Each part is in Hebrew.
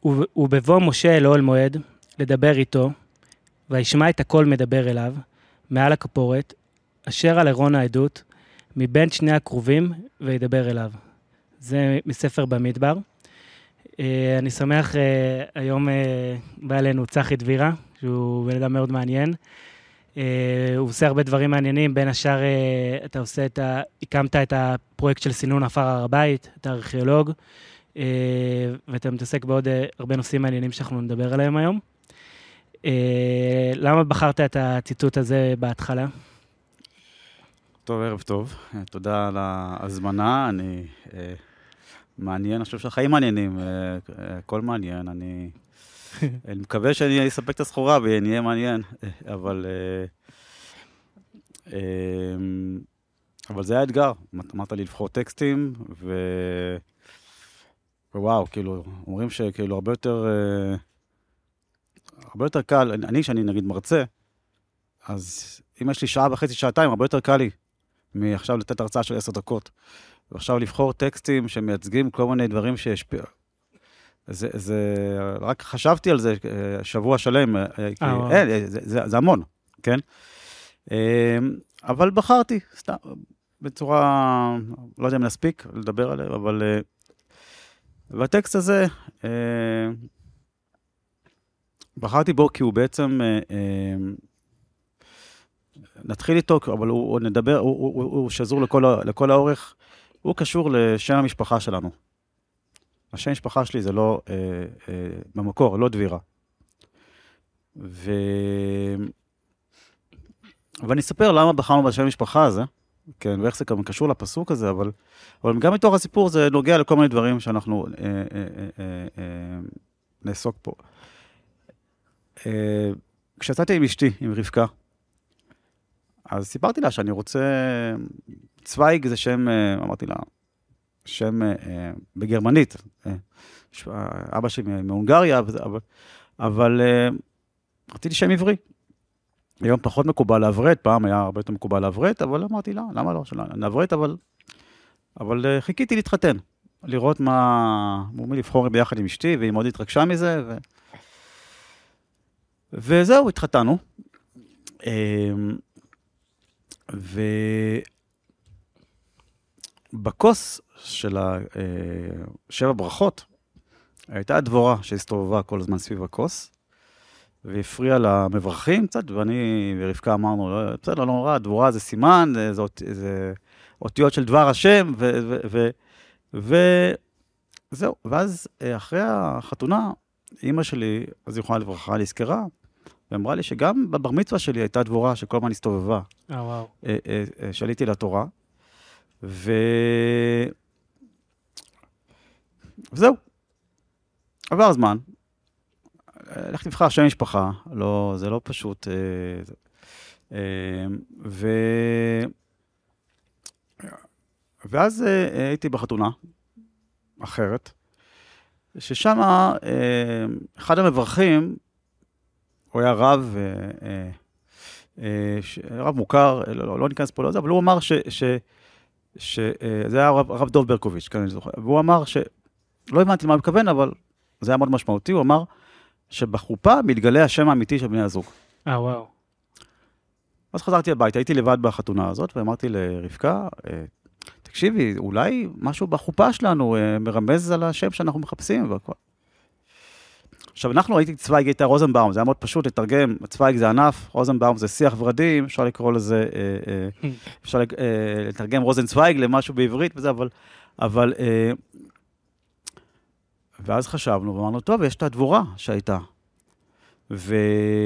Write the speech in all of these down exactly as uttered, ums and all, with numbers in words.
וב- ובבוא משה אל אוהל מועד, לדבר איתו, וישמע את הקול מדבר אליו, מעל הכפורת, אשר על ארון העדות, מבין שני הקרובים, וידבר אליו. זה מספר במדבר. אה, אני שמח, אה, היום אה, בא אלינו צחי דבירה, שהוא בן אדם מאוד מעניין. אה, הוא עושה הרבה דברים מעניינים, בין השאר אה, אתה עושה את ה... הקמת את הפרויקט של סינון עפר הר הבית, אתה ארכיאולוג, אה, ואתה מתעסק בעוד אה, הרבה נושאים מעניינים שאנחנו נדבר עליהם היום. אה, למה בחרת את הציטוט הזה בהתחלה? טוב, ערב טוב. תודה על ההזמנה. אני אה, מעניין, אני חושב שהחיים מעניינים, אה, הכל מעניין. אני, אני מקווה שאני אספק את הסחורה ונהיה מעניין, אבל, אה, אה, אבל זה היה אתגר. אמרת לי לבחור טקסטים, ו... ווואו, כאילו, אומרים שכאילו הרבה יותר, אה, הרבה יותר קל, אני שאני נגיד מרצה, אז אם יש לי שעה וחצי, שעתיים, הרבה יותר קל לי. מעכשיו לתת הרצאה של עשר דקות, ועכשיו לבחור טקסטים שמייצגים כל מיני דברים שהשפיע. זה, זה, רק חשבתי על זה שבוע שלם, כי, אין, זה, זה, זה המון, כן? אבל בחרתי, סתם, בצורה, לא יודע אם נספיק לדבר עליו, אבל בטקסט הזה, בחרתי בו כי הוא בעצם, נתחיל איתו, אבל הוא, הוא נדבר, הוא, הוא, הוא, הוא שזור לכל, לכל האורך, הוא קשור לשם המשפחה שלנו. השם המשפחה שלי זה לא, אה, אה, במקור, לא דבירה. ו... ואני אספר למה בחרנו בשם המשפחה הזה, כן, ואיך זה גם קשור לפסוק הזה, אבל, אבל גם מתוך הסיפור זה נוגע לכל מיני דברים שאנחנו אה, אה, אה, אה, אה, נעסוק פה. אה, כשיצאתי עם אשתי, עם רבקה, אז סיפרתי לה שאני רוצה, צוויג זה שם, אמרתי לה, שם בגרמנית, אבא שלי מהונגריה, אבל, אבל רציתי שם עברי. היום פחות מקובל לעברת, פעם היה הרבה יותר מקובל לעברת, אבל אמרתי לה, למה לא, נעברת, אבל, אבל חיכיתי להתחתן, לראות מה, מומי לבחור ביחד עם אשתי, והיא מאוד התרגשה מזה, ו... וזהו, התחתנו. ובכוס של שבע ברכות, הייתה הדבורה שהסתובבה כל הזמן סביב הכוס, והפריעה למברכים קצת, ואני ורבקה אמרנו, לא, בסדר, לא נורא, הדבורה זה סימן, זה, זה, זה אותיות של דבר השם, ו, ו, ו, וזהו. ואז אחרי החתונה, אמא שלי, אז היא יכולה לברכה, להזכרה, ואמרה לי שגם בבר מצווה שלי הייתה דבורה שכל הזמן הסתובבה. אה, וואו. שעליתי לתורה. ו... וזהו. עבר זמן. לך תבחר שם משפחה. לא, זה לא פשוט. ו... ואז הייתי בחתונה אחרת, ששם אחד המברכים, הוא היה רב, אה, אה, רב מוכר, לא, לא ניכנס פה לזה, אבל הוא אמר ש... ש, ש אה, זה היה הרב, הרב דוב ברקוביץ', כאן אני זוכר, והוא אמר ש... לא הבנתי מה הוא מכוון, אבל זה היה מאוד משמעותי, הוא אמר שבחופה מתגלה השם האמיתי של בני הזוג. אה, וואו. אז חזרתי הביתה, הייתי לבד בחתונה הזאת, ואמרתי לרבקה, אה, תקשיבי, אולי משהו בחופה שלנו אה, מרמז על השם שאנחנו מחפשים, והכל. עכשיו, אנחנו ראיתי צוויג הייתה רוזנבאום, זה היה מאוד פשוט לתרגם, צוויג זה ענף, רוזנבאום זה שיח ורדים, אפשר לקרוא לזה, אפשר לתרגם רוזנצוויג למשהו בעברית וזה, אבל, אבל, ואז חשבנו ואמרנו, טוב, יש את הדבורה שהייתה, ו...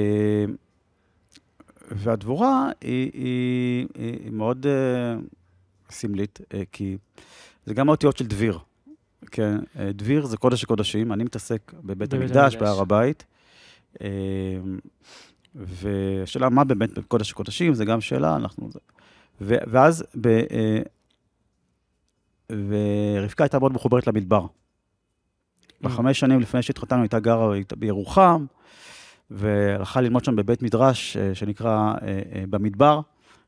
והדבורה היא, היא, היא מאוד סמלית, כי זה גם האותיות של דביר. כן, דביר זה קודש הקודשים, אני מתעסק בבית המקדש, בהר הבית, והשאלה מה באמת בקודש הקודשים, זה גם שאלה, אנחנו... ואז, ורבקה הייתה מאוד מחוברת למדבר. בחמש שנים לפני שהתחתנו, הייתה גרה בירוחם, והלכה ללמוד שם בבית מדרש, שנקרא במדבר,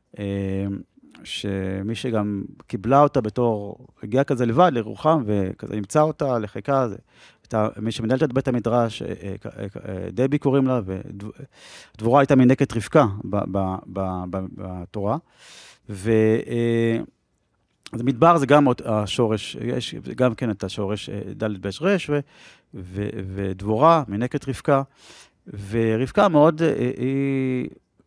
שמי שגם קיבלה אותה בתור, הגיעה כזה לבד לירוחם, וכזה נמצא אותה לחיקה, הייתה, מי שמנהלת את בית המדרש, דבי קוראים לה, ודבורה הייתה מנקת רבקה בתורה, ו... אז מדבר זה גם השורש, יש גם כן את השורש ד' בש רש, ודבורה, מנקת רבקה, ורבקה מאוד, היא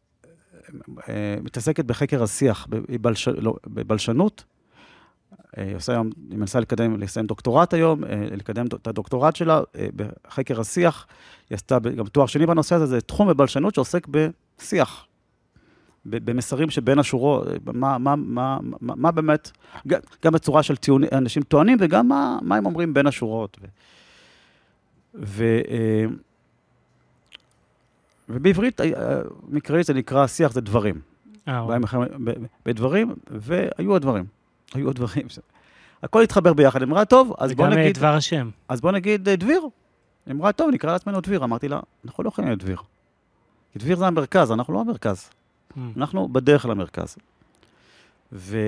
מתעסקת בחקר השיח, בבלשנות, היא עושה היום, היא מנסה לקדם, לסיים דוקטורט היום, לקדם את הדוקטורט שלה בחקר השיח, היא עשתה גם תואר שני בנושא הזה, זה תחום בבלשנות שעוסק בשיח. במסרים שבין השורות, מה, מה, מה, מה, מה באמת, גם בצורה של טיעון, אנשים טוענים, וגם מה, מה הם אומרים בין השורות. ו, ו, ובעברית, מקראית זה נקרא שיח, זה דברים. בדברים, והיו הדברים. היו הדברים. הכל התחבר ביחד. אמרה, טוב, אז בוא נגיד... וגם דבר השם. אז בוא נגיד דביר. אמרה, טוב, נקרא לעצמנו דביר. אמרתי לה, אנחנו לא יכולים להיות דביר. כי דביר זה המרכז, אנחנו לא המרכז. אנחנו בדרך למרכז. ו,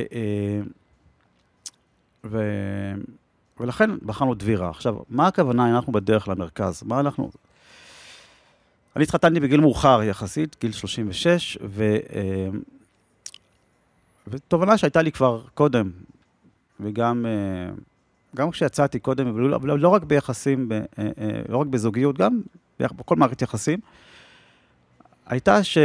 ו, ולכן בחרנו דבירה. עכשיו, מה הכוונה אם אנחנו בדרך למרכז? מה אנחנו... אני התחתנתי בגיל מאוחר יחסית, גיל שלושים ושש, ו, ותובנה שהייתה לי כבר קודם, וגם גם כשיצאתי קודם, אבל לא רק ביחסים, לא רק בזוגיות, גם בכל מערכת יחסים, הייתה ש...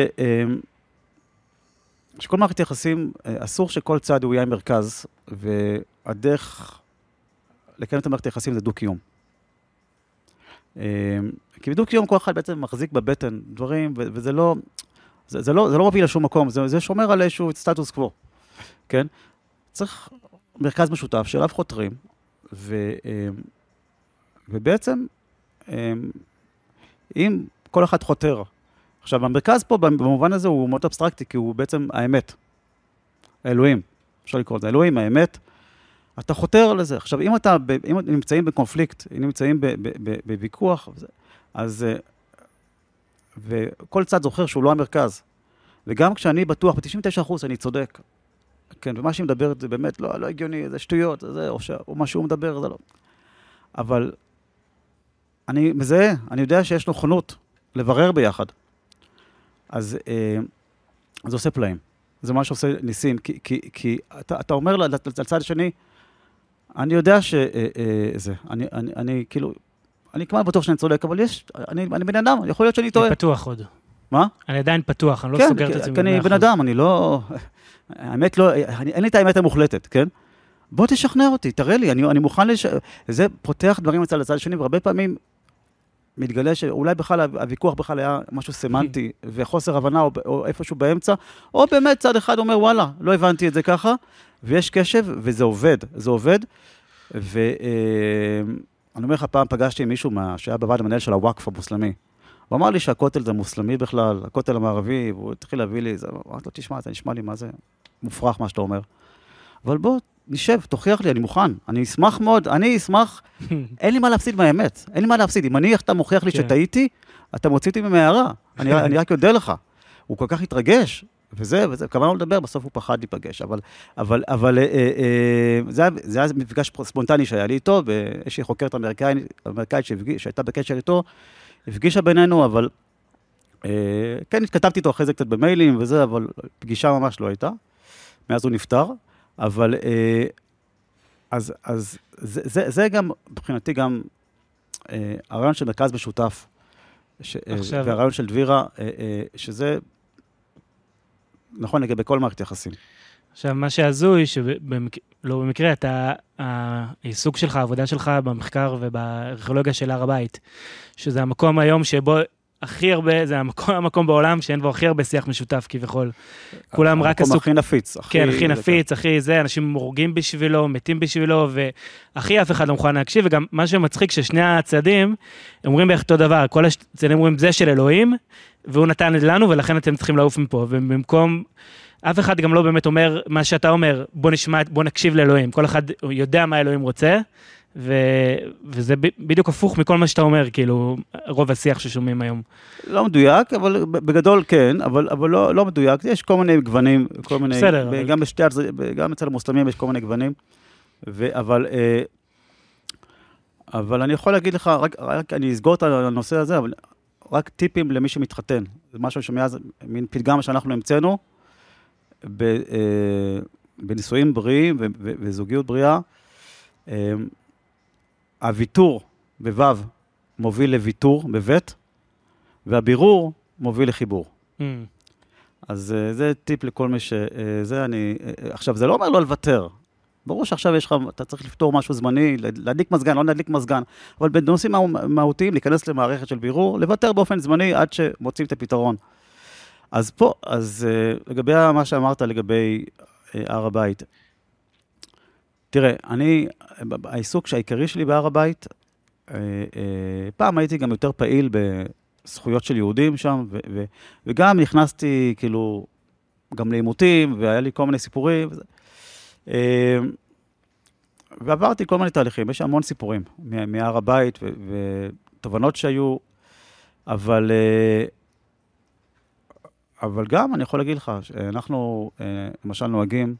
שכל מערכת יחסים, אסור שכל צד הוא יהיה מרכז, והדרך לקיים את המערכת יחסים זה דו-קיום. כי בדו-קיום כל אחד בעצם מחזיק בבטן דברים, וזה לא, זה, זה לא, זה לא מוביל לשום מקום, זה, זה שומר על איזשהו סטטוס קוו, כן? צריך מרכז משותף שאליו חותרים, ו, ובעצם, אם כל אחד חותר, עכשיו, המרכז פה, במובן הזה, הוא מאוד אבסטרקטי, כי הוא בעצם האמת. האלוהים. אפשר לקרוא את זה. האלוהים, האמת. אתה חותר לזה. עכשיו, אם אתה, אם נמצאים בקונפליקט, אם נמצאים בוויכוח, אז, וכל צד זוכר שהוא לא המרכז. וגם כשאני בטוח, ב-תשעים ותשעה אחוז אני צודק. כן, ומה שהיא מדברת זה באמת לא, לא הגיוני, זה שטויות, זה, או, ש, או מה שהוא מדבר, זה לא. אבל אני מזהה, אני יודע שיש נכונות לברר ביחד. אז זה עושה פלאים. זה מה שעושה ניסים, כי, כי, כי אתה, אתה אומר לצד השני, אני יודע שזה, אני, אני, אני כאילו, אני כמעט בטוח שאני צודק, אבל יש, אני, אני בן אדם, יכול להיות שאני טועה. אני פתוח עוד. מה? אני עדיין פתוח, אני לא כן, סוגר את עצמי. כן, אני בן אדם, אני לא, האמת לא, אני, אין לי את האמת המוחלטת, כן? בוא תשכנע אותי, תראה לי, אני, אני מוכן לש... זה פותח דברים מצד לצד השני, והרבה פעמים, מתגלה שאולי בכלל הוויכוח בכלל היה משהו סמנטי וחוסר הבנה או, או איפשהו באמצע, או באמת צד אחד אומר, וואלה, לא הבנתי את זה ככה, ויש קשב וזה עובד, זה עובד, ואני אומר לך, פעם פגשתי עם מישהו מה, שהיה בוועד המנהל של הוואקף המוסלמי, הוא אמר לי שהכותל זה מוסלמי בכלל, הכותל המערבי, והוא התחיל להביא לי, זה, אמרתי לו, תשמע, זה נשמע לי מה זה מופרך מה שאתה אומר, אבל בוא, נשב, תוכיח לי, אני מוכן, אני אשמח מאוד, אני אשמח, אין לי מה להפסיד מהאמת, אין לי מה להפסיד, אם אני, איך אתה מוכיח לי שטעיתי, אתה מוציא אותי ממהרה, אני, אני רק יודע לך, הוא כל כך התרגש, וזה, וזה, כמה לא לדבר, בסוף הוא פחד להיפגש, אבל, אבל, אבל, אה, אה, זה, זה היה מפגש ספונטני שהיה לי איתו, ויש לי חוקרת אמריקאית, אמריקאית שהייתה בקשר איתו, הפגישה בינינו, אבל, אה, כן, התכתבתי איתו אחרי זה קצת במיילים וזה, אבל פגישה ממש לא הייתה, מאז הוא נפטר, אבל, אז, אז, זה, זה, זה גם, מבחינתי גם, הרעיון של מרכז משותף, ש, עכשיו... והרעיון של דבירה, שזה, נכון, לגבי כל מערכת יחסים. עכשיו, מה שהזוי, שבמק... לא במקרה, אתה, העיסוק שלך, העבודה שלך במחקר ובארכיאולוגיה של הר הבית, שזה המקום היום שבו, הכי הרבה, זה המקום, המקום בעולם שאין בו הכי הרבה שיח משותף כביכול. כולם רק עסוק... המקום הכי נפיץ. כן, הכי נפיץ, הכי זה, אנשים מורגים בשבילו, מתים בשבילו, והכי אף אחד לא מוכן להקשיב, וגם מה שמצחיק ששני הצעדים, אומרים בערך אותו דבר, כל הצעדים אומרים זה של אלוהים, והוא נתן את לנו, ולכן אתם צריכים לעוף מפה, ובמקום... אף אחד גם לא באמת אומר מה שאתה אומר, בוא נשמע, בוא נקשיב לאלוהים. כל אחד יודע מה אלוהים רוצה, ו... וזה ב... בדיוק הפוך מכל מה שאתה אומר, כאילו, רוב השיח ששומעים היום. לא מדויק, אבל בגדול כן, אבל, אבל לא, לא מדויק. יש כל מיני גוונים, כל מיני... בסדר. גם אבל... בשתי, גם אצל המוסלמים יש כל מיני גוונים, ו... אבל... אה... אבל אני יכול להגיד לך, רק, רק אני אסגור את הנושא הזה, אבל רק טיפים למי שמתחתן. זה משהו שמאז, מין פתגם שאנחנו המצאנו, ב, אה, בנישואים בריאים ו, ו, וזוגיות בריאה, אה, הוויתור בוו מוביל לוויתור בבית, והבירור מוביל לחיבור. Mm. אז uh, זה טיפ לכל מי ש... Uh, זה אני... Uh, עכשיו, זה לא אומר לא לוותר. ברור שעכשיו יש לך, אתה צריך לפתור משהו זמני, להדליק מזגן, לא להדליק מזגן, אבל בנושאים מהותיים, להיכנס למערכת של בירור, לוותר באופן זמני עד שמוצאים את הפתרון. אז פה, אז uh, לגבי מה שאמרת לגבי uh, הר הבית, תראה, אני, העיסוק שהעיקרי שלי בהר הבית, uh, uh, פעם הייתי גם יותר פעיל בזכויות של יהודים שם, ו- ו- וגם נכנסתי כאילו גם לעימותים, והיה לי כל מיני סיפורים, וזה. ועברתי כל מיני תהליכים, יש המון סיפורים מהר הבית ותובנות שהיו, אבל, אבל גם אני יכול להגיד לך, שאנחנו למשל נוהגים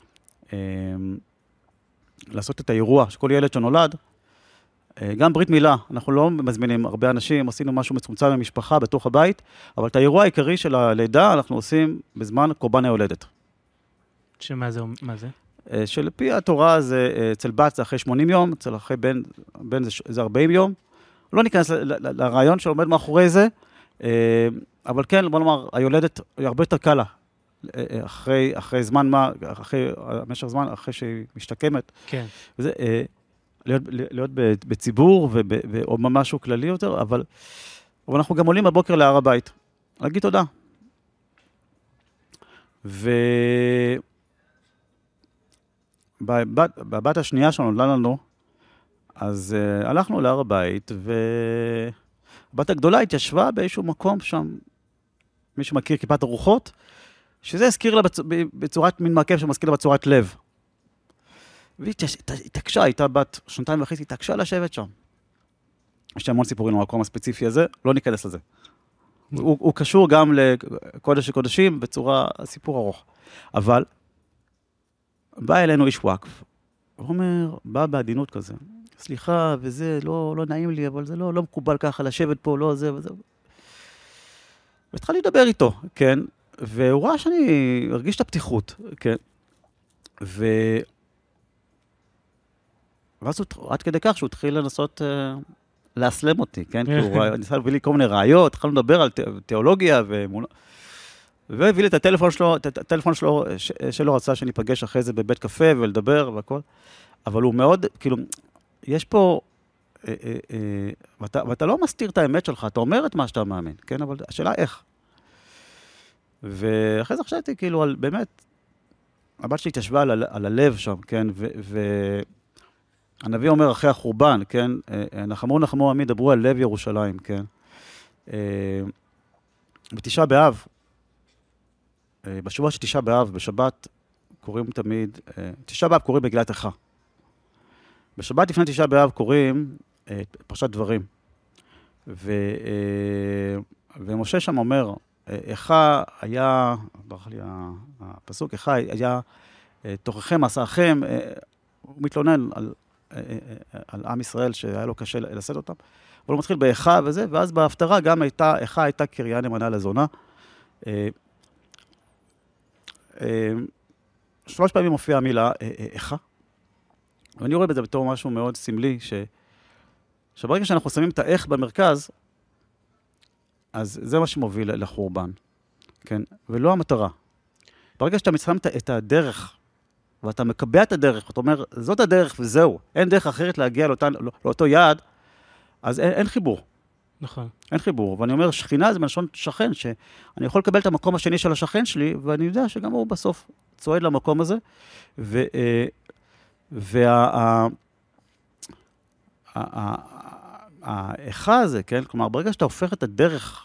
לעשות את האירוע, שכל ילד שנולד, גם ברית מילה, אנחנו לא מזמינים הרבה אנשים, עשינו משהו מצומצם במשפחה בתוך הבית, אבל את האירוע העיקרי של הלידה אנחנו עושים בזמן קורבן ההולדת. שמה זה? מה זה? שלפי התורה זה, אצל בת זה אחרי שמונים יום, אצל אחרי בן, בן זה, זה ארבעים יום. לא ניכנס לרעיון שעומד מאחורי זה, אבל כן, בוא נאמר, היולדת היא הרבה יותר קלה, אחרי, אחרי זמן מה, אחרי, משך זמן, אחרי שהיא משתקמת. כן. וזה, להיות, להיות בציבור או משהו כללי יותר, אבל, אבל אנחנו גם עולים בבוקר להר הבית, להגיד תודה. ו... בבת, בבת השנייה שנולדה לנו, אז uh, הלכנו להר הבית, ובת הגדולה התיישבה באיזשהו מקום שם, מי שמכיר כיפת הרוחות, שזה הזכיר לה בצ... בצורת מין מרכב שמזכיר לה בצורת לב. והיא התעקשה, הייתה בת שנתיים וחצי, התעקשה לשבת שם. יש המון סיפורים במקום הספציפי הזה, לא ניכנס לזה. הוא, הוא קשור גם לקודש וקודשים בצורה, סיפור ארוך. אבל, בא אלינו איש וואקף, הוא אומר, בא בעדינות כזה, סליחה, וזה לא, לא נעים לי, אבל זה לא, לא מקובל ככה לשבת פה, לא זה וזה. והתחלתי לדבר איתו, כן, והוא ראה שאני הרגיש את הפתיחות, כן, ו... ואז הוא, עד כדי כך שהוא התחיל לנסות uh, להסלם אותי, כן, כי הוא ניסה להביא לי כל מיני רעיות, התחלנו לדבר על תיאולוגיה ואמונה, והביא לי את הטלפון שלו, את הטלפון שלו, שלו רצה שניפגש אחרי זה בבית קפה ולדבר והכל, אבל הוא מאוד, כאילו, יש פה, אה, אה, אה, ואתה, ואתה לא מסתיר את האמת שלך, אתה אומר את מה שאתה מאמין, כן, אבל השאלה איך. ואחרי זה חשבתי, כאילו, על, באמת, הבת שלי התיישבה על, על הלב שם, כן, והנביא אומר אחרי החורבן, כן, נחמו נחמו עמי, דברו על לב ירושלים, כן, בתשעה באב, בשבוע של תשעה באב, בשבת, קוראים תמיד, תשעה באב קוראים מגילת איכה. בשבת לפני תשעה באב קוראים פרשת דברים. ו, ומשה שם אומר, איכה היה, ברח לי הפסוק, איכה היה תוככם, עשאכם, הוא מתלונן על, על עם ישראל שהיה לו קשה לשאת אותם, אבל הוא מתחיל באיכה וזה, ואז בהפטרה גם הייתה, איכה הייתה קריה נאמנה לזונה. שלוש פעמים מופיעה המילה איכה, ואני רואה בזה בתור משהו מאוד סמלי, ש... שברגע שאנחנו שמים את האיך במרכז, אז זה מה שמוביל לחורבן, כן? ולא המטרה. ברגע שאתה שם את הדרך, ואתה מקבע את הדרך, ואתה אומר, זאת הדרך וזהו, אין דרך אחרת להגיע לאותן, לא, לאותו יעד, אז אין, אין חיבור. נכון. אין חיבור. ואני אומר, שכינה זה מלשון שכן, שאני יכול לקבל את המקום השני של השכן שלי, ואני יודע שגם הוא בסוף צועד למקום הזה, ו... וה... האיכה הזה, כן? כלומר, ברגע שאתה הופך את הדרך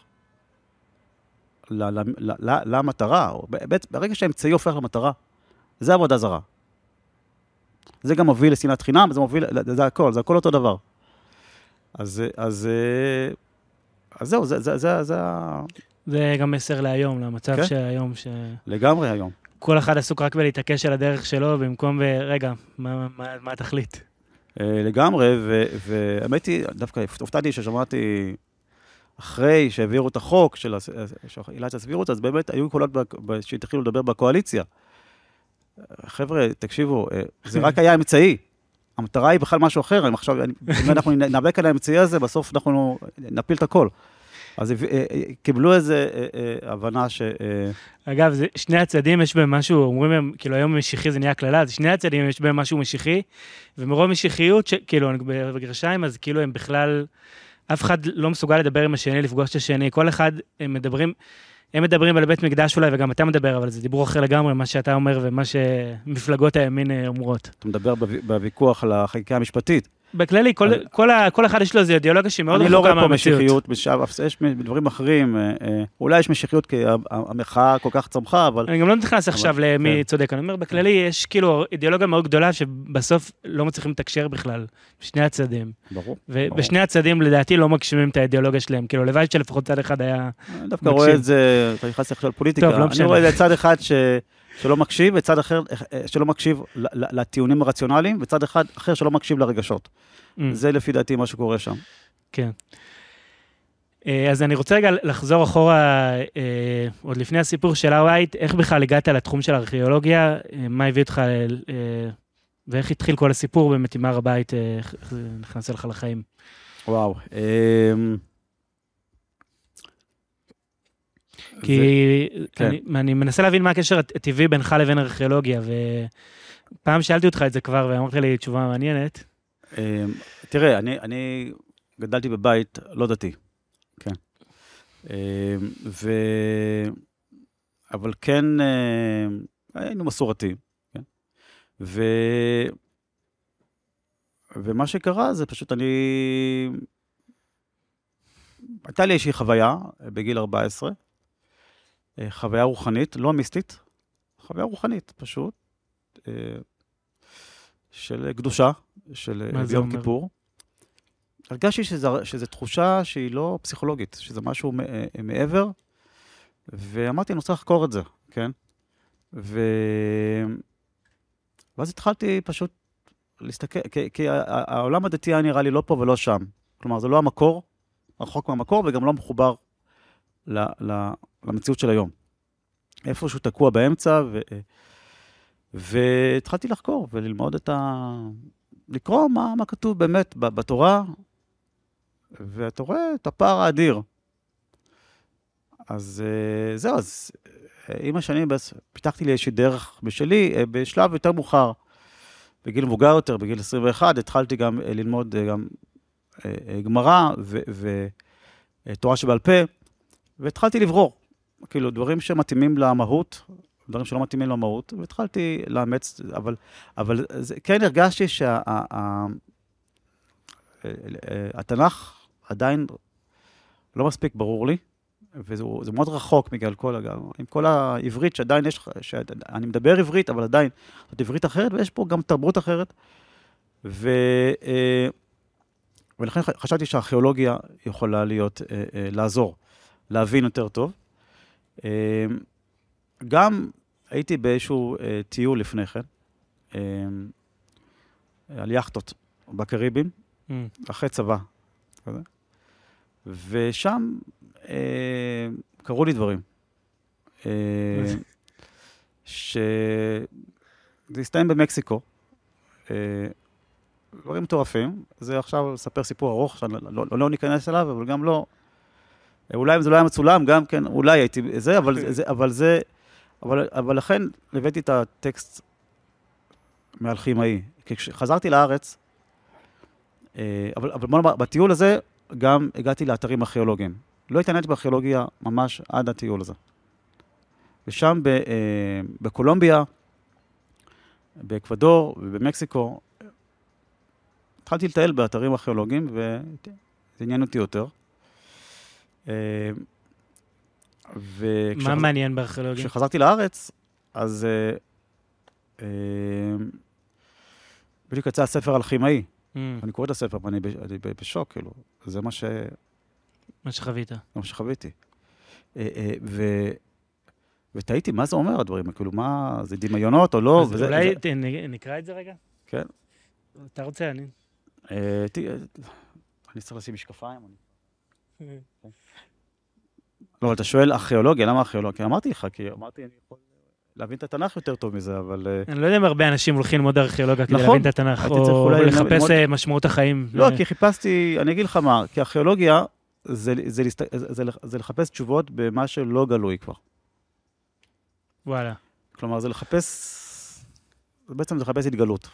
למטרה, או ברגע שהאמצעי הופך למטרה, זה עבודה זרה. זה גם מוביל לשנאת חינם, זה מוביל, זה הכל, זה הכל אותו דבר. אז, אז, אז זהו, זה, זה, זה, זה... זה גם מסר להיום, למצב כן? שהיום ש... לגמרי היום. כל אחד עסוק רק בלהתעקש על הדרך שלו, במקום רגע, מה, מה, מה התכלית? לגמרי, והאמת היא, דווקא הופתעתי ששמעתי, אחרי שהעבירו את החוק של עילת הסבירות, אז באמת היו קולות שהתחילו לדבר בקואליציה. חבר'ה, תקשיבו, זה רק היה אמצעי. המטרה היא בכלל משהו אחר. אם עכשיו, אם אנחנו נאבק על האמצעי הזה, בסוף אנחנו נפיל את הכל. אז קיבלו איזו הבנה ש... אגב, שני הצדדים יש בהם משהו, אומרים, כאילו היום משיחי זה נהיה כללה, אז שני הצדדים יש בהם משהו משיחי, ומרוב משיחיות, כאילו, בגרשיים, אז כאילו הם בכלל, אף אחד לא מסוגל לדבר עם השני, לפגוש את השני, כל אחד, הם מדברים, הם מדברים על בית מקדש אולי, וגם אתה מדבר, אבל זה דיבור אחר לגמרי, מה שאתה אומר, ומה שמפלגות הימין אומרות. אתה מדבר בוויכוח על החקיקה המשפטית. בכללי, כל, כל, כל אחד יש לו איזו אידיאולוגיה שהיא מאוד רחוקה מהמציאות. אני לא רואה פה משיחיות, יש דברים אחרים, אולי יש משיחיות כי המחאה כל כך צמחה, אבל... אני גם לא נכנס עכשיו למי צודק, אני אומר, בכללי יש כאילו אידיאולוגיה מאוד גדולה שבסוף לא מצליחים לתקשר בכלל, בשני הצדדים. ברור. ובשני הצדדים לדעתי לא מגשימים את האידיאולוגיה שלהם, כאילו לבד שלפחות צד אחד היה מקשיב. אני דווקא רואה את זה, אתה נכנס עכשיו לפוליטיקה, אני רואה את זה צד אחד ש... שלא מקשיב, וצד אחר שלא מקשיב לטיעונים הרציונליים, וצד אחד אחר שלא מקשיב לרגשות. זה לפי דעתי מה שקורה שם. כן. אז אני רוצה רגע לחזור אחורה, עוד לפני הסיפור של הווייט, איך בכלל הגעת לתחום של הארכיאולוגיה, מה הביא אותך, ואיך התחיל כל הסיפור באמת עם הר הבית, איך זה נכנס לך לחיים? וואו. כי אני מנסה להבין מה הקשר הטבעי בינך לבין ארכיאולוגיה, ופעם שאלתי אותך את זה כבר, ואמרת לי תשובה מעניינת. תראה, אני גדלתי בבית לא דתי, כן. אבל כן, היינו מסורתיים, כן. ומה שקרה זה פשוט אני... הייתה לי איזושהי חוויה בגיל ארבע עשרה, חוויה רוחנית, לא מיסטית, חוויה רוחנית, פשוט, של קדושה, של יום כיפור. הרגשתי שזו תחושה שהיא לא פסיכולוגית, שזה משהו מעבר, ואמרתי, אני רוצה לחקור את זה, כן? ואז התחלתי פשוט להסתכל, כי העולם הדתי היה נראה לי לא פה ולא שם. כלומר, זה לא המקור, רחוק מהמקור, וגם לא מחובר למציאות של היום. איפשהו תקוע באמצע, ו... והתחלתי לחקור וללמוד את ה... לקרוא מה, מה כתוב באמת בתורה, ואתה רואה את הפער האדיר. אז זהו, אז עם השנים פיתחתי לי איזושהי דרך בשלי, בשלב יותר מאוחר, בגיל מבוגר יותר, בגיל עשרים ואחת, התחלתי גם ללמוד גם גמרא ותורה שבעל פה, והתחלתי לברור, כאילו דברים שמתאימים למהות, דברים שלא מתאימים למהות, והתחלתי לאמץ, אבל, אבל זה, כן הרגשתי שהתנ"ך עדיין לא מספיק ברור לי, וזה מאוד רחוק מגלל כל, אגב, עם כל העברית שעדיין יש, שאני מדבר עברית, אבל עדיין זאת עברית אחרת, ויש פה גם תרבות אחרת, ו, ולכן חשבתי שהארכיאולוגיה יכולה להיות, לעזור, להבין יותר טוב. גם הייתי באיזשהו טיול לפני כן, על יחטות בקריבים, אחרי צבא, כזה. ושם אה, קראו לי דברים. אה, שזה הסתיים במקסיקו. אה, דברים מטורפים. זה עכשיו לספר סיפור ארוך, שאני לא, לא, לא ניכנס אליו, אבל גם לא... אולי אם זה לא היה מצולם, גם כן, אולי הייתי זה, אבל זה... אבל, זה, אבל, אבל לכן הבאתי את הטקסט מאלכימאי. כשחזרתי לארץ, אה, אבל, אבל בוא נאמר, בטיול הזה, גם הגעתי לאתרים ארכיאולוגיים. לא התעניינתי בארכיאולוגיה ממש עד הטיול הזה. ושם ב, אה, בקולומביה, באקוודור ובמקסיקו, התחלתי לטייל באתרים ארכיאולוגיים, וזה עניין אותי יותר. אה, וכשחז... מה מעניין בארכיאולוגיה? כשחזרתי לארץ, אז אה, אה, בדיוק יצא הספר אלכימאי. Mm. אני קורא את הספר, ואני בשוק, כאילו. זה מה ש... מה שחווית. זה מה שחוויתי. ו... ותהיתי, מה זה אומר הדברים? כאילו, מה... זה דמיונות או לא? אז אולי נקרא את זה רגע? כן. אתה רוצה, אני... אני צריך לשים משקפיים. לא, אבל אתה שואל ארכיאולוגיה, למה ארכיאולוגיה? אמרתי לך, כי אמרתי, אני יכול להבין את התנ"ך יותר טוב מזה, אבל... אני לא יודע אם הרבה אנשים הולכים ללמוד ארכיאולוגיה כדי להבין את התנ"ך, או לחפש משמעות החיים. לא, כי חיפשתי, אני אגיד לך מה, כי ארכיאולוגיה זה לחפש תשובות במה שלא גלוי כבר. וואלה. כלומר, זה לחפש, בעצם זה לחפש התגלות.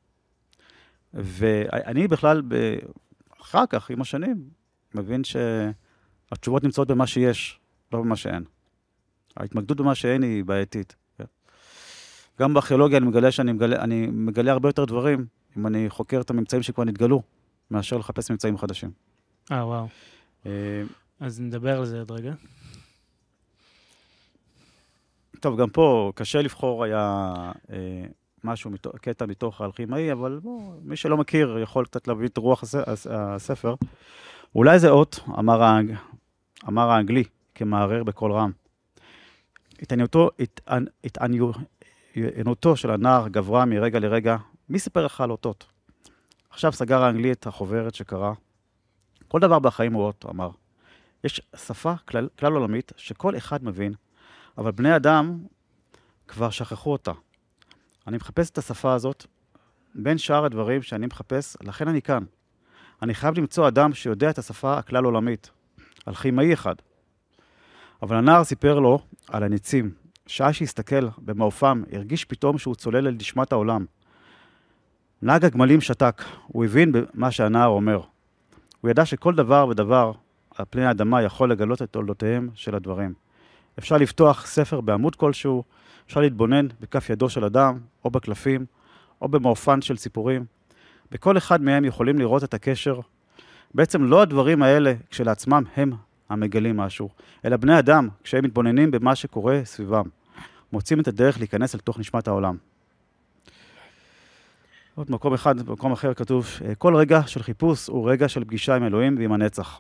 ואני בכלל, אחר כך, עם השנים, מבין שהתשובות נמצאות במה שיש, לא במה שאין. ההתמקדות במה שאין היא בעייתית. גם בארכיאולוגיה אני מגלה שאני מגלה, אני מגלה הרבה יותר דברים, אם אני חוקר את הממצאים שכבר נתגלו, מאשר לחפש ממצאים חדשים. אה, וואו. אז נדבר על זה עוד רגע. טוב, גם פה קשה לבחור היה אה, משהו, מתוך, קטע מתוך האלכימאי, אבל בוא, מי שלא מכיר יכול קצת להביא את רוח הספר. אולי זה אות, אמר, האנג, אמר האנגלי, כמערער בקול רם. התעניינותו, התעניינותו של הנער גברה מרגע לרגע. מי סיפר לך על אותות? עכשיו סגר האנגלי את החוברת שקרא. כל דבר בחיים הוא אות, אמר. יש שפה כלל, כלל עולמית שכל אחד מבין, אבל בני אדם כבר שכחו אותה. אני מחפש את השפה הזאת, בין שאר הדברים שאני מחפש, לכן אני כאן. אני חייב למצוא אדם שיודע את השפה הכלל עולמית, אלכימאי אחד. אבל הנער סיפר לו על הניצים. שעה שהסתכל במעופם, הרגיש פתאום שהוא צולל אל נשמת העולם. נהג הגמלים שתק, הוא הבין מה שהנער אומר. הוא ידע שכל דבר ודבר על פני האדמה יכול לגלות את תולדותיהם של הדברים. אפשר לפתוח ספר בעמוד כלשהו, אפשר להתבונן בכף ידו של אדם, או בקלפים, או במעופן של ציפורים. בכל אחד מהם יכולים לראות את הקשר. בעצם לא הדברים האלה כשלעצמם הם המגלים משהו, אלא בני אדם כשהם מתבוננים במה שקורה סביבם. מוצאים את הדרך להיכנס אל תוך נשמת העולם. עוד מקום אחד, במקום אחר כתוב, כל רגע של חיפוש הוא רגע של פגישה עם אלוהים ועם הנצח.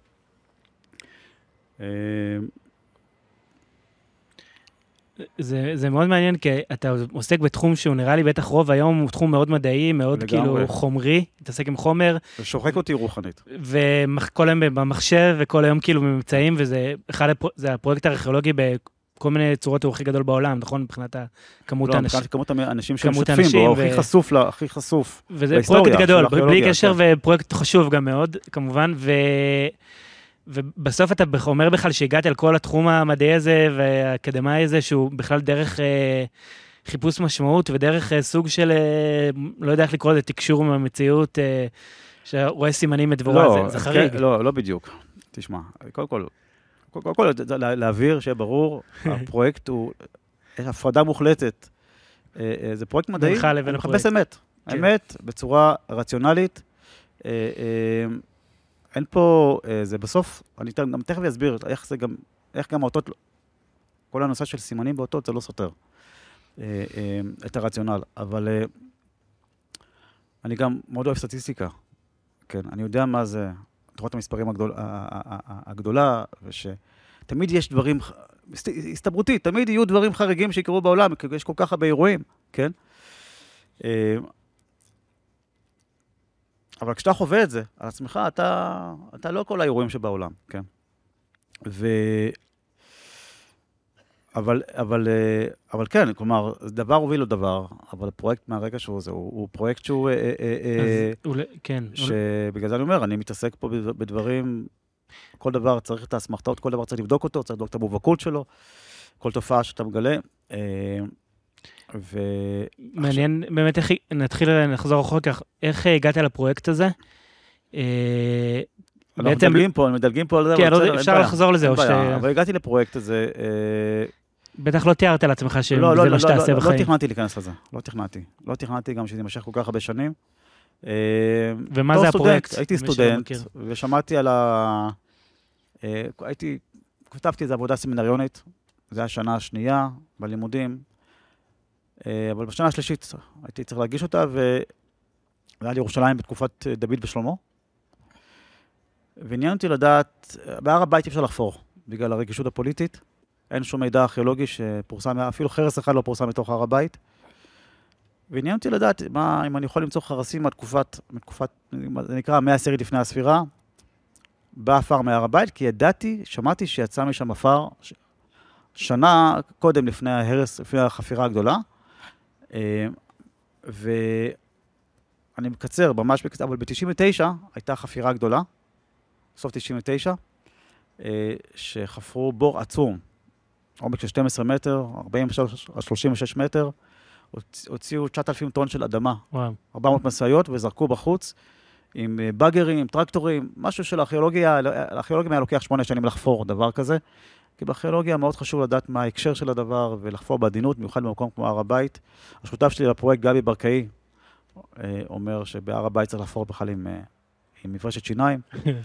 זה, זה מאוד מעניין, כי אתה עוסק בתחום שהוא נראה לי בטח רוב היום הוא תחום מאוד מדעי, מאוד לגמרי. כאילו חומרי, מתעסק עם חומר. זה שוחק אותי רוחנית. וכל היום במחשב, וכל היום כאילו ממצאים, וזה אחד, זה הפרויקט הארכיאולוגי בכל מיני צורות הוא הכי גדול בעולם, נכון? מבחינת כמות לא, האנשים. כמות האנשים שמשתפים בו, ו... הכי חשוף, לה, הכי חשוף. וזה פרויקט גדול, בלי קשר, כן. ופרויקט חשוב גם מאוד, כמובן, ו... ובסוף אתה אומר בכלל שהגעת על כל התחום המדעי הזה והאקדמי הזה, שהוא בכלל דרך אה, חיפוש משמעות ודרך אה, סוג של, אה, לא יודע איך לקרוא לזה, תקשור עם המציאות, אה, שרואה סימנים מדבורה, לא, זה, זה חריג. לא, לא בדיוק. תשמע, קודם כל, קודם כל, קודם כל להעביר שיהיה ברור, הפרויקט הוא הפרדה מוחלטת. אה, אה, זה פרויקט מדעי, אני מחפש אמת. כן. אמת בצורה רציונלית, אה, אה, אין פה, זה בסוף, אני גם תכף אסביר איך זה גם, איך גם האותות, כל הנושא של סימנים באותות זה לא סותר את הרציונל, אבל אני גם מאוד אוהב סטטיסטיקה, כן, אני יודע מה זה, תורת המספרים הגדול, הגדולה, ושתמיד יש דברים, הסתברותי, תמיד יהיו דברים חריגים שיקרו בעולם, כי יש כל כך הרבה אירועים, כן? אבל כשאתה חווה את זה על עצמך, אתה, אתה לא כל האירועים שבעולם, כן? ו... אבל, אבל, אבל כן, כלומר, דבר הוביל לו דבר, אבל הפרויקט מהרגע שהוא זה, הוא, הוא פרויקט שהוא... אז, אה, כן. שבגלל זה אני אומר, אני מתעסק פה בדברים, כל דבר צריך את האסמכתאות, כל דבר צריך לבדוק אותו, צריך לבדוק את המובהקות שלו, כל תופעה שאתה מגלה. ו... מעניין, באמת, איך, נתחיל לחזור אחר כך, איך הגעת לפרויקט הזה? אנחנו מדלגים פה, מדלגים פה על זה. כן, אפשר לחזור לזה. אבל הגעתי לפרויקט הזה... בטח לא תיארת לעצמך שזה מה שתעשה בחיים. לא תכננתי להיכנס לזה, לא תכננתי. לא תכננתי גם שזה יימשך כל כך הרבה שנים. ומה זה הפרויקט? הייתי סטודנט, ושמעתי על ה... הייתי, כתבתי איזו עבודה סמינריונית, זו הייתה השנה השנייה בלימודים, אבל בשנה השלישית הייתי צריך להגיש אותה, והיה לי ירושלים בתקופת דוד ושלמה, ועניין אותי לדעת, בהר הבית אפשר לחפור, בגלל הרגישות הפוליטית, אין שום מידע ארכיאולוגי שפורסם, אפילו חרס אחד לא פורסם מתוך הר הבית, ועניין אותי לדעת מה, אם אני יכול למצוא חרסים מתקופת, מתקופת, זה נקרא המאה העשירית לפני הספירה, באפר מהר הבית, כי ידעתי, שמעתי שיצא משם אפר ש... שנה קודם לפני ההרס, לפני החפירה הגדולה, ואני מקצר, ממש מקצר, אבל ב-תשעים ותשע הייתה חפירה גדולה, סוף תשעים ותשע, שחפרו בור עצום, עומק של שנים עשר מטר, ארבעים ושלוש עד שלושים ושש מטר, הוציאו תשעת אלפים טון של אדמה, וואו. ארבע מאות משאיות, וזרקו בחוץ, עם בגרים, עם טרקטורים, משהו של הארכיאולוגיה, הארכיאולוגיה היה לוקח שמונה שנים לחפור דבר כזה, כי בארכיאולוגיה מאוד חשוב לדעת מה ההקשר של הדבר, ולחפור בעדינות, במיוחד במקום כמו הר הבית. השותף שלי לפרויקט, גבי ברקאי, אומר שבהר הבית צריך לחפור בכלל עם, עם מפרשת שיניים.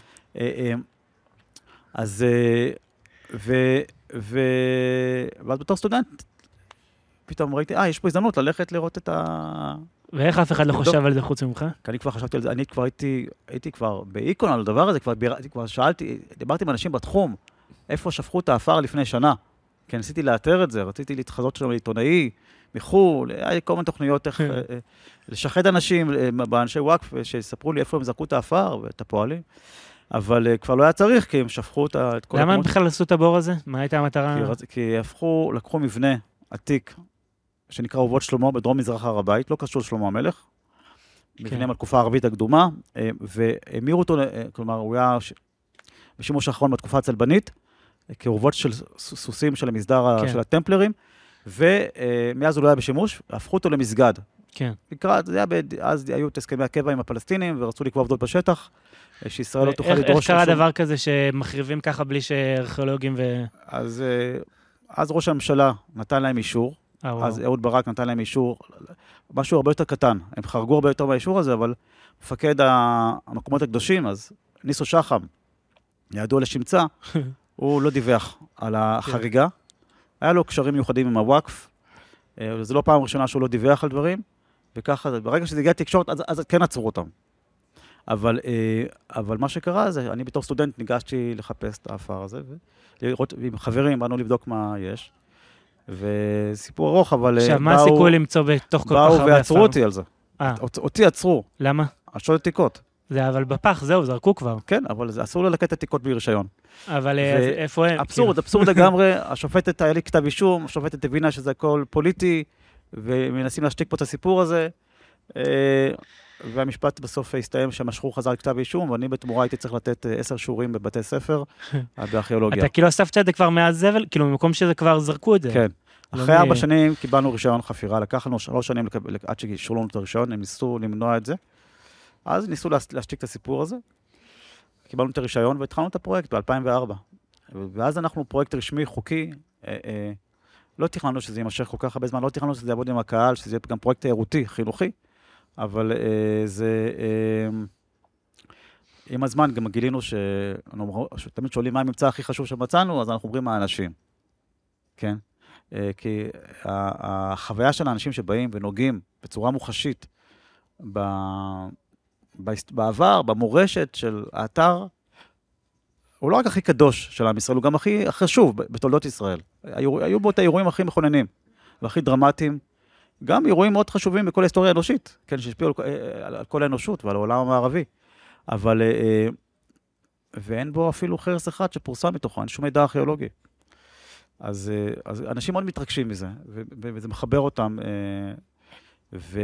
אז, ו, ו, ואז בתור סטודנט, פתאום ראיתי, אה, יש פה הזדמנות ללכת לראות את ה... ואיך אף אחד לא חושב על זה חוץ ממך? כי אני כבר חשבתי על זה, אני כבר הייתי, הייתי כבר באיקון על הדבר הזה, כבר, כבר שאלתי, דיברתי עם אנשים בתחום, איפה שפכו את האפר לפני שנה? כי ניסיתי לאתר את זה, רציתי להתחזות שלנו לעיתונאי, מחול, היה כל מיני תוכניות איך לשחד אנשים, באנשי וואקף, שיספרו לי איפה הם זרקו את האפר ואת הפועלים, אבל כבר לא היה צריך, כי הם שפכו את כל... למה הם בכלל עשו את הבור הזה? מה הייתה המטרה? כי הפכו, לקחו מבנה עתיק, שנקרא אורוות שלמה, בדרום מזרח הר הבית, לא קשור לשלמה המלך, מבנה מהתקופה הערבית הקדומה, והמירו אותו, כלומר, הוא היה בשימוש האחרון בתקופה הצלבנית, כאורוות של סוסים של המסדר של הטמפלרים, ומאז הוא לא היה בשימוש, הפכו אותו למסגד. כן. לקראת, זה היה, אז היו את הסכמי הקבע עם הפלסטינים, ורצו לקבוע עבודות בשטח, שישראל לא תוכל לדרוש... איך קרה דבר כזה שמחריבים ככה בלי שארכיאולוגים ו... אז, אז ראש הממשלה נתן להם אישור, אז אהוד ברק נתן להם אישור, משהו הרבה יותר קטן, הם חרגו הרבה יותר מהאישור הזה, אבל מפקד המקומות הקדושים, אז ניסו שחם, ידוע לשמצה, הוא לא דיווח על החריגה, היה לו קשרים מיוחדים עם הוואקף, זו לא פעם ראשונה שהוא לא דיווח על דברים, וככה, ברגע שזה הגיע תקשורת, אז, אז כן עצרו אותם. אבל, אבל מה שקרה זה, אני בתור סטודנט ניגשתי לחפש את האפר הזה, ולראות, ועם חברים באנו לבדוק מה יש, וסיפור ארוך, אבל עכשיו, מה הסיכוי למצוא בתוך כל כך הרבה אפר? באו ועצרו אותי על זה. אותי עצרו. למה? על שוד עתיקות. זה אבל בפח, זהו, זרקו כבר. כן, אבל זה אסור ללקט עתיקות ברישיון. אבל איפה הם? אבסורד, אבסורד לגמרי, השופטת היה לי כתב אישום, השופטת הבינה שזה הכל פוליטי, ומנסים להשתיק פה את הסיפור הזה, והמשפט בסוף הסתיים שמשכו חזר כתב אישום, ואני בתמורה הייתי צריך לתת עשר שיעורים בבתי ספר, בארכיאולוגיה. אתה כאילו אספת את זה כבר מאז זבל, כאילו במקום שזה כבר זרקו את זה. כן. אחרי ארבע שנים קיבלנו רישיון חפירה, לקח לנו שלוש שנים עד שאישרו לנו את הרישיון, הם ניסו למנוע את זה. אז ניסו להשתיק את הסיפור הזה. קיבלנו את הרישיון והתחלנו את הפרויקט ב-אלפיים וארבע. ואז אנחנו פרויקט רשמי, חוקי. אה, אה, לא תכננו שזה יימשך כל כך הרבה זמן, לא תכננו שזה יעבוד עם הקהל, שזה יהיה גם פרויקט תיירותי, חינוכי. אבל אה, זה... אה, עם הזמן גם גילינו ש... שתמיד שואלים מה הממצא הכי חשוב שמצאנו, אז אנחנו אומרים מה האנשים. כן? אה, כי החוויה של האנשים שבאים ונוגעים בצורה מוחשית, ב... בעבר, במורשת של האתר, הוא לא רק הכי קדוש של עם ישראל, הוא גם הכי חשוב בתולדות ישראל. היו, היו בו את האירועים הכי מכוננים והכי דרמטיים, גם אירועים מאוד חשובים בכל ההיסטוריה האנושית, כן, שהשפיעו על, על, על כל האנושות ועל העולם המערבי. אבל, ואין בו אפילו חרס אחד שפורסם מתוכו, אין שום מידע ארכיאולוגי. אז, אז אנשים מאוד מתרגשים מזה, וזה מחבר אותם, ו...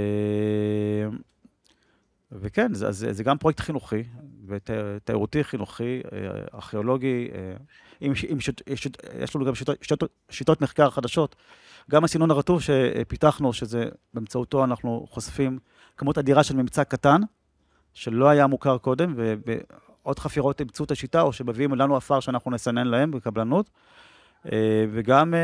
וכן, זה, זה, זה גם פרויקט חינוכי, ותיירותי חינוכי, ארכיאולוגי, עם, עם ש, יש, יש לנו גם שיטות, שיטות, שיטות מחקר חדשות. גם הסינון הרטוב שפיתחנו, שזה באמצעותו אנחנו חושפים כמות אדירה של ממצא קטן, שלא היה מוכר קודם, ועוד חפירות ימצאו את השיטה, או שמביאים לנו אפר שאנחנו נסנן להם בקבלנות, וגם...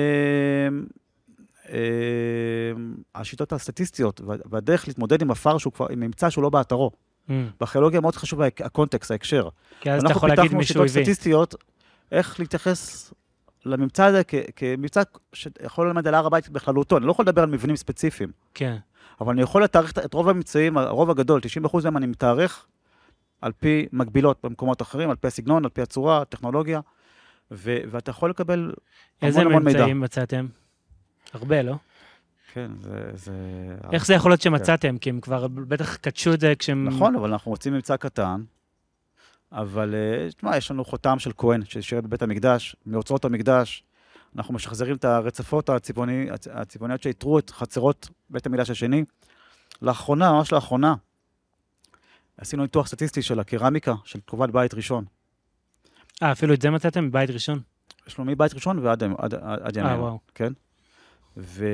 השיטות הסטטיסטיות והדרך להתמודד עם אפר שהוא כבר, עם ממצא שהוא לא באתרו. בארכיאולוגיה מאוד חשוב הקונטקסט, ההקשר. כי אז אתה יכול להגיד מישהו הביא. אנחנו פיתחנו שיטות סטטיסטיות, איך להתייחס לממצא הזה כממצא שיכול ללמד על הר הבית בכללותו. אני לא יכול לדבר על מבנים ספציפיים. כן. אבל אני יכול לתארך את רוב הממצאים, הרוב הגדול, תשעים אחוז מהם אני מתארך על פי מקבילות במקומות אחרים, על פי הסגנון, על פי הצורה, הטכנולוגיה, ואתה יכול לקבל המון המון מידע. איזה ממצאים מצאתם? הרבה, לא? כן, זה... זה... איך זה יכול להיות שמצאתם? כי הם כבר בטח קדשו את זה כשהם... נכון, אבל אנחנו רוצים ממצא קטן, אבל, תשמע, יש לנו חותם של כהן, ששירת בבית המקדש, מאוצרות המקדש, אנחנו משחזרים את הרצפות הצבעוני, הצבעוניות שיתרו את חצרות בית המקדש השני. לאחרונה, ממש לאחרונה, עשינו ניתוח סטטיסטי של הקרמיקה, של תקופת בית ראשון. אה, אפילו את זה מצאתם? בית ראשון? יש לנו מבית ראשון ועד עד, עד ימינו. אה, וואו. כן? ו...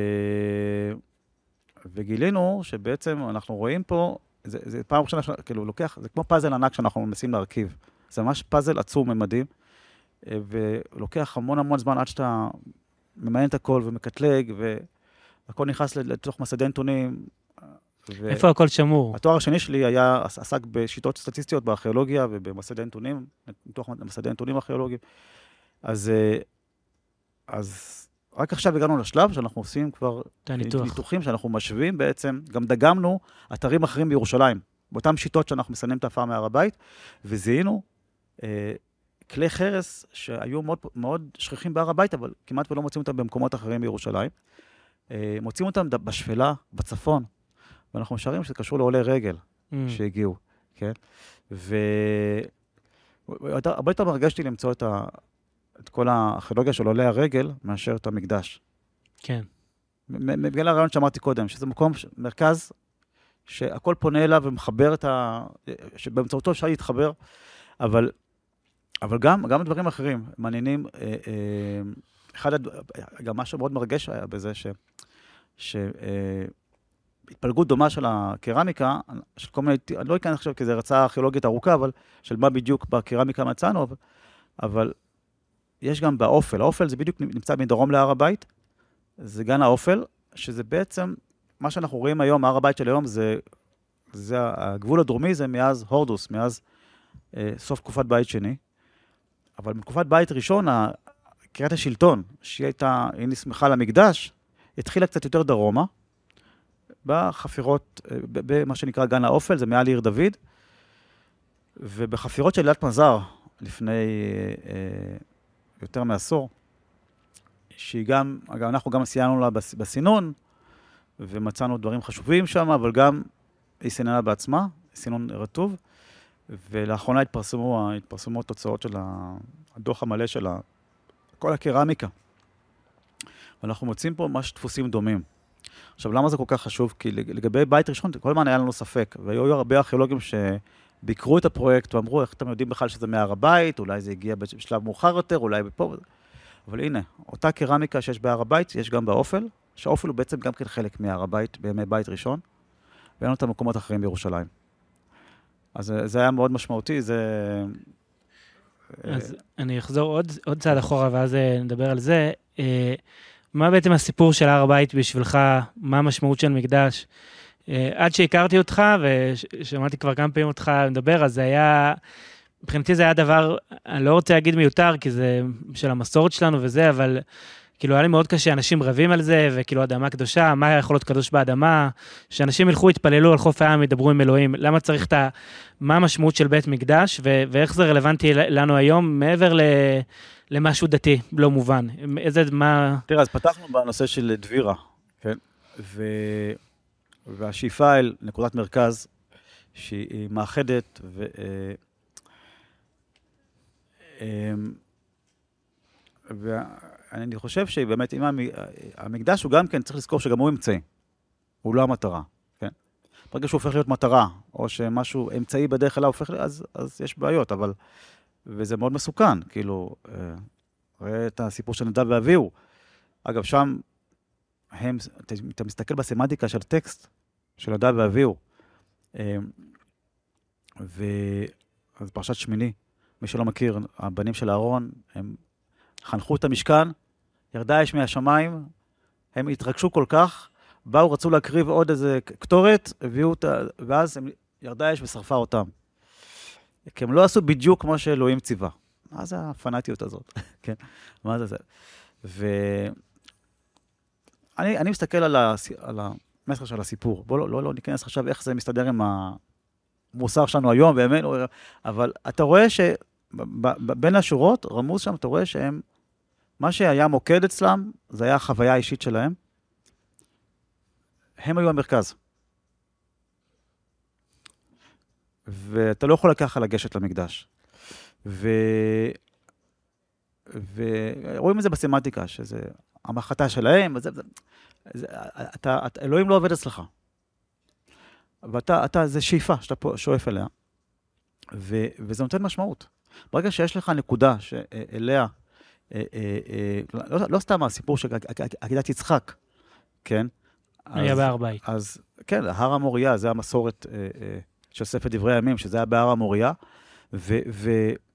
וגילינו שבעצם אנחנו רואים פה, זה, זה פעם ראשונה, כאילו, לוקח, זה כמו פאזל ענק שאנחנו מנסים להרכיב. זה ממש פאזל עצום ממדים, ולוקח המון המון זמן עד שאתה ממיין את הכל ומקטלג, והכל נכנס לתוך מסדי נתונים. ו... איפה הכל שמור? התואר השני שלי היה, עסק בשיטות סטטיסטיות בארכיאולוגיה ובמסדי נתונים, מתוך מסדי נתונים ארכיאולוגיים. אז, אז רק עכשיו הגענו לשלב שאנחנו עושים כבר ניתוחים שאנחנו משווים בעצם, גם דגמנו אתרים אחרים בירושלים, באותן שיטות שאנחנו מסננים את האפר מהר הבית, וזיהינו אה, כלי חרס שהיו מאוד, מאוד שכיחים בהר הבית, אבל כמעט ולא מוצאים אותם במקומות אחרים בירושלים. אה, מוצאים אותם בשפלה, בצפון, ואנחנו משערים שזה קשור לעולי רגל mm. שהגיעו, כן? והרבה יותר מרגשתי למצוא את ה... את כל הארכיאולוגיה של עולי הרגל, מאשר את המקדש. כן. בגלל הרעיון שאמרתי קודם, שזה מקום, מרכז, שהכל פונה אליו ומחבר את ה... שבאמצעותו אפשר להתחבר, אבל, אבל גם, גם דברים אחרים, מעניינים, אה, אה, אחד, גם משהו מאוד מרגש היה בזה, ש... ש אה, התפלגות דומה של הקרמיקה, של כל מיני, אני לא אכנס עכשיו כי זה רצאה ארכיאולוגית ארוכה, אבל של מה בדיוק בקרמיקה מצאנו, אבל, אבל יש גם באופל. האופל זה בדיוק נמצא מדרום להר הבית, זה גן האופל, שזה בעצם, מה שאנחנו רואים היום, הר הבית של היום, זה, זה הגבול הדרומי, זה מאז הורדוס, מאז אה, סוף תקופת בית שני. אבל בתקופת בית ראשון, קריית השלטון, שהיא הייתה, היא נסמכה למקדש, התחילה קצת יותר דרומה, בחפירות, במה שנקרא גן האופל, זה מעל עיר דוד, ובחפירות של עילת מזר, לפני אה, יותר מעשור, שהיא גם, אנחנו גם סייענו לה בסינון, ומצאנו דברים חשובים שם, אבל גם היא סיננה בעצמה, סינון רטוב, ולאחרונה התפרסמו, התפרסמו תוצאות של הדוח המלא של כל הקרמיקה. ואנחנו מוצאים פה ממש דפוסים דומים. עכשיו, למה זה כל כך חשוב? כי לגבי בית ראשון, כל הזמן היה לנו ספק, והיו הרבה ארכיאולוגים שביקרו את הפרויקט, ואמרו, איך אתם יודעים בכלל שזה מהר הבית, אולי זה הגיע בשלב מאוחר יותר, אולי בפה. אבל הנה, אותה קרמיקה שיש בהר הבית, יש גם באופל, שהאופל הוא בעצם גם כן חלק מהר הבית, בימי בית ראשון, ואין לנו את המקומות אחרים בירושלים. אז זה היה מאוד משמעותי, זה... אז אני אחזור עוד, עוד צעד אחורה, ואז נדבר על זה. מה בעצם הסיפור של הר הבית בשבילך? מה המשמעות של מקדש? עד שהכרתי אותך, ושמעתי כבר כמה פעמים אותך מדבר, אז זה היה, מבחינתי זה היה דבר, אני לא רוצה להגיד מיותר, כי זה של המסורת שלנו וזה, אבל כאילו היה לי מאוד קשה, אנשים רבים על זה, וכאילו אדמה קדושה, מה יכול להיות קדוש באדמה, שאנשים ילכו, יתפללו על חוף הים, ידברו עם אלוהים, למה צריך את ה... מה המשמעות של בית מקדש, ו- ואיך זה רלוונטי לנו היום, מעבר ל... למשהו דתי, לא מובן. איזה, מה... תראה, אז פתחנו בנושא של דבירה, כן? ו... והשאיפה אל נקודת מרכז, שהיא מאחדת, ו... ואני חושב שבאמת, אם המקדש הוא גם כן, צריך לזכור שגם הוא אמצעי. הוא לא המטרה, כן? ברגע שהוא הופך להיות מטרה, או שמשהו אמצעי בדרך אליו הופך להיות, אז, אז יש בעיות, אבל... וזה מאוד מסוכן, כאילו, ראה את הסיפור של נדב ואביהו. אגב, שם, הם, אתה מסתכל בסמנטיקה של טקסט, של נדב ואביהו, ואז פרשת שמיני, מי שלא מכיר, הבנים של אהרון, הם חנכו את המשכן, ירדה אש מהשמיים, הם התרגשו כל כך, באו, רצו להקריב עוד איזה קטורת, הביאו אותה, ואז הם, ירדה אש ושרפה אותם. כי הם לא עשו בדיוק כמו שאלוהים ציווה. מה זה הפנאטיות הזאת? כן, מה זה זה? ואני אני מסתכל על, הס... על המסר של הסיפור. בואו לא, לא, לא ניכנס עכשיו איך זה מסתדר עם המוסר שלנו היום, באמת, אבל אתה רואה שבין השורות, רמוז שם, אתה רואה שהם, מה שהיה מוקד אצלם, זה היה החוויה האישית שלהם, הם היו המרכז. ואתה לא יכול לקחת לגשת למקדש. ו... ורואים את זה בסמנטיקה, שזה המחתה שלהם, וזה, זה, זה, אתה, אתה, אלוהים לא עובד אצלך. ואתה, אתה, זה שאיפה שאתה פה שואף אליה, ו, וזה נותן משמעות. ברגע שיש לך נקודה שאליה, אה, אה, אה, לא, לא סתם הסיפור של עקדת יצחק, כן? היה בהר בית. אז כן, הר המוריה, זה המסורת אה, אה, של ספר דברי הימים, שזה היה בהר המוריה, ו... ו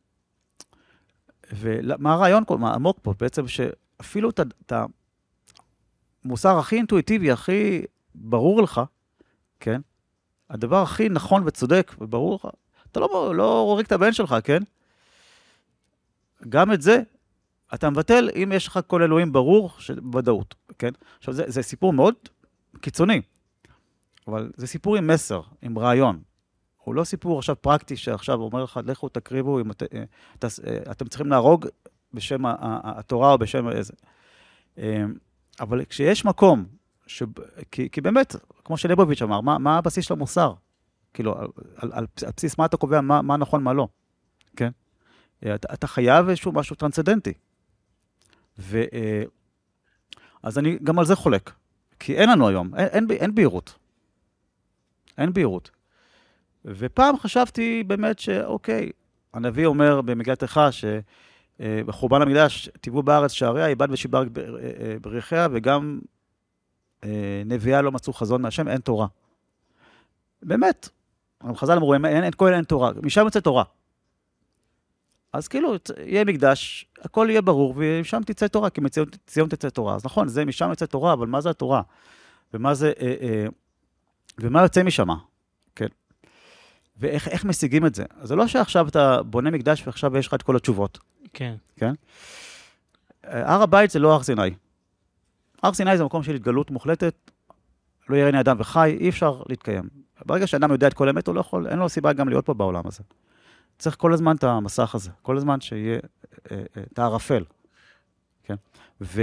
ומה הרעיון עמוק פה? בעצם שאפילו את המוסר הכי אינטואיטיבי, הכי ברור לך, כן? הדבר הכי נכון וצודק וברור לך, אתה לא, לא רוריק את הבן שלך, כן? גם את זה, אתה מבטל אם יש לך כל אלוהים ברור, בוודאות, כן? עכשיו, זה, זה סיפור מאוד קיצוני, אבל זה סיפור עם מסר, עם רעיון. הוא לא סיפור עכשיו פרקטי, שעכשיו אומר לך, לכו תקריבו, אם את, את, אתם צריכים להרוג בשם התורה או בשם איזה. אבל כשיש מקום, ש, כי, כי באמת, כמו שלבוביץ' אמר, מה, מה הבסיס של המוסר? כאילו, על, על, על בסיס מה אתה קובע, מה, מה נכון, מה לא? כן? אתה, אתה חייב איזשהו משהו טרנסצדנטי. ו, אז אני גם על זה חולק. כי אין לנו היום, אין, אין, אין בהירות. אין בהירות. ופעם חשבתי באמת שאוקיי, הנביא אומר במגילת איכה שבחורבן המקדש תיבאו בארץ שעריה, איבד ושיבר בריחיה, וגם נביאה לא מצאו חזון מהשם, אין תורה. באמת, חז"ל אמרו, אין, אין כהן, אין תורה, משם יוצא תורה. אז כאילו, יהיה מקדש, הכל יהיה ברור, ומשם תצא תורה, כי מציון, ציון תצא תורה. אז נכון, זה משם יוצא תורה, אבל מה זה התורה? ומה זה, אה, אה, ומה יוצא משם? כן. ואיך איך משיגים את זה? אז זה לא שעכשיו אתה בונה מקדש ועכשיו יש לך את כל התשובות. כן. כן? הר הבית זה לא הר סיני. הר סיני זה מקום של התגלות מוחלטת, לא יראני אדם וחי, אי אפשר להתקיים. ברגע שאדם יודע את כל האמת, הוא לא יכול, אין לו סיבה גם להיות פה בעולם הזה. צריך כל הזמן את המסך הזה, כל הזמן שיהיה את הערפל. כן? ו,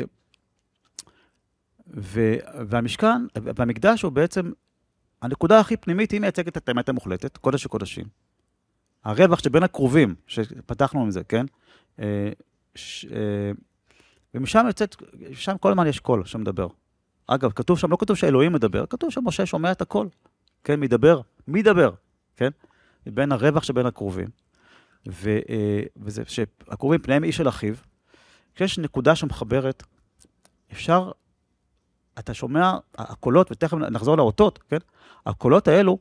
ו, והמשכן, והמקדש הוא בעצם הנקודה הכי פנימית היא מייצגת את האמת המוחלטת, קודש וקודשים. הרווח שבין הקרובים, שפתחנו עם זה, כן? ש... ומשם יוצאת, שם כל הזמן יש קול שמדבר. אגב, כתוב שם, לא כתוב שאלוהים מדבר, כתוב שמשה שומע את הקול. כן, מדבר, מדבר, כן? בין הרווח שבין הקרובים. ו... וזה שהקרובים פניהם איש אל אחיו. כשיש נקודה שמחברת, אפשר... אתה שומע, הקולות, ותכף נחזור לאותות, כן? הקולות האלו,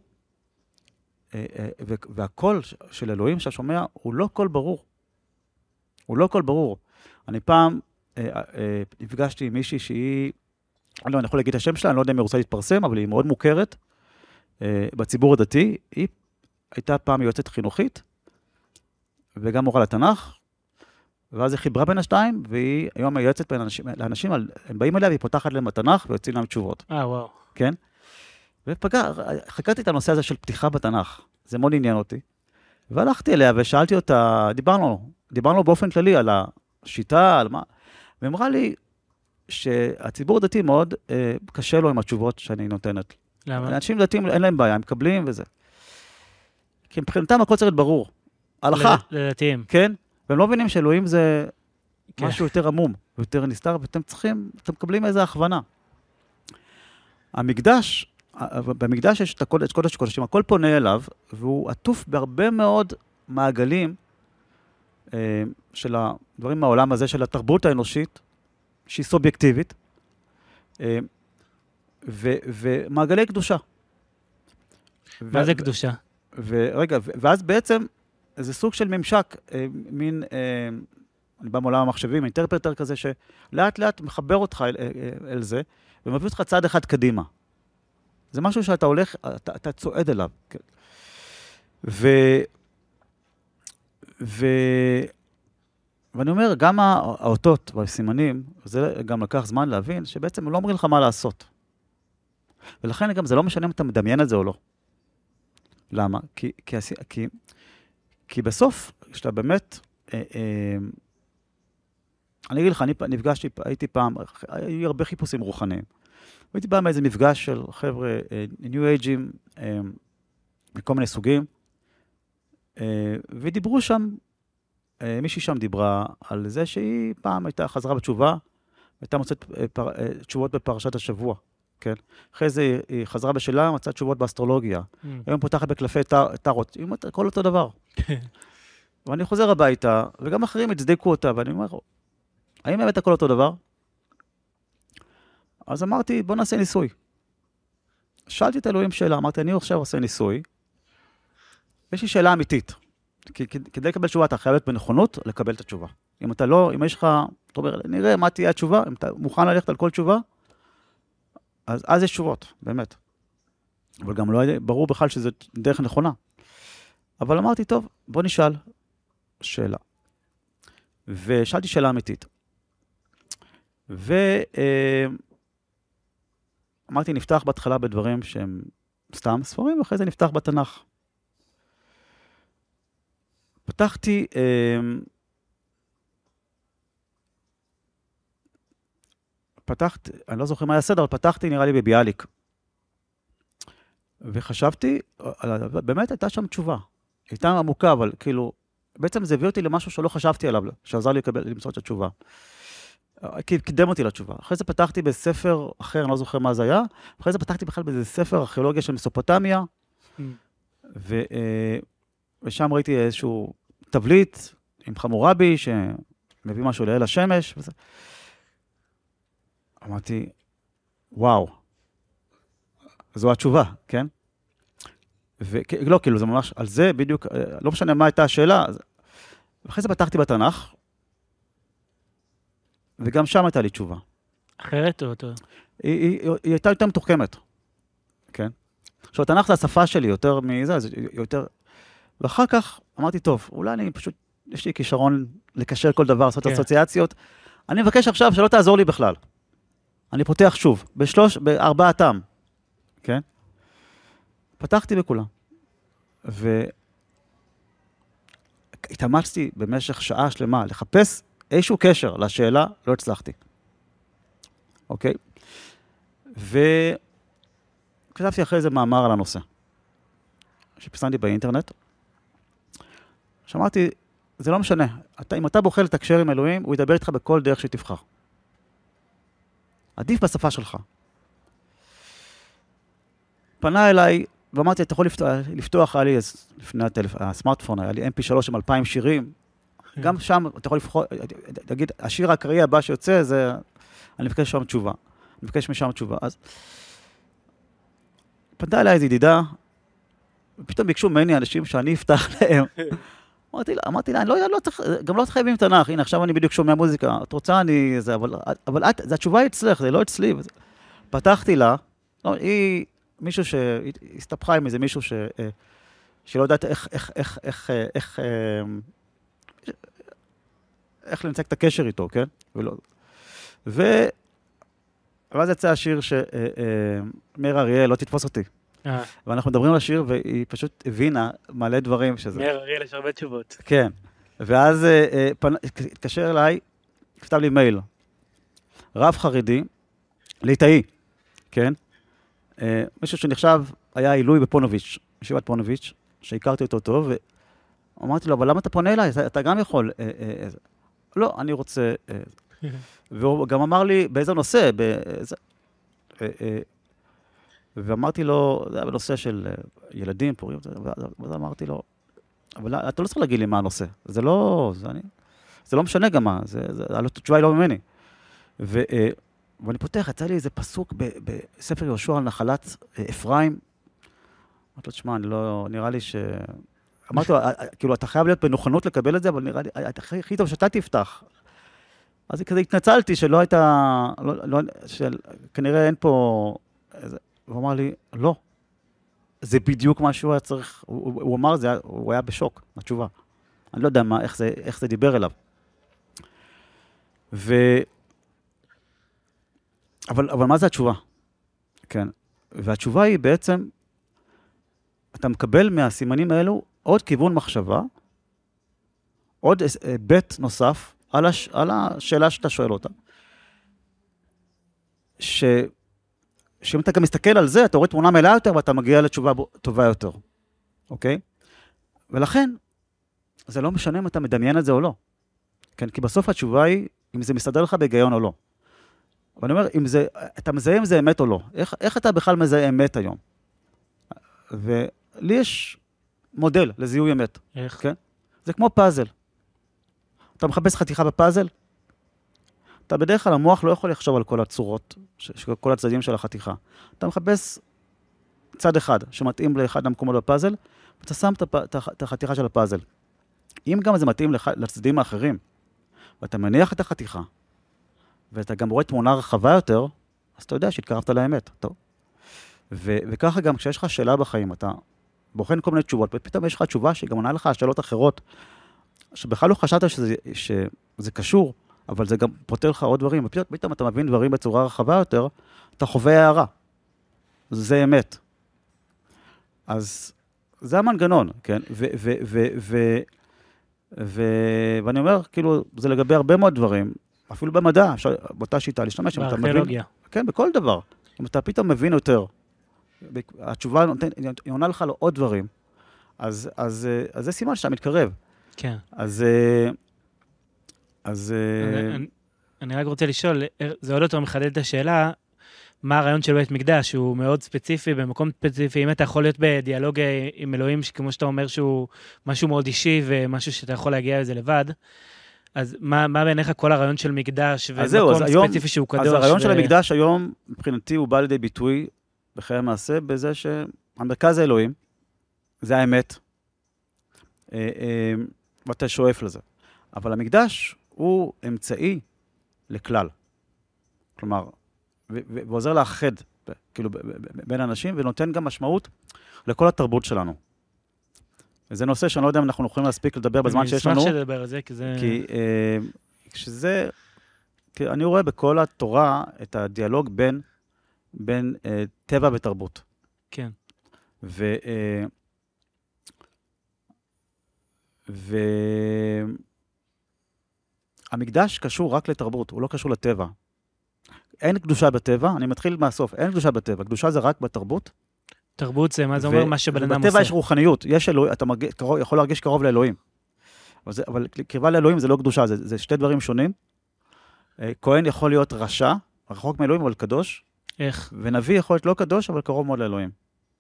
והקול של אלוהים שאתה שומע, הוא לא קול ברור. הוא לא קול ברור. אני פעם נפגשתי עם מישהי שהיא, אני לא יכול להגיד את השם שלה, אני לא יודע אם היא רוצה להתפרסם, אבל היא מאוד מוכרת בציבור הדתי. היא הייתה פעם יועצת חינוכית, וגם מורה לתנ"ך, ואז היא חיברה בין השתיים, והיא היום מייעצת בין אנשים, לאנשים, הם באים אליה, והיא פותחת להם בתנ"ך, ויוצאים להם תשובות. אה, וואו. כן? ופגע, חקרתי את הנושא הזה של פתיחה בתנ"ך. זה מאוד עניין אותי. והלכתי אליה, ושאלתי אותה, דיברנו, דיברנו באופן כללי על השיטה, על מה, ואמרה לי, שהציבור הדתי מאוד אה, קשה לו עם התשובות שאני נותנת. למה? אנשים דתיים אין להם בעיה, הם מקבלים וזה. כי מבחינתם הכל צריך להיות ברור. הלכה. לדתיים. כן? והם לא מבינים שאלוהים זה כן. משהו יותר עמום, יותר נסתר, ואתם צריכים, אתם מקבלים איזו הכוונה. המקדש, במקדש יש את הקודש, קודש קודשים, הכל פונה אליו, והוא עטוף בהרבה מאוד מעגלים אה, של הדברים מהעולם הזה, של התרבות האנושית, שהיא סובייקטיבית, אה, ו, ומעגלי קדושה. מה ו- זה קדושה? ורגע, ואז בעצם, זה סוג של ממשק, אה, מין, אה, אני בא מעולם המחשבים, אינטרפרטר כזה, שלאט לאט מחבר אותך אל, אל, אל זה, ומביא אותך צעד אחד קדימה. זה משהו שאתה הולך, אתה, אתה צועד אליו. כן. ו, ו, ואני אומר, גם האותות והסימנים, זה גם לקח זמן להבין, שבעצם הם לא אומרים לך מה לעשות. ולכן גם זה לא משנה אם אתה מדמיין את זה או לא. למה? כי, כי, כי, כי בסוף, כשאתה באמת, אה, אה, אני אגיד לך, אני נפגשתי, הייתי פעם, היו הרבה חיפושים רוחניים. והייתי בא מאיזה מפגש של חבר'ה, ניו אייג'ים, מכל מיני סוגים, ודיברו שם, מישהי שם דיברה על זה שהיא פעם הייתה חזרה בתשובה, הייתה מוצאת פר, תשובות בפרשת השבוע, כן? אחרי זה היא חזרה בשלה, מצאה תשובות באסטרולוגיה. Mm. היום פותחת בקלפי טארות, היא אומרת, כל אותו דבר. ואני חוזר הביתה, וגם אחרים הצדיקו אותה, ואני אומר, האם באמת הכל אותו דבר? אז אמרתי, בוא נעשה ניסוי. שאלתי את אלוהים שאלה, אמרתי, אני עכשיו עושה ניסוי, ויש לי שאלה אמיתית. כדי לקבל תשובה, אתה חייב להיות בנכונות לקבל את התשובה. אם אתה לא, אם יש לך, אתה אומר, נראה מה תהיה התשובה, אם אתה מוכן ללכת על כל תשובה, אז, אז יש תשובות, באמת. אבל גם לא ברור בכלל שזו דרך נכונה. אבל אמרתי, טוב, בוא נשאל שאלה. ושאלתי שאלה אמיתית. ואמרתי, נפתח בהתחלה בדברים שהם סתם ספרים, ואחרי זה נפתח בתנ"ך. פתחתי, פתחתי, אני לא זוכר מה היה הסדר, אבל פתחתי נראה לי בביאליק. וחשבתי, באמת הייתה שם תשובה. הייתה עמוקה, אבל כאילו, בעצם זה הביא אותי למשהו שלא חשבתי עליו, שעזר לי לקבל, למצוא את התשובה. קידם אותי לתשובה. אחרי זה פתחתי בספר אחר, אני לא זוכר מה זה היה, אחרי זה פתחתי בכלל באיזה ספר ארכיאולוגיה של מסופוטמיה, ו, ושם ראיתי איזשהו תבליט עם חמורבי, שמביא משהו לאל השמש, וזה. אמרתי, וואו, זו התשובה, כן? ולא, כאילו, זה ממש, על זה בדיוק, לא משנה מה הייתה השאלה, ואחרי זה פתחתי בתנ"ך, וגם שם הייתה לי תשובה. אחרת או אותו? היא, היא, היא הייתה יותר מתוחכמת, כן? עכשיו, התנ"ך זה השפה שלי, יותר מזה, זה יותר... ואחר כך אמרתי, טוב, אולי אני פשוט, יש לי כישרון לקשר כל דבר, לעשות כן. אסוציאציות. אני מבקש עכשיו שלא תעזור לי בכלל. אני פותח שוב, בשלוש, בארבעתם, כן? פתחתי בכולם. והתאמצתי במשך שעה שלמה לחפש איזשהו קשר לשאלה, לא הצלחתי. אוקיי? וכתבתי אחרי זה מאמר על הנושא, שפרסמתי באינטרנט. שמעתי, זה לא משנה, אתה, אם אתה בוחר לתקשר עם אלוהים, הוא ידבר איתך בכל דרך שתבחר. עדיף בשפה שלך. פנה אליי, ואמרתי, אתה יכול לפתוח, לפתוח היה לי לפני הטלפ... הסמארטפון, היה לי אם פי שלוש עם אלפיים שירים, גם שם אתה יכול לבחור, תגיד, השיר הקראי הבא שיוצא, זה, אני מבקש שם תשובה. אני מבקש משם תשובה. אז פנתה אליי איזו ידידה, ופתאום ביקשו ממני אנשים שאני אפתח להם. אמרתי לה, אמרתי לה, אני לא, לא צריך, גם לא חייבים תנ"ך, הנה, עכשיו אני בדיוק שומע מוזיקה, את רוצה אני, זה, אבל, אבל את, זה התשובה היא אצלך, זה לא אצלי. פתחתי לה, לא, היא, מישהו שהסתפחה עם איזה מישהו ש, שלא יודעת איך, איך, איך, איך, איך, איך לנצק את הקשר איתו, כן? ולא. ו... ואז יצא השיר שמאיר אריאל, לא תתפוס אותי. ואנחנו מדברים על השיר, והיא פשוט הבינה מלא דברים שזה... מאיר אריאל, יש הרבה תשובות. כן. ואז התקשר אליי, כתב לי מייל, רב חרדי, ליטאי, כן? מישהו שנחשב היה עילוי בפונוביץ', ישיבת פונוביץ', שהכרתי אותו טוב, ואמרתי לו, אבל למה אתה פונה אליי? אתה גם יכול... לא, אני רוצה... והוא גם אמר לי, באיזה נושא? באיזה... ואמרתי לו, זה היה בנושא של ילדים, פורים, ואז אמרתי לו, אבל אתה לא צריך להגיד לי מה הנושא. זה לא... זה, אני, זה לא משנה גם מה, זה, זה, התשובה היא לא ממני. ו, ואני פותח, יצא לי איזה פסוק ב, בספר יהושע על נחלת אפרים. אמרתי לו, תשמע, אני לא... נראה לי ש... אמרתי לו, כאילו, אתה חייב להיות בנוכנות לקבל את זה, אבל נראה לי, הכי טוב שאתה תפתח. אז כזה התנצלתי שלא הייתה, לא, לא, של, כנראה אין פה, הוא אמר לי, לא, זה בדיוק מה שהוא היה צריך, הוא, הוא אמר, זה, הוא היה בשוק, התשובה. אני לא יודע מה, איך זה, איך זה דיבר אליו. ו... אבל, אבל מה זה התשובה? כן. והתשובה היא בעצם, אתה מקבל מהסימנים האלו עוד כיוון מחשבה, עוד בית נוסף, על, הש... על השאלה שאתה שואל אותה. ש... שאם אתה גם מסתכל על זה, אתה רואה תמונה מלאה יותר, ואתה מגיע לתשובה טובה יותר, אוקיי? ולכן, זה לא משנה אם אתה מדמיין את זה או לא. כן, כי בסוף התשובה היא, אם זה מסתדר לך בהיגיון או לא. אבל אני אומר, אם זה, אתה מזהה אם זה אמת או לא. איך, איך אתה בכלל מזהה אמת היום? ולי יש מודל לזיהוי אמת. איך? כן? זה כמו פאזל. אתה מחפש חתיכה בפאזל, אתה בדרך כלל, המוח לא יכול לחשוב על כל הצורות, כל הצדדים של החתיכה. אתה מחפש צד אחד שמתאים לאחד המקומות בפאזל, ואתה שם את החתיכה של הפאזל. אם גם זה מתאים לצדדים האחרים, ואתה מניח את החתיכה, ואתה גם רואה תמונה רחבה יותר, אז אתה יודע שהתקרבת לאמת. טוב. ו- וככה גם כשיש לך שאלה בחיים, אתה בוחן כל מיני תשובות, ופתאום יש לך תשובה שגם עונה לך שאלות אחרות, שבכלל לא חשבת שזה, שזה קשור, אבל זה גם פותר לך עוד דברים, ופתאום אתה מבין דברים בצורה רחבה יותר, אתה חווה הערה. זה אמת. אז זה המנגנון, כן? ו- ו- ו- ו- ו- ואני אומר, כאילו, זה לגבי הרבה מאוד דברים, אפילו במדע, אפשר, באותה שיטה, להשתמש, אם אתה מבין, כן, בכל דבר. אם אתה פתאום מבין יותר, התשובה נותן, היא עונה לך לו עוד דברים, אז, אז, אז זה סימן שאתה מתקרב. כן. אז, אז... אני, אני רק רוצה לשאול, זה עוד יותר מחדד את השאלה, מה הרעיון של בית מקדש, הוא מאוד ספציפי, במקום ספציפי, אם אתה יכול להיות בדיאלוג עם אלוהים, כמו שאתה אומר שהוא משהו מאוד אישי, ומשהו שאתה יכול להגיע לזה לבד, אז מה, מה בעיניך כל הרעיון של מקדש, ומקום זהו, אז ספציפי היום, שהוא קדוש? אז הרעיון ו... של המקדש היום, מבחינתי, הוא בא לידי ביטוי בחיי המעשה, בזה שהמרכז האלוהים, זה האמת, ואתה שואף לזה. אבל המקדש הוא אמצעי לכלל. כלומר, ועוזר לאחד, כאילו, בין אנשים, ונותן גם משמעות לכל התרבות שלנו. וזה נושא שאני לא יודע אם אנחנו יכולים להספיק לדבר בזמן שיש לנו. אני אשמח שתדבר על זה, כי זה... כי אה, כשזה, כי אני רואה בכל התורה את הדיאלוג בין, בין אה, טבע ותרבות. כן. ו... אה, ו... המקדש קשור רק לתרבות, הוא לא קשור לטבע. אין קדושה בטבע, אני מתחיל מהסוף, אין קדושה בטבע, קדושה זה רק בתרבות. תרבות זה, מה זה אומר? מה שבן אדם עושה. ובטבע יש רוחניות, יש אלוהים, אתה מרגיש, קרוב, יכול להרגיש קרוב לאלוהים. אבל, זה, אבל קרבה לאלוהים זה לא קדושה, זה, זה שתי דברים שונים. כהן יכול להיות רשע, רחוק מאלוהים, אבל קדוש. איך? ונביא יכול להיות לא קדוש, אבל קרוב מאוד לאלוהים.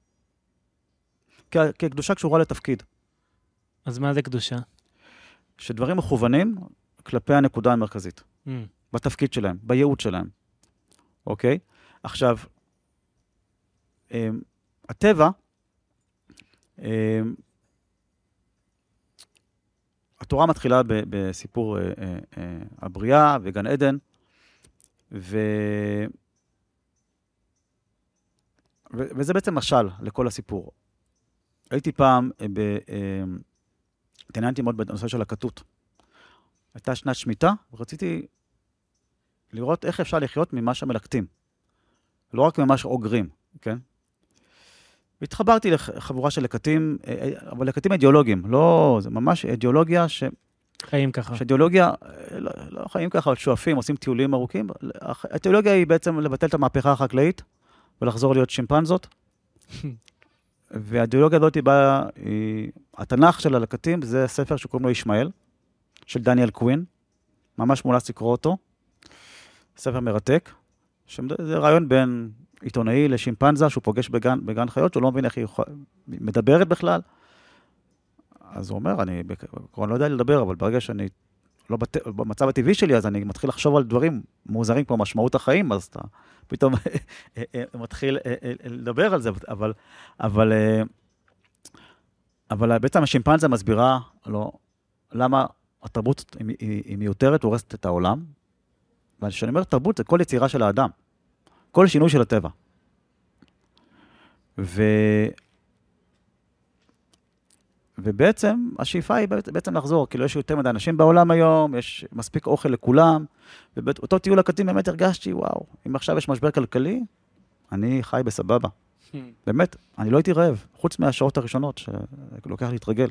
כי, כי קדושה קשורה לתפקיד. אז מה זה קדושה? שדברים מכוונים כלפי הנקודה המרכזית. Mm. בתפקיד שלהם, בייעוד שלהם. אוקיי? עכשיו, הטבע, התורה מתחילה בסיפור הבריאה וגן עדן, ו... וזה בעצם משל לכל הסיפור. הייתי פעם, התעניינתי מאוד בנושא של הכתות. הייתה שנת שמיטה, ורציתי לראות איך אפשר לחיות ממה שמלקטים. לא רק ממה שאוגרים, כן? והתחברתי לחבורה של לקטים, אבל לקטים אידיאולוגיים, לא, זה ממש אידיאולוגיה ש... חיים ככה. שאידיאולוגיה, לא, לא חיים ככה, אבל שואפים, עושים טיולים ארוכים. האידיאולוגיה היא בעצם לבטל את המהפכה החקלאית, ולחזור להיות שימפנזות. והאידיאולוגיה הזאת היא באה, היא... התנ"ך של הלקטים, זה ספר שקוראים לו ישמעאל, של דניאל קווין, ממש מולץ לקרוא אותו. ספר מרתק, שזה רעיון בין עיתונאי לשימפנזה, שהוא פוגש בגן, בגן חיות, שהוא לא מבין איך היא מדברת בכלל. אז הוא אומר, אני כבר לא יודע לדבר, אבל ברגע שאני לא בת... במצב הטבעי שלי, אז אני מתחיל לחשוב על דברים מוזרים כמו משמעות החיים, אז אתה פתאום מתחיל לדבר על זה, אבל, אבל, אבל בעצם השימפנזה מסבירה לו למה התרבות היא מיותרת, הורסת את העולם, וכשאני אומר תרבות, זה כל יצירה של האדם. כל שינוי של הטבע. ו... ובעצם, השאיפה היא בעצם לחזור, כאילו יש יותר מדי אנשים בעולם היום, יש מספיק אוכל לכולם, ובאותו טיול לקטים באמת הרגשתי, וואו, אם עכשיו יש משבר כלכלי, אני חי בסבבה. באמת, אני לא הייתי רעב, חוץ מהשעות הראשונות, שלוקח להתרגל.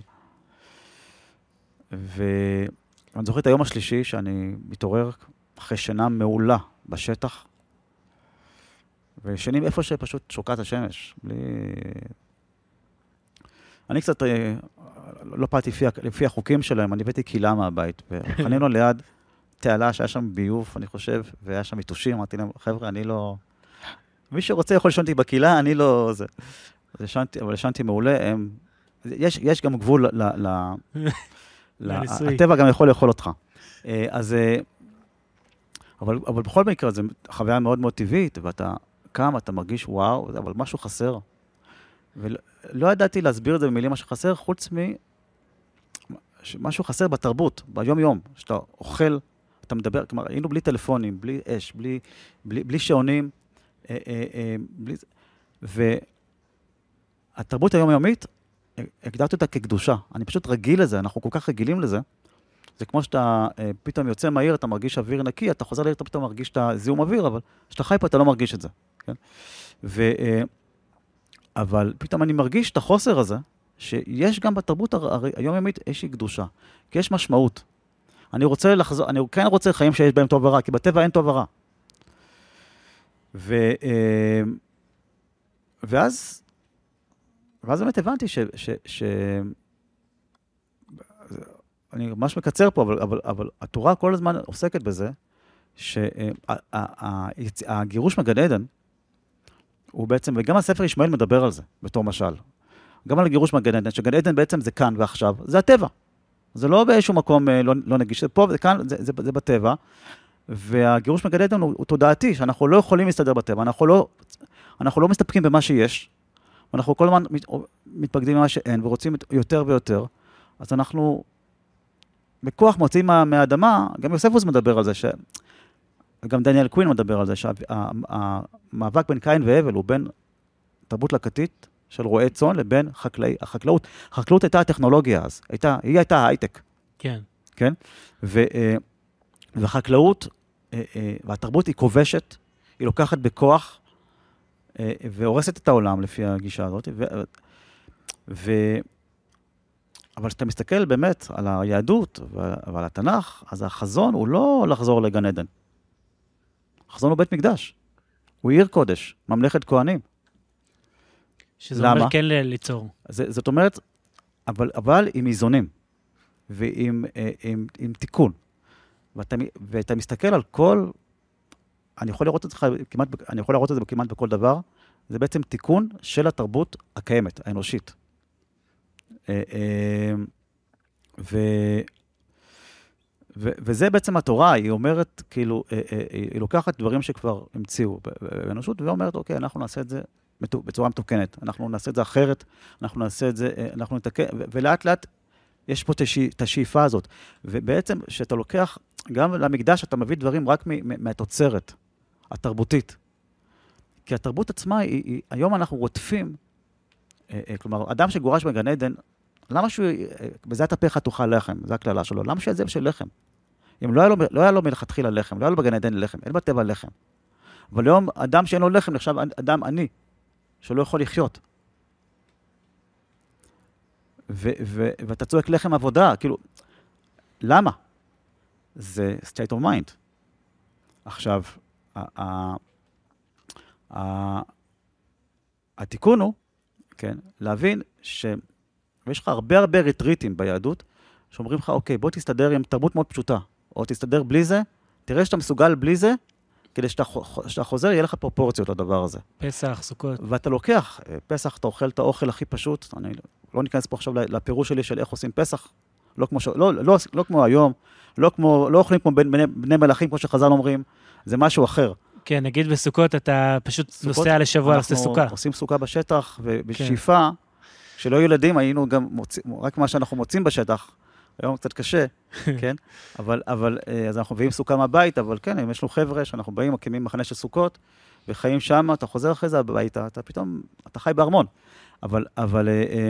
ואני זוכר את היום השלישי, שאני מתעורר אחרי שינה מעולה בשטח, וישנים איפה שפשוט שוקעת השמש, בלי... אני קצת לא פעלתי לפי, לפי החוקים שלהם, אני הבאתי קהילה מהבית, וחנינו ליד תעלה שהיה שם ביוב, אני חושב, והיה שם מיטושים, אמרתי להם, חבר'ה, אני לא... מי שרוצה יכול לשנות בקהילה, אני לא... זה... אז ישנתי, אבל ישנתי מעולה, הם... יש, יש גם גבול ל... ל... ל... הטבע גם יכול לאכול אותך. אז... אבל, אבל בכל מקרה, זו חוויה מאוד מאוד טבעית, ואתה קם, אתה מרגיש וואו, אבל משהו חסר. ולא ידעתי להסביר את זה במילים מה שחסר, חוץ מ... משהו חסר בתרבות, ביום-יום, שאתה אוכל, אתה מדבר, כלומר, היינו בלי טלפונים, בלי אש, בלי, בלי, בלי שעונים, אה, אה, אה, בלי... והתרבות היומיומית, הגדרתי אותה כקדושה. אני פשוט רגיל לזה, אנחנו כל כך רגילים לזה. זה כמו שאתה אה, פתאום יוצא מהעיר, אתה מרגיש אוויר נקי, אתה חוזר לעיר, אתה פתאום מרגיש את הזיהום אוויר, אבל כשאתה חי פה, אתה לא מרגיש את זה. כן? ו, אה, אבל פתאום אני מרגיש את החוסר הזה, שיש גם בתרבות היומיומית איזושהי קדושה, כי יש משמעות. אני רוצה לחזור, אני כן רוצה חיים שיש בהם טוב ורע, כי בטבע אין טוב ורע. ו, אה, ואז, ואז באמת הבנתי ש, ש, ש, אני ממש מקצר פה, אבל, אבל, אבל התורה כל הזמן עוסקת בזה, שהגירוש מגן עדן, הוא בעצם, וגם הספר ישמעאל מדבר על זה, בתור משל. גם על הגירוש מגן עדן, שגן עדן בעצם זה כאן ועכשיו, זה הטבע. זה לא באיזשהו מקום לא, לא נגיש, זה פה, זה כאן, זה, זה, זה בטבע, והגירוש מגן עדן הוא, הוא תודעתי, שאנחנו לא יכולים להסתדר בטבע, אנחנו לא, אנחנו לא מסתפקים במה שיש, ואנחנו כל הזמן מת, מתפקדים במה שאין, ורוצים יותר ויותר, אז אנחנו בכוח מוצאים מה, מהאדמה, גם יוספוס מדבר על זה, ש... גם דניאל קווין מדבר על זה, שהמאבק בין קין והבל הוא בין תרבות לקטית של רועי צאן לבין חקלאי, החקלאות. החקלאות הייתה הטכנולוגיה אז, הייתה, היא הייתה ההייטק. כן. כן? ו, והחקלאות, והתרבות היא כובשת, היא לוקחת בכוח, והורסת את העולם לפי הגישה הזאת. ו, ו, אבל כשאתה מסתכל באמת על היהדות ועל התנ"ך, אז החזון הוא לא לחזור לגן עדן. החזון הוא בית מקדש. הוא עיר קודש, ממלכת כהנים. שזה למה? אומר כן ליצור. זה, זאת אומרת, אבל, אבל עם איזונים, ועם עם, עם תיקון. ואתה, ואתה מסתכל על כל, אני יכול לראות את זה כמעט, אני יכול לראות את זה כמעט בכל דבר, זה בעצם תיקון של התרבות הקיימת, האנושית. ו... ו- וזה בעצם התורה, היא אומרת, כאילו, היא לוקחת דברים שכבר המציאו באנושות, ואומרת, אוקיי, אנחנו נעשה את זה בצורה מתוקנת, אנחנו נעשה את זה אחרת, אנחנו נעשה את זה, אנחנו נתקן, ולאט לאט יש פה את השאיפה הזאת. ובעצם, שאתה לוקח, גם למקדש, אתה מביא דברים רק מהתוצרת התרבותית. כי התרבות עצמה, היא, היא, היום אנחנו רודפים, כלומר, אדם שגורש בגן עדן, למה שהוא, בזה תפך תאכל לחם, זה הכללה שלו, למה שזה בשל לחם? אם לא היה לו, לא היה לו מלכתחילה לחם, לא היה לו בגן עדן לחם, אין בטבע לחם. אבל היום אדם שאין לו לחם נחשב אדם עני, שלא יכול לחיות. ו, ו, ואתה צועק לחם עבודה, כאילו, למה? זה state of mind. עכשיו, ה, ה, ה, התיקון הוא, כן, להבין ש... ויש לך הרבה הרבה ריטריטים ביהדות, שאומרים לך, אוקיי, בוא תסתדר עם תרבות מאוד פשוטה, או תסתדר בלי זה, תראה שאתה מסוגל בלי זה, כדי שאתה, שאתה חוזר, יהיה לך פרופורציות לדבר הזה. פסח, סוכות. ואתה לוקח, פסח, אתה אוכל את האוכל הכי פשוט, אני לא ניכנס פה עכשיו לפירוש שלי של איך עושים פסח, לא כמו, ש... לא, לא, לא כמו היום, לא, כמו, לא אוכלים כמו בני, בני מלאכים, כמו שחז"ל אומרים, זה משהו אחר. כן, נגיד בסוכות, אתה פשוט סוכות, נוסע לשבוע, עושה סוכה. אנחנו עושים סוכה בשטח, ובשאיפה, כן. כשלא ילדים, היינו גם מוצאים, רק מה שאנחנו מוצאים בשטח, היום קצת קשה, כן? אבל, אבל, אז אנחנו מביאים סוכה מהבית, אבל כן, אם יש לנו חבר'ה שאנחנו באים, מקימים מחנה של סוכות, וחיים שם, אתה חוזר אחרי זה הביתה, אתה פתאום, אתה חי בארמון. אבל, אבל,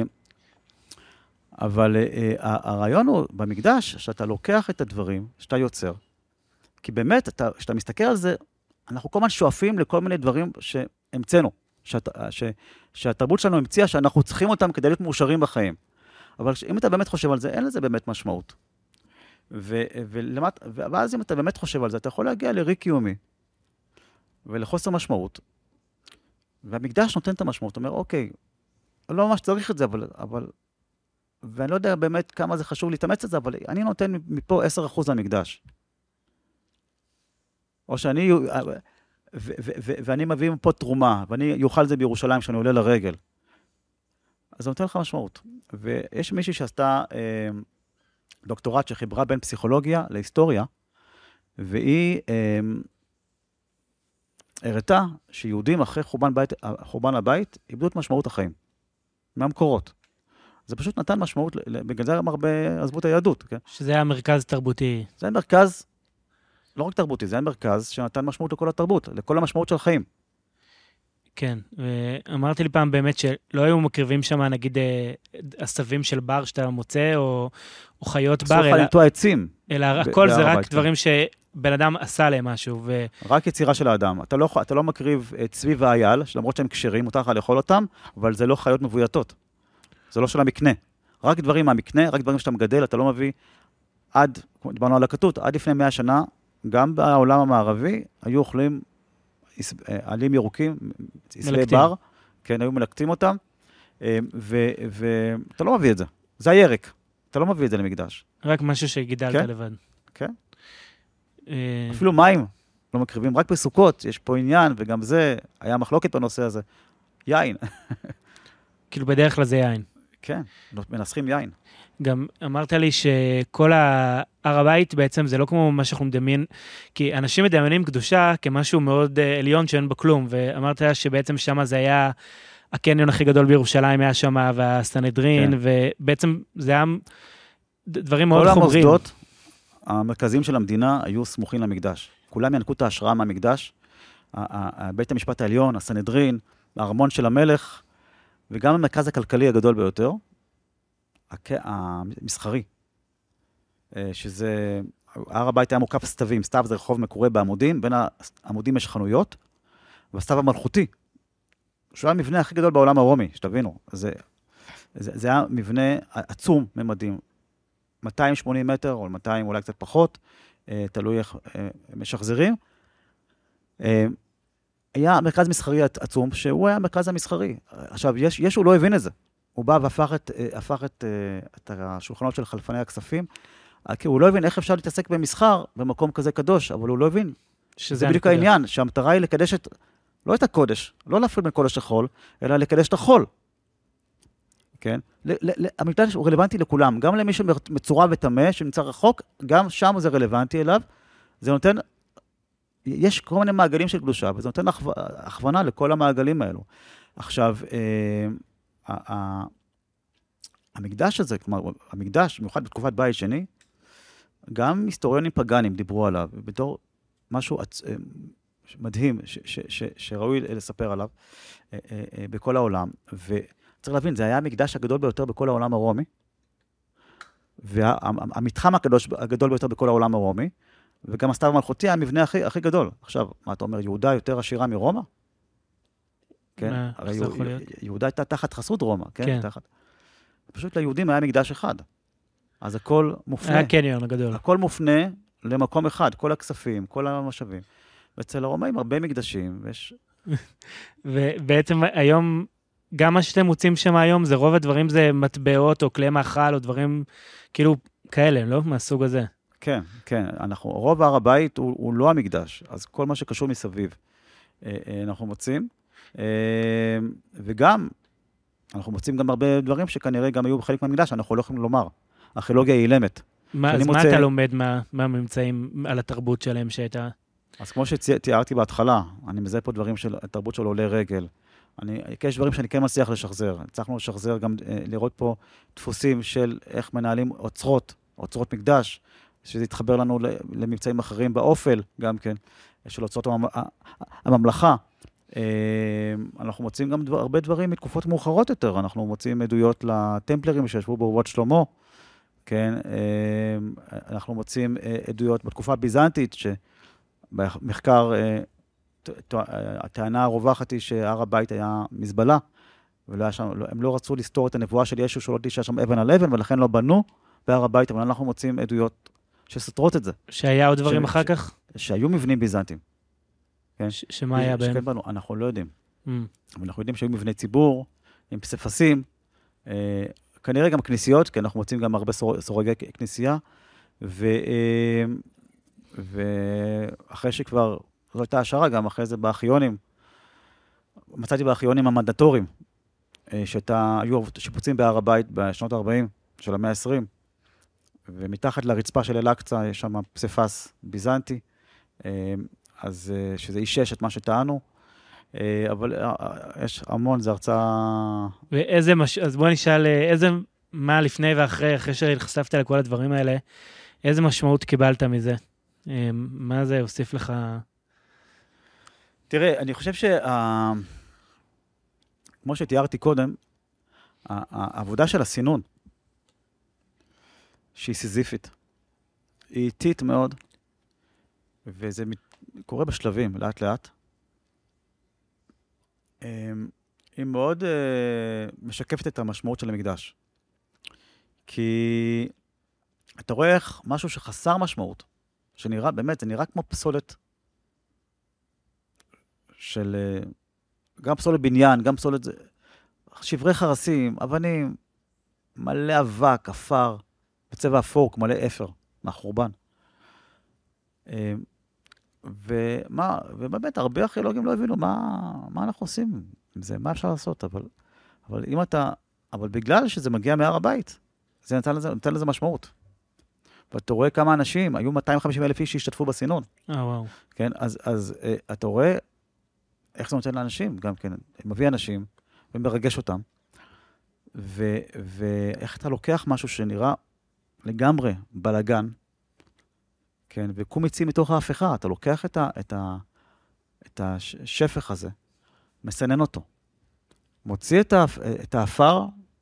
אבל, הרעיון הוא במקדש, שאתה לוקח את הדברים שאתה יוצר, כי באמת, אתה, שאתה מסתכל על זה, אנחנו כל הזמן שואפים לכל מיני דברים שהמצאנו. שאת, ש, שהתרבות שלנו המציאה שאנחנו צריכים אותם כדי להיות מאושרים בחיים. אבל אם אתה באמת חושב על זה, אין לזה באמת משמעות. ו, ולמט, ואז אם אתה באמת חושב על זה, אתה יכול להגיע לריק קיומי, ולחוסר משמעות, והמקדש נותן את המשמעות, הוא אומר, אוקיי, לא ממש צריך את זה, אבל, אבל, ואני לא יודע באמת כמה זה חשוב להתאמץ את זה, אבל אני נותן מפה עשרה אחוז למקדש. או שאני, ו- ו- ו- ואני מביא מפה תרומה, ואני יוכל את זה בירושלים, שאני עולה לרגל. אז זה נותן לך משמעות. ויש מישהי שעשתה אה, דוקטורט שחיברה בין פסיכולוגיה להיסטוריה, והיא אה, הראתה שיהודים אחרי חורבן, בית, חורבן הבית איבדו את משמעות החיים, מהמקורות. זה פשוט נתן משמעות, בגלל זה הרבה עזבו את היהדות. כן? שזה היה מרכז תרבותי. זה היה מרכז, לא רק תרבותי, זה היה מרכז שנתן משמעות לכל התרבות, לכל המשמעות של החיים. כן, ואמרתי לי פעם באמת שלא היו מקריבים שם, נגיד, עשבים של בר שאתה מוצא, או, או חיות בר, אסור לך לנטוע עצים. אלא הכל זה רק דברים שבן אדם עשה להם משהו. ו... רק יצירה של האדם. אתה לא, אתה לא מקריב צבי ואייל, למרות שהם קשרים, מותר לך לאכול אותם, אבל זה לא חיות מבויתות. זה לא של המקנה. רק דברים מהמקנה, רק דברים שאתה מגדל, אתה לא מביא עד, כמו דיברנו על הכתות, עד לפני מאה שנה, גם בעולם המערבי, היו אוכלים עלים ירוקים, עשבי בר, כן, היו מלקטים אותם, ואתה לא מביא את זה. זה הירק. אתה לא מביא את זה למקדש. רק משהו שגידלת לבד. כן. אפילו מים לא מקריבים, רק בסוכות, יש פה עניין, וגם זה, היה מחלוקת בנושא הזה. יין. כאילו בדרך כלל זה יין. כן, מנסחים יין. גם אמרת לי שכל הר הבית בעצם זה לא כמו מה שאנחנו מדמיין, כי אנשים מדמיינים קדושה כמשהו מאוד עליון שאין בו כלום, ואמרת שבעצם שם זה היה הקניון הכי גדול בירושלים, היה שם, והסנהדרין, כן. ובעצם זה היה דברים מאוד חומרים. כל המוסדות המרכזיים של המדינה היו סמוכים למקדש. כולם ינקו את ההשראה מהמקדש, בית המשפט העליון, הסנהדרין, הארמון של המלך, וגם המרכז הכלכלי הגדול ביותר, המסחרי, שזה, הר הבית היה מוקף סתבים, סתיו זה רחוב מקורה בעמודים, בין העמודים יש חנויות, והסתיו המלכותי, שהוא היה המבנה הכי גדול בעולם הרומי, שתבינו, זה, זה, זה היה מבנה עצום ממדים, מאתיים ושמונים מטר, או מאתיים, אולי קצת פחות, תלוי איך משחזרים, היה מרכז מסחרי עצום, שהוא היה המרכז המסחרי. עכשיו, יש, יש, הוא לא הבין את זה. הוא בא והפך את, הפך את, את השולחנות של חלפני הכספים, כי הוא לא הבין איך אפשר להתעסק במסחר במקום כזה קדוש, אבל הוא לא הבין. שזה בדיוק העניין, שהמטרה היא לקדש את, לא את הקודש, לא להפריד בין קודש לחול, אלא לקדש את החול. כן? המקדש הוא רלוונטי לכולם, גם למי שמצורע וטמא, שנמצא רחוק, גם שם זה רלוונטי אליו. זה נותן, יש כל מיני מעגלים של קדושה, וזה נותן הכוונה לכל המעגלים האלו. עכשיו, המקדש הזה, כלומר, המקדש, במיוחד בתקופת בית שני, גם היסטוריונים פגאנים דיברו עליו, בתור משהו מדהים שראוי לספר עליו בכל העולם. וצריך להבין, זה היה המקדש הגדול ביותר בכל העולם הרומי, והמתחם הגדול ביותר בכל העולם הרומי, וגם הסתיו המלכותי היה המבנה הכי, הכי גדול. עכשיו, מה אתה אומר, יהודה יותר עשירה מרומא? כן? הרי יהודה הייתה תחת חסות רומא, כן? תחת. פשוט ליהודים היה מקדש אחד. אז הכל מופנה. היה קניון הגדול. הכל מופנה למקום אחד, כל הכספים, כל המשאבים. ואצל הרומאים הרבה מקדשים, ויש... ובעצם היום, גם מה שאתם מוצאים שם היום, זה רוב הדברים זה מטבעות או כלי מאכל או דברים כאילו כאלה, לא? מהסוג הזה. כן, כן. אנחנו, רוב הר הבית הוא, הוא לא המקדש, אז כל מה שקשור מסביב אנחנו מוצאים. וגם, אנחנו מוצאים גם הרבה דברים שכנראה גם היו בחלק מהמקדש, אנחנו לא יכולים לומר. ארכיאולוגיה היא אילמת. מה, אז מוצא... מה אתה לומד מה, מה הממצאים על התרבות שלהם שהייתה? אז כמו שתיארתי בהתחלה, אני מזהה פה דברים של התרבות של עולי רגל. אני, יש דברים שאני כן מצליח לשחזר. הצלחנו לשחזר גם לראות פה דפוסים של איך מנהלים אוצרות, אוצרות מקדש, שזה יתחבר לנו למבצעים אחרים באופל, גם כן, של אוצרות הממלכה. אנחנו מוצאים גם דבר, הרבה דברים מתקופות מאוחרות יותר. אנחנו מוצאים עדויות לטמפלרים שישבו באורוות שלמה, כן? אנחנו מוצאים עדויות בתקופה הביזנטית, שבמחקר, הטענה הרווחת היא שהר הבית היה מזבלה, והם לא רצו לסתור את הנבואה של ישו, שלא תשאר שם אבן על אבן, ולכן לא בנו בהר הבית, אבל אנחנו מוצאים עדויות שסתרות את זה. שהיה עוד דברים אחר כך? שהיו מבנים ביזנטיים. שמה היה בהם? אנחנו לא יודעים. Mm. אבל אנחנו יודעים שהיו מבני ציבור, עם פסיפסים, אה, כנראה גם כנסיות, כי אנחנו מוצאים גם הרבה סור, סורגי כנסייה, ו, אה, ואחרי שכבר, זו הייתה השערה, גם אחרי זה בארכיונים, מצאתי בארכיונים המנדטוריים, שהיו שיפוצים בהר הבית בשנות ה-ארבעים של המאה ה-עשרים, ומתחת לרצפה של אל-אקצא יש שם פסיפס ביזנטי, אז שזה אישש את מה שטענו, אבל יש המון, זה הרצאה... ואיזה, מש... אז בוא נשאל, איזה, מה לפני ואחרי, אחרי שחשפת לכל הדברים האלה, איזה משמעות קיבלת מזה? מה זה הוסיף לך? תראה, אני חושב שה... כמו שתיארתי קודם, העבודה של הסינון, שהיא סיזיפית, היא איטית מאוד, וזה קורה בשלבים, לאט לאט. היא מאוד משקפת את המשמעות של המקדש. כי אתה רואה איך משהו שחסר משמעות, שנראה, באמת, זה נראה כמו פסולת של... גם פסולת בניין, גם פסולת... שברי חרסים, אבנים, מלא אבק, אפר, בצבע אפור, מלא אפר, מהחורבן. ומה, ובאמת, הרבה ארכיאולוגים לא הבינו מה, מה אנחנו עושים עם זה, מה אפשר לעשות, אבל, אבל אם אתה, אבל בגלל שזה מגיע מהר הבית, זה נתן לזה, נתן לזה משמעות. ואתה רואה כמה אנשים, היו מאתיים וחמישים אלף איש שהשתתפו בסינון. אה, וואו. כן, אז, אז אתה רואה איך זה נותן לאנשים, גם כן, מביא אנשים, ומרגש אותם, ו, ואיך אתה לוקח משהו שנראה לגמרי בלגן, כן, וקום יציא מתוך ההפיכה, אתה לוקח את, ה, את, ה, את השפך הזה, מסנן אותו, מוציא את, ה, את האפר,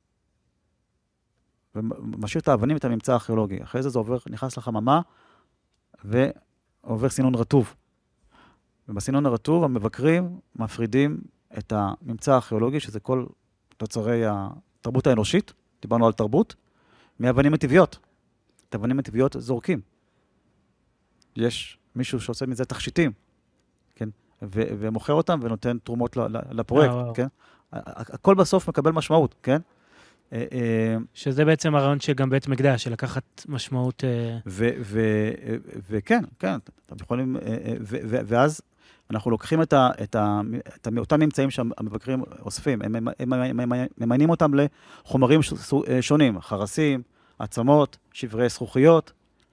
ומשאיר את האבנים, את הממצא הארכיאולוגי. אחרי זה זה עובר, נכנס לחממה, ועובר סינון רטוב. ובסינון הרטוב המבקרים מפרידים את הממצא הארכיאולוגי, שזה כל תוצרי התרבות האנושית, דיברנו על תרבות, מאבנים הטבעיות. את האבנים הטבעיות זורקים. יש מישהו שעושה מזה תכשיטים, כן? ו- ומוכר אותם ונותן תרומות לפרויקט, כן? הכל בסוף מקבל משמעות, כן? שזה בעצם הרעיון שגם בית מקדש, שלקחת משמעות... וכן, כן, אתם יכולים... ואז אנחנו לוקחים את אותם ממצאים שהמבקרים אוספים, הם ממיינים אותם לחומרים שונים, חרסים, עצמות, שברי זכוכיות,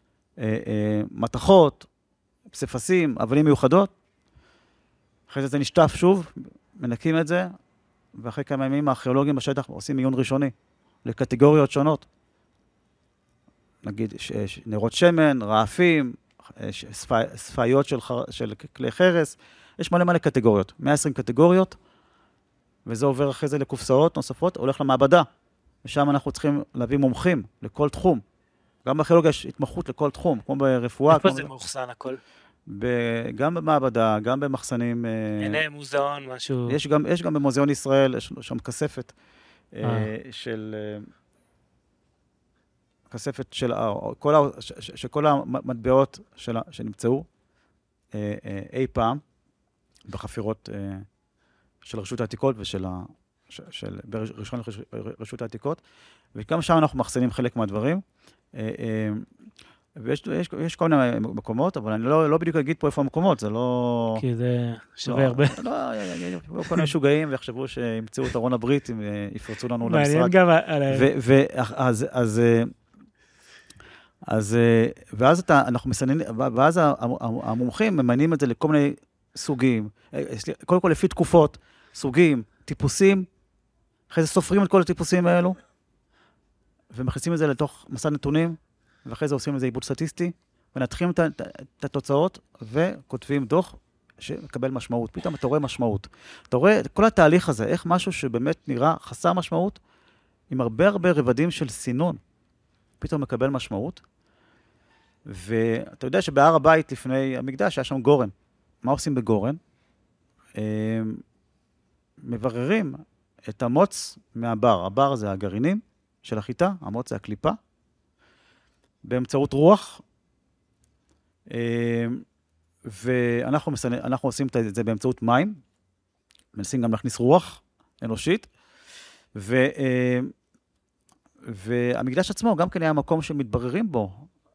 מתכות, פסיפסים, אבנים מיוחדות. אחרי זה זה נשטף שוב, מנקים את זה, ואחרי כמה ימים הארכיאולוגים בשטח עושים עיון ראשוני לקטגוריות שונות. נגיד נרות שמן, רעפים, ספאיות של, של כלי חרס, יש מלא מלא קטגוריות, מאה ועשרים קטגוריות, וזה עובר אחרי זה לקופסאות נוספות, הולך למעבדה, ושם אנחנו צריכים להביא מומחים לכל תחום. גם בארכיאולוגיה יש התמחות לכל תחום, כמו ברפואה. איפה כמו זה מאוחסן הכל? ב... גם במעבדה, גם במחסנים. אין מוזיאון, משהו... יש גם, יש גם במוזיאון ישראל, יש שם כספת אה. של... כספת של כל, ה... שכל המטבעות של... שנמצאו אה, אה, אי פעם בחפירות אה, של רשות העתיקות ושל ה... של... בראשון רשות העתיקות, וגם שם אנחנו מחסנים חלק מהדברים. אה, אה, ויש יש, יש כל מיני מקומות, אבל אני לא, לא בדיוק אגיד פה איפה המקומות, זה לא... כי זה שווה לא, הרבה. לא, לא, כל מיני משוגעים, ויחשבו שימצאו את ארון הברית, אם יפרצו לנו למשרד. מעניין גם על... ואז, אז, אז, ואז אתה, אנחנו מסננים, ואז המומחים ממנים את זה לכל מיני סוגים, קודם כל לפי תקופות, סוגים, טיפוסים, אחרי זה סופרים את כל הטיפוסים האלו, ומכניסים את זה לתוך מסד נתונים, ואחרי זה עושים איזה עיבוד סטטיסטי, מנתחים את, את התוצאות, וכותבים דוח שמקבל משמעות. פתאום אתה רואה משמעות. אתה רואה את כל התהליך הזה, איך משהו שבאמת נראה חסר משמעות, עם הרבה הרבה רבדים של סינון, פתאום מקבל משמעות. ואתה יודע שבהר הבית לפני המקדש היה שם גורן. מה עושים בגורן? מבררים את המוץ מהבר. הבר זה הגרעינים של החיטה, המוץ זה הקליפה, באמצעות רוח, ואנחנו מסנ... אנחנו עושים את זה באמצעות מים, מנסים גם להכניס רוח אנושית, ו, והמקדש עצמו גם כן היה מקום שמתבררים בו,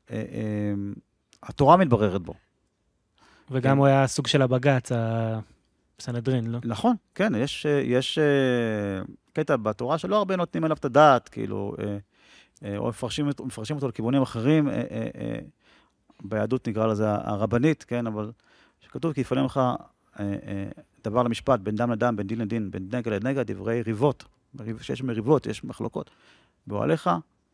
התורה מתבררת בו. וגם כן. הוא היה סוג של הבג"ץ, הסנהדרין, לא? נכון, כן, יש, יש קטע בתורה שלא הרבה נותנים אליו את הדעת, כאילו, או מפרשים, מפרשים אותו לכיוונים אחרים, ביהדות נקרא לזה הרבנית, כן, אבל שכתוב כי יפעלם לך דבר למשפט, בין דם לדם, בין דין לדין, בין נגע לנגע, דברי ריבות, שיש מריבות, יש מחלוקות. באוהליך,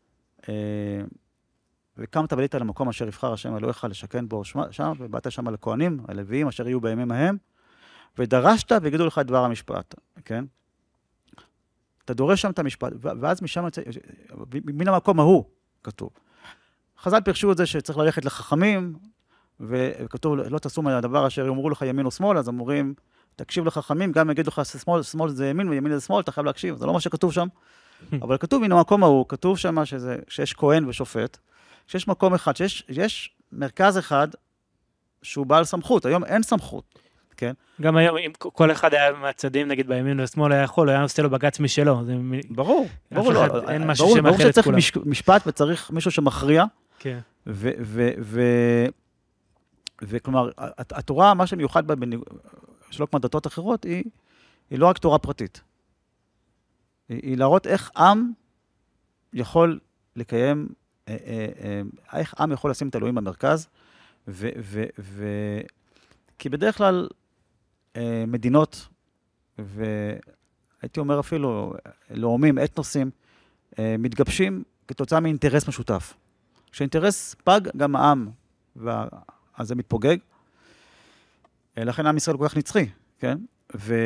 וקמת ולית למקום אשר יבחר השם אלוהיך לשכן בו שם, ובאת שם לכהנים, הלוויים אשר יהיו בימים ההם, ודרשת ויגידו לך את דבר המשפט, כן? אתה דורש שם את המשפט, ואז משם, מן המקום ההוא, כתוב. חז"ל פירשו את זה שצריך ללכת לחכמים, וכתוב, לא תעשו מהדבר אשר יאמרו לך ימין או שמאל, אז אמורים, תקשיב לחכמים, גם יגידו לך שמאל, שמאל זה ימין וימין זה שמאל, אתה חייב להקשיב, זה לא מה שכתוב שם. אבל כתוב מן המקום ההוא, כתוב שם שזה, שיש כהן ושופט, שיש מקום אחד, שיש, יש מרכז אחד שהוא בעל סמכות, היום אין סמכות, כן? גם היום, אם כל אחד היה מהצדים, נגיד בימין ושמאל, היה יכול, היה עושה לו בג"ץ משלו. זה... ברור, ברור, לא, לא, אין משהו ברור, שמאחד ברור את כולם. שצריך משפט וצריך מישהו שמכריע, כן. ו, ו, ו, וכלומר, התורה, מה שמיוחד בה, שלא כמו דתות אחרות, היא, היא לא רק תורה פרטית. היא, היא להראות איך עם יכול לקיים, איך עם יכול לשים את אלוהים במרכז, ו, ו, ו, כי בדרך כלל מדינות, והייתי אומר אפילו, לאומים, אתנוסים, מתגבשים כתוצאה מאינטרס משותף. כשאינטרס פג, גם העם, אז זה מתפוגג. לכן עם ישראל כל כך נצחי, כן? ו,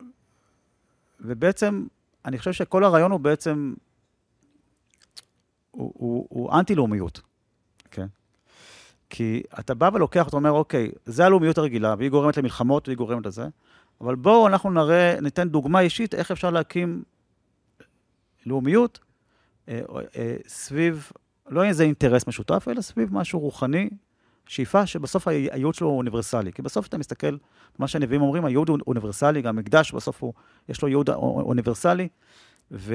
ובעצם, אני חושב שכל הרעיון הוא בעצם, הוא, הוא, הוא אנטי-לאומיות, כן? כי אתה בא ולוקח, אתה אומר, אוקיי, זה הלאומיות הרגילה, והיא גורמת למלחמות, והיא גורמת לזה, אבל בואו אנחנו נראה, ניתן דוגמה אישית, איך אפשר להקים לאומיות אה, אה, סביב, לא איזה אינטרס משותף, אלא סביב משהו רוחני, שאיפה שבסוף הייעוד שלו הוא אוניברסלי. כי בסוף אתה מסתכל, מה שהנביאים אומרים, הייעוד הוא אוניברסלי, גם מקדש, בסוף הוא, יש לו ייעוד אוניברסלי, ו,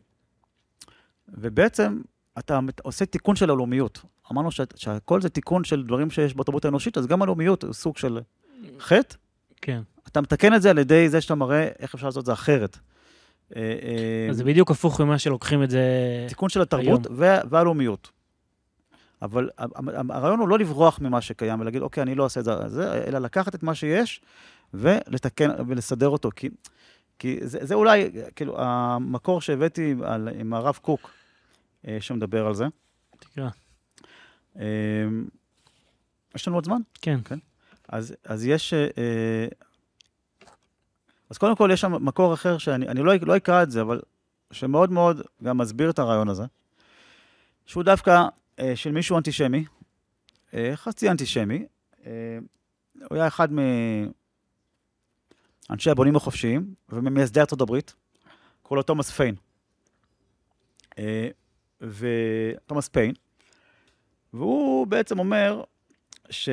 ובעצם אתה עושה תיקון של הלאומיות. אמרנו שהכל זה תיקון של דברים שיש בתרבות האנושית, אז גם הלאומיות הוא סוג של חטא. כן. אתה מתקן את זה על ידי זה שאתה מראה איך אפשר לעשות את זה אחרת. אז זה בדיוק הפוך ממה שלוקחים את זה תיקון של התרבות והלאומיות. אבל הרעיון הוא לא לברוח ממה שקיים ולהגיד, אוקיי, אני לא עושה את זה, אלא לקחת את מה שיש ולתקן ולסדר אותו. כי, כי זה, זה אולי, כאילו, המקור שהבאתי על, עם הרב קוק, שמדבר על זה. תקרא. יש לנו עוד זמן? כן. כן. אז, אז יש, אז קודם כל יש שם מקור אחר שאני, אני לא, לא אקרא את זה, אבל שמאוד מאוד גם מסביר את הרעיון הזה, שהוא דווקא של מישהו אנטישמי, חצי אנטישמי, הוא היה אחד מאנשי הבונים החופשיים, וממייסדי ארצות הברית, קורא לו תומאס פיין. ותומאס פיין, והוא בעצם אומר ש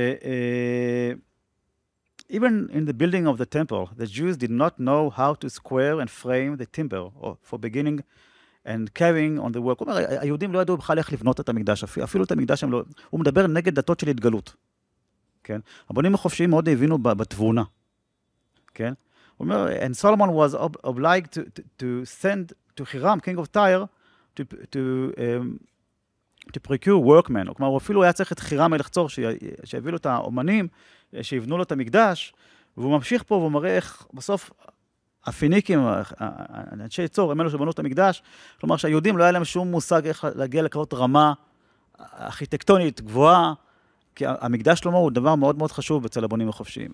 even in the building of the temple, the Jews did not know how to square and frame the timber for beginning and carrying on the work. הוא אומר, היהודים לא ידעו בכלל איך לבנות את המקדש, אפילו את המקדש הם לא... הוא מדבר נגד דתות של התגלות, כן? הבונים החופשיים מאוד הבינו בתבונה, כן? הוא אומר, and Solomon was obliged to, to, to send to Hiram, king of Tyre, to, to, um, to procure workmen. כלומר, הוא אפילו היה צריך את חירם מלך צור, שהביא לו את האומנים, שיבנו לו את המקדש, והוא ממשיך פה, והוא מראה איך בסוף הפיניקים, אנשי צור, הם אלו שבנו את המקדש, כלומר שהיהודים לא היה להם שום מושג איך להגיע לכזאת רמה ארכיטקטונית גבוהה, כי המקדש שלמה הוא דבר מאוד מאוד חשוב אצל הבונים החופשיים.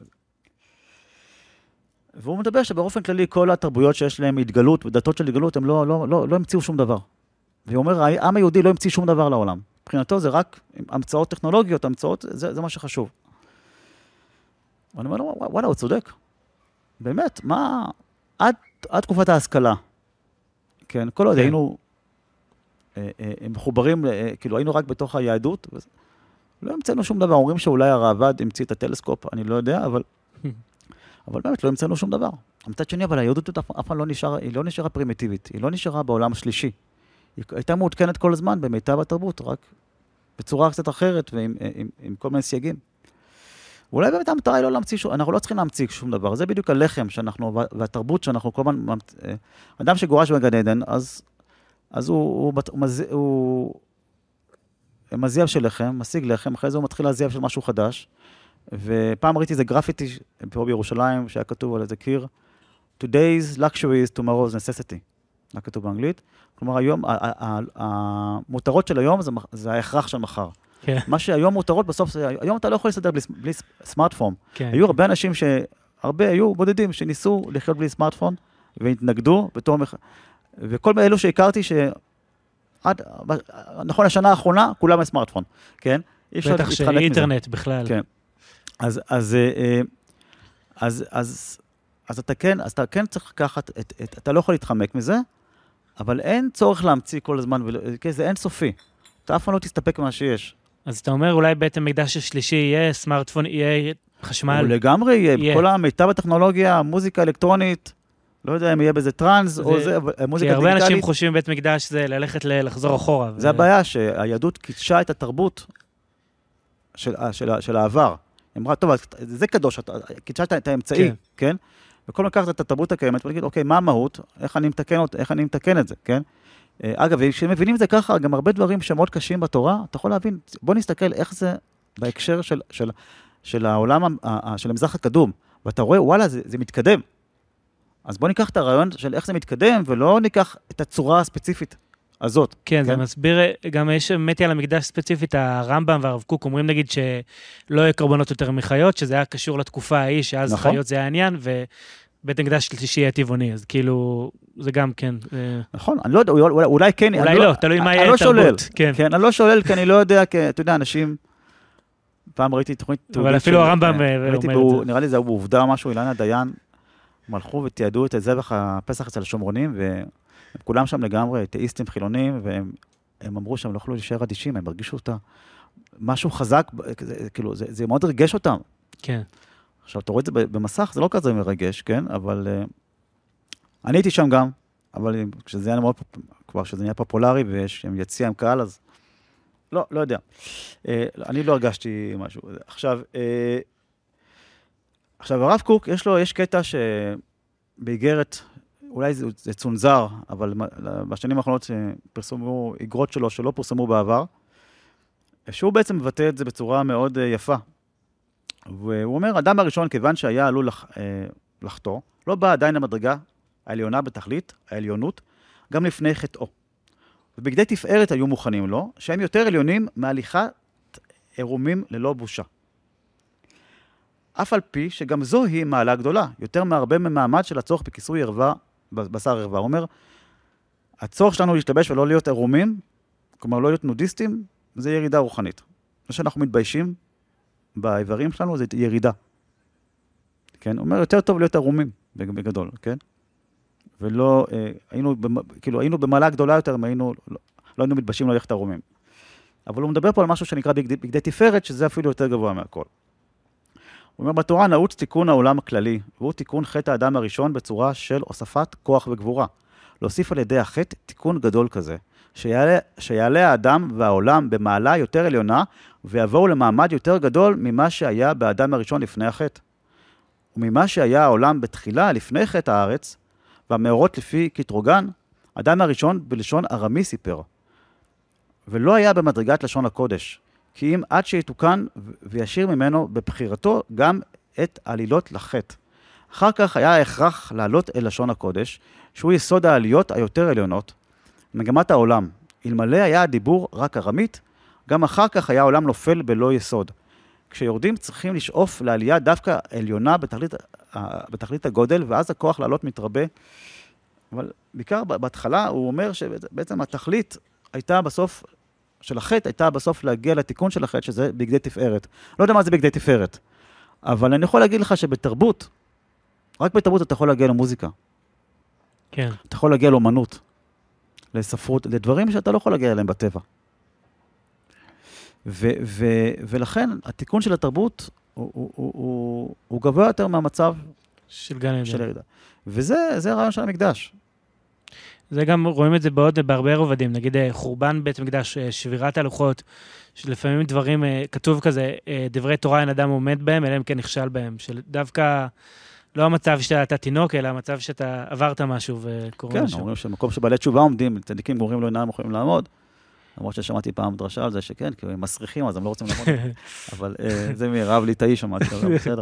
והוא מדבר שבאופן כללי כל התרבויות שיש להם התגלות ודתות של התגלות, הם לא, לא, לא, לא המציאו שום דבר. והוא אומר, העם היהודי לא המציא שום דבר לעולם. מבחינתו זה רק המצאות טכנולוגיות, המצאות, זה, זה מה שחשוב. ואני אומר לו, וואלה, הוא צודק. באמת, מה... עד, עד תקופת ההשכלה, כן, כל עוד היינו אה, אה, מחוברים, אה, כאילו היינו רק בתוך היהדות, לא המצאנו שום דבר. אומרים שאולי הרעב"ד המציא את הטלסקופ, אני לא יודע, אבל, אבל באמת לא המצאנו שום דבר. מצד שני, אבל היהודות אף פעם לא נשארה, היא לא נשארה פרימיטיבית, היא לא נשארה בעולם השלישי. היא הייתה מעודכנת כל הזמן במיטב התרבות, רק בצורה קצת אחרת ועם עם, עם כל מיני סייגים. אולי באמת המטרה היא לא להמציא, אנחנו לא צריכים להמציא שום דבר, זה בדיוק הלחם שאנחנו, והתרבות שאנחנו כל הזמן, אדם שגורש בגן עדן, אז, אז הוא, הוא, הוא, הוא, הוא מזיע של לחם, משיג לחם, אחרי זה הוא מתחיל להזיע של משהו חדש, ופעם ראיתי איזה גרפיטי פה בירושלים, שהיה כתוב על איזה קיר, Today's luxury is tomorrow's necessity, היה כתוב באנגלית, כלומר היום, המותרות של היום זה ההכרח של מחר. מה שהיום מותרות בסוף, היום אתה לא יכול לסדר בלי סמארטפון. היו הרבה אנשים שהרבה היו בודדים שניסו לחיות בלי סמארטפון, והתנגדו, וכל מאלו שהכרתי שעד, נכון, השנה האחרונה, כולם בסמארטפון, כן? בטח שאינטרנט בכלל. כן. אז, אז, אז, אז, אז אתה כן, אז אתה כן צריך לקחת, את, את, אתה לא יכול להתחמק מזה, אבל אין צורך להמציא כל הזמן, כי זה אין סופי. אתה אף פעם לא תסתפק מה שיש. אז אתה אומר, אולי בית המקדש השלישי יהיה סמארטפון, יהיה חשמל? הוא לגמרי יהיה, כל המיטב הטכנולוגיה, מוזיקה אלקטרונית, לא יודע אם יהיה בזה טרנס או זה, מוזיקה דיגיטלית. כי הרבה אנשים חושבים בית מקדש זה ללכת לחזור אחורה. זה הבעיה, שהיהדות קידשה את התרבות של העבר. היא אמרה, טוב, זה קדוש, קידשה את האמצעי, כן? וכל לקחת את התרבות הקיימת ולהגיד, אוקיי, מה המהות? איך אני מתקן, איך אני מתקן את זה, כן? אגב, כשמבינים את זה ככה, גם הרבה דברים שמאוד קשים בתורה, אתה יכול להבין, בוא נסתכל איך זה בהקשר של, של, של העולם, של המזרח הקדום, ואתה רואה, וואלה, זה, זה מתקדם. אז בוא ניקח את הרעיון של איך זה מתקדם, ולא ניקח את הצורה הספציפית הזאת. כן, כן? זה מסביר, גם יש מתי על המקדש ספציפית, הרמב"ם והרב קוק אומרים נגיד שלא יהיה קורבנות יותר מחיות, שזה היה קשור לתקופה ההיא, שאז נכון. חיות זה היה העניין, ו... בית המקדש שלישי יהיה טבעוני, אז כאילו, זה גם כן. נכון, אני לא יודע, אולי כן. אולי לא, תלוי מה יהיה תרבות. כן, אני לא שולל, כי אני לא יודע, כי אתה יודע, אנשים, פעם ראיתי תוכנית... אבל אפילו הרמב"ם אומר את זה. נראה לי זה בעובדה או משהו, אילנה דיין, מלכו ותיעדו את זבח הפסח אצל השומרונים, וכולם שם לגמרי, תאיסטים חילונים, והם אמרו שהם לא יכולו להישאר אדישים, הם הרגישו אותה. משהו חזק, כאילו, זה מאוד רגש אותם. כן. עכשיו, אתה רואה את זה במסך, זה לא כזה מרגש, כן? אבל uh, אני הייתי שם גם, אבל כשזה היה מאוד, כבר כשזה נהיה פופולרי, ויש יציע עם קהל, אז לא, לא יודע. Uh, אני לא הרגשתי משהו. עכשיו, uh, עכשיו, הרב קוק, יש לו, יש קטע שבאיגרת, אולי זה, זה צונזר, אבל בשנים האחרונות פרסמו איגרות שלו, שלא פורסמו בעבר, שהוא בעצם מבטא את זה בצורה מאוד uh, יפה. והוא אומר, אדם הראשון, כיוון שהיה עלול לח, אה, לחתור, לא בא עדיין למדרגה העליונה בתכלית, העליונות, גם לפני חטאו. ובגדי תפארת היו מוכנים לו, שהם יותר עליונים מהליכת עירומים ללא בושה. אף על פי שגם זו היא מעלה גדולה, יותר מהרבה ממעמד של הצורך בכיסוי ערווה, בשר ערווה. הוא אומר, הצורך שלנו להשתבש ולא להיות עירומים, כלומר לא להיות נודיסטים, זה ירידה רוחנית. מה שאנחנו מתביישים, באיברים שלנו זה ירידה. כן? הוא אומר, יותר טוב להיות ערומים, בגדול, כן? ולא, אה, היינו, כאילו, היינו במעלה גדולה יותר, היינו, לא, לא היינו מתבשים ללכת ערומים. אבל הוא מדבר פה על משהו שנקרא בגדי, בגדי תפארת, שזה אפילו יותר גבוה מהכל. הוא אומר, בתורה נעוץ תיקון העולם הכללי, והוא תיקון חטא האדם הראשון בצורה של הוספת כוח וגבורה. להוסיף על ידי החטא תיקון גדול כזה, שיעלה, שיעלה האדם והעולם במעלה יותר עליונה, ויבואו למעמד יותר גדול ממה שהיה באדם הראשון לפני החטא. וממה שהיה העולם בתחילה לפני חטא הארץ, והמאורות לפי קטרוגן, האדם הראשון בלשון ארמי סיפר. ולא היה במדרגת לשון הקודש, כי אם עד שיתוקן וישיר ממנו בבחירתו גם את עלילות לחטא. אחר כך היה ההכרח לעלות אל לשון הקודש, שהוא יסוד העליות היותר עליונות, מגמת העולם. אלמלא היה הדיבור רק ארמית, גם אחר כך היה העולם נופל בלא יסוד. כשיורדים צריכים לשאוף לעלייה דווקא עליונה בתכלית, בתכלית הגודל, ואז הכוח לעלות מתרבה. אבל בעיקר בהתחלה הוא אומר שבעצם התכלית הייתה בסוף, של החטא הייתה בסוף להגיע לתיקון של החטא, שזה בגדי תפארת. לא יודע מה זה בגדי תפארת, אבל אני יכול להגיד לך שבתרבות, רק בתרבות אתה יכול להגיע למוזיקה. כן. אתה יכול להגיע לאומנות, לספרות, לדברים שאתה לא יכול להגיע אליהם בטבע. ו- ו- ולכן התיקון של התרבות הוא, הוא, הוא, הוא, הוא גבוה יותר מהמצב של גן של עדן. ירידה. וזה, זה הרעיון של המקדש. זה גם רואים את זה בעוד, בהרבה רובדים, נגיד חורבן בית מקדש, שבירת הלוחות, שלפעמים דברים, כתוב כזה, דברי תורה אין אדם עומד בהם, אלא אם כן נכשל בהם, של דווקא לא המצב שאתה תינוק, אלא המצב שאתה עברת משהו וקורה כן, משהו. אומרים שמקום שבעלי תשובה עומדים, צדיקים גמורים לא אינם יכולים לעמוד, למרות ששמעתי פעם דרשה על זה שכן, כי הם מסריחים, אז הם לא רוצים לעמוד. אבל זה מרב ליטאי שמעתי, אבל בסדר.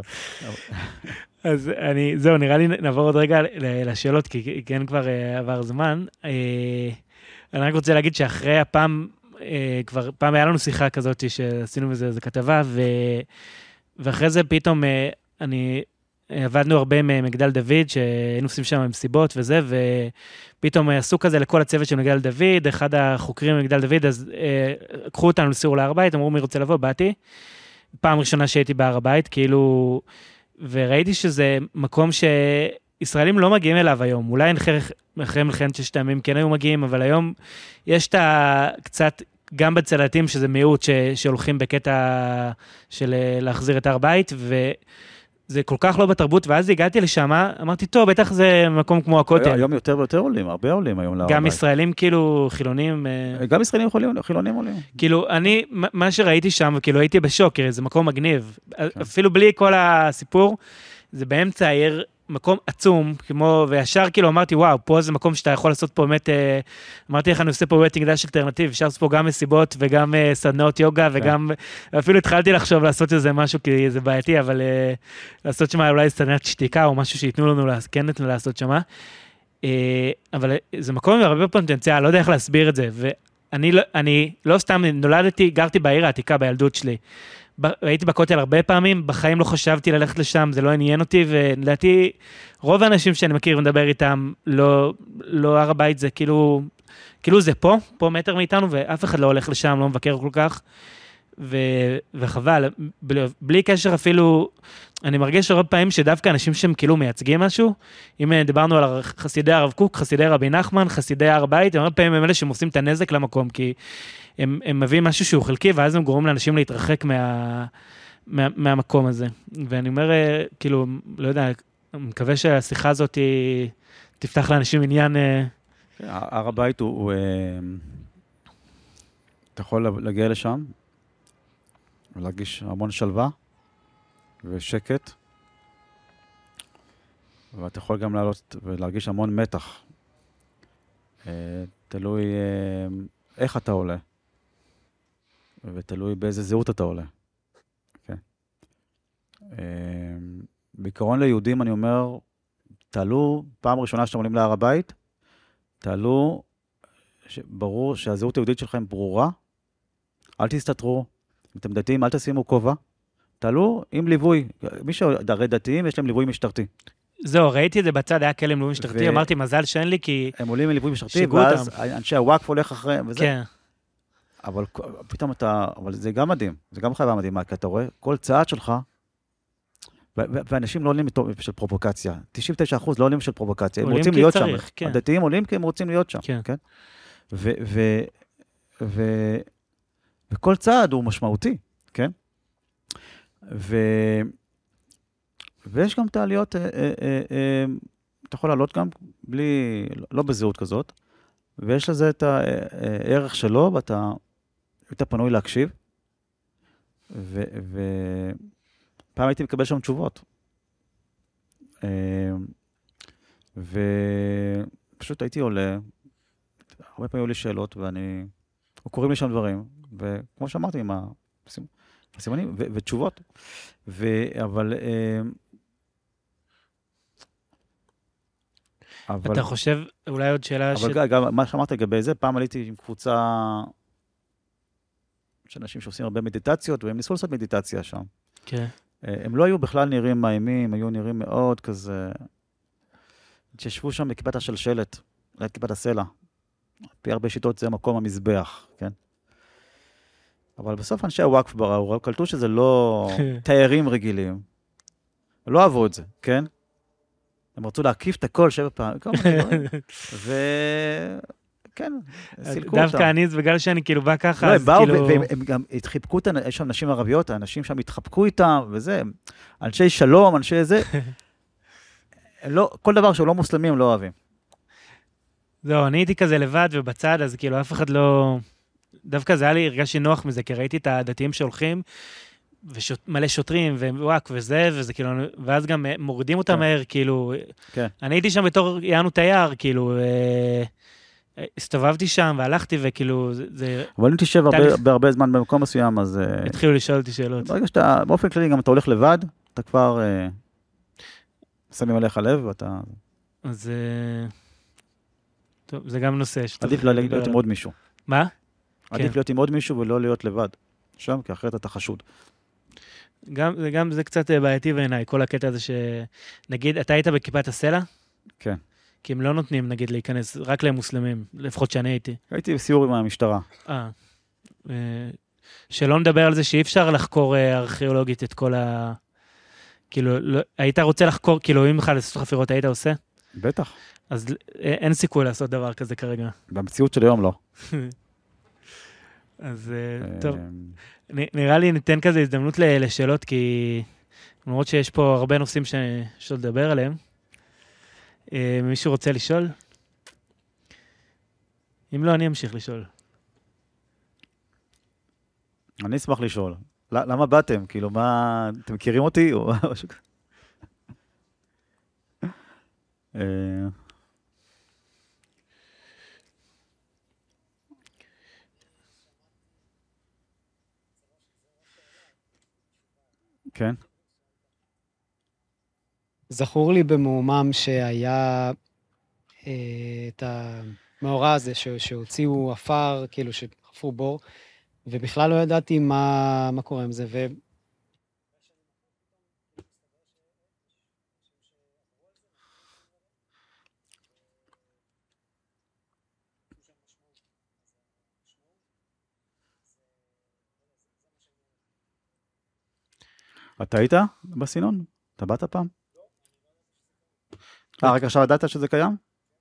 אז אני, זהו, נראה לי נעבור עוד רגע לשאלות, כי כן כבר עבר זמן. אני רק רוצה להגיד שאחרי הפעם, כבר פעם היה לנו שיחה כזאת שעשינו בזה, זו כתבה, ואחרי זה פתאום אני... עבדנו הרבה ממגדל דוד, שהיינו עושים שם מסיבות וזה, ופתאום עשו כזה לכל הצוות של מגדל דוד, אחד החוקרים ממגדל דוד, אז אה, קחו אותנו לסיור להר הבית, אמרו מי רוצה לבוא, באתי. פעם ראשונה שהייתי בהר הבית, כאילו, וראיתי שזה מקום שישראלים לא מגיעים אליו היום, אולי אחרי, אחרי מלחמת ששת הימים כן היו מגיעים, אבל היום יש את קצת, גם בצלתים שזה מיעוט ש, שהולכים בקטע של להחזיר את הר הבית, ו... זה כל כך לא בתרבות, ואז הגעתי לשם, אמרתי, טוב, בטח זה מקום כמו הכותל. היום יותר ויותר עולים, הרבה עולים היום להר הבית. גם ישראלים כאילו חילונים. גם ישראלים חילונים עולים. כאילו, אני, מה שראיתי שם, כאילו הייתי בשוק, זה מקום מגניב. אפילו בלי כל הסיפור, זה באמצע העיר, מקום עצום, כמו, וישר כאילו אמרתי, וואו, פה זה מקום שאתה יכול לעשות פה באמת, אמרתי לך, אני עושה פה בית מקדש אלטרנטיב, אפשר לעשות פה גם מסיבות וגם סדנאות יוגה, וגם, אפילו התחלתי לחשוב לעשות איזה משהו, כי זה בעייתי, אבל לעשות שם אולי סדנת שתיקה, או משהו שיתנו לנו, כן נתנו לעשות שם. אבל זה מקום עם הרבה פוטנציאל, לא יודע איך להסביר את זה, ואני אני לא סתם נולדתי, גרתי בעיר העתיקה בילדות שלי. הייתי בכותל הרבה פעמים, בחיים לא חשבתי ללכת לשם, זה לא עניין אותי, ולדעתי, רוב האנשים שאני מכיר ומדבר איתם, לא, לא הר הבית זה כאילו, כאילו זה פה, פה מטר מאיתנו, ואף אחד לא הולך לשם, לא מבקר כל כך, ו, וחבל, בלי, בלי קשר אפילו, אני מרגיש הרבה פעמים שדווקא אנשים שהם כאילו מייצגים משהו, אם דיברנו על חסידי הרב קוק, חסידי רבי נחמן, חסידי הר הבית, הרבה פעמים הם אלה שהם עושים את הנזק למקום, כי הם, הם מביאים משהו שהוא חלקי, ואז הם גורמים לאנשים להתרחק מה, מה, מהמקום הזה. ואני אומר, כאילו, לא יודע, אני מקווה שהשיחה הזאת תפתח לאנשים עניין... הר הבית הוא, הוא... אתה יכול להגיע לשם, ולהגיש המון שלווה, ושקט, ואתה יכול גם לעלות ולהרגיש המון מתח. תלוי איך אתה עולה. ותלוי באיזה זהות אתה עולה. כן. בעיקרון ליהודים אני אומר, תעלו, פעם ראשונה שאתם עולים להר הבית, תעלו, ברור שהזהות היהודית שלכם ברורה, אל תסתתרו, אם אתם דתיים, אל תשימו כובע, תעלו עם ליווי, מי שהרי דתיים יש להם ליווי משטרתי. זהו, ראיתי את זה בצד, היה כלם ליווי משטרתי, אמרתי מזל שאין לי, כי... הם עולים עם ליווי משטרתי, ואז אנשי הוואקף הולך אחריהם, וזה. כן. אבל פתאום אתה, אבל זה גם מדהים, זה גם חייבה מדהימה, כי אתה רואה, כל צעד שלך, ואנשים לא עולים של פרובוקציה, תשעים ותשעה אחוז לא עולים של פרובוקציה, הם רוצים להיות שם, הדתיים עולים כי הם רוצים להיות שם, כן? וכל צעד הוא משמעותי, כן? ויש גם תעליות, אתה יכול לעלות גם בלי, לא בזהות כזאת, ויש לזה את הערך שלו, ואתה אתה פנוי להקשיב, ופעם הייתי מקבל שם תשובות. ופשוט הייתי עולה, הרבה פעמים היו לי שאלות, ואני, קוראים לי שם דברים, וכמו שאמרתי, עם הסימנים, ותשובות. אבל... אבל... אתה חושב, אולי עוד שאלה... אבל ש... גם מה שאמרת לגבי זה, פעם עליתי עם קבוצה של אנשים שעושים הרבה מדיטציות, והם ניסו לעשות מדיטציה שם. כן. הם לא היו בכלל נראים מאיימים, היו נראים מאוד כזה... שישבו שם בכיפת השלשלת, כיפת הסלע. פי הרבה שיטות זה מקום המזבח, כן? אבל בסוף אנשי הוואקף בראו, קלטו שזה לא תיירים רגילים. לא אהבו את זה, כן? הם רצו להקיף את הכל שבע פעמים, כל מיני דברים. וכן, סילקו אותם. דווקא אני, בגלל שאני כאילו בא ככה, אז כאילו... והם גם התחיפקו, יש שם נשים ערביות, האנשים שם התחפקו איתם, וזה, אנשי שלום, אנשי זה. לא, כל דבר שהוא לא מוסלמי הם לא אוהבים. זהו, אני הייתי כזה לבד ובצד, אז כאילו אף אחד לא... דווקא זה היה לי, הרגשתי נוח מזה, כי ראיתי את הדתיים שהולכים, ומלא שוטרים, ווואק וזה, וזה כאילו, ואז גם מורידים אותם מהר, כאילו... כן. אני הייתי שם בתור יענו תייר, כאילו... הסתובבתי שם והלכתי, וכאילו, זה... אבל אם תשב בהרבה זמן במקום מסוים, אז... התחילו לשאול אותי שאלות. ברגע שאתה, באופן כללי, גם אתה הולך לבד, אתה כבר שמים עליך לב, ואתה... אז... טוב, זה גם נושא. עדיף להיות עם עוד מישהו. מה? עדיף להיות עם עוד מישהו ולא להיות לבד. שם, כי אחרת אתה חשוד. גם, זה גם, זה קצת בעייתי בעיניי, כל הקטע הזה ש... נגיד, אתה היית בכיפת הסלע? כן. כי הם לא נותנים, נגיד, להיכנס רק למוסלמים, לפחות שאני הייתי. הייתי בסיור עם המשטרה. אה. שלא נדבר על זה שאי אפשר לחקור ארכיאולוגית את כל ה... כאילו, לא... היית רוצה לחקור, כאילו, אם בכלל לעשות חפירות, היית עושה? בטח. אז אין סיכוי לעשות דבר כזה כרגע. במציאות של היום לא. אז טוב. נראה לי ניתן כזה הזדמנות לשאלות, כי למרות שיש פה הרבה נושאים שאפשר לדבר עליהם. מישהו רוצה לשאול? אם לא, אני אמשיך לשאול. אני אשמח לשאול. למה באתם? כאילו, מה... אתם מכירים אותי? או משהו כזה? כן. זכור לי במאומם שהיה אה, את המאורע הזה ש, שהוציאו אפר, כאילו שחפרו בור, ובכלל לא ידעתי מה, מה קורה עם זה. ו... אתה היית בסינון? אתה באת פעם? אה, רק עכשיו ידעת שזה קיים?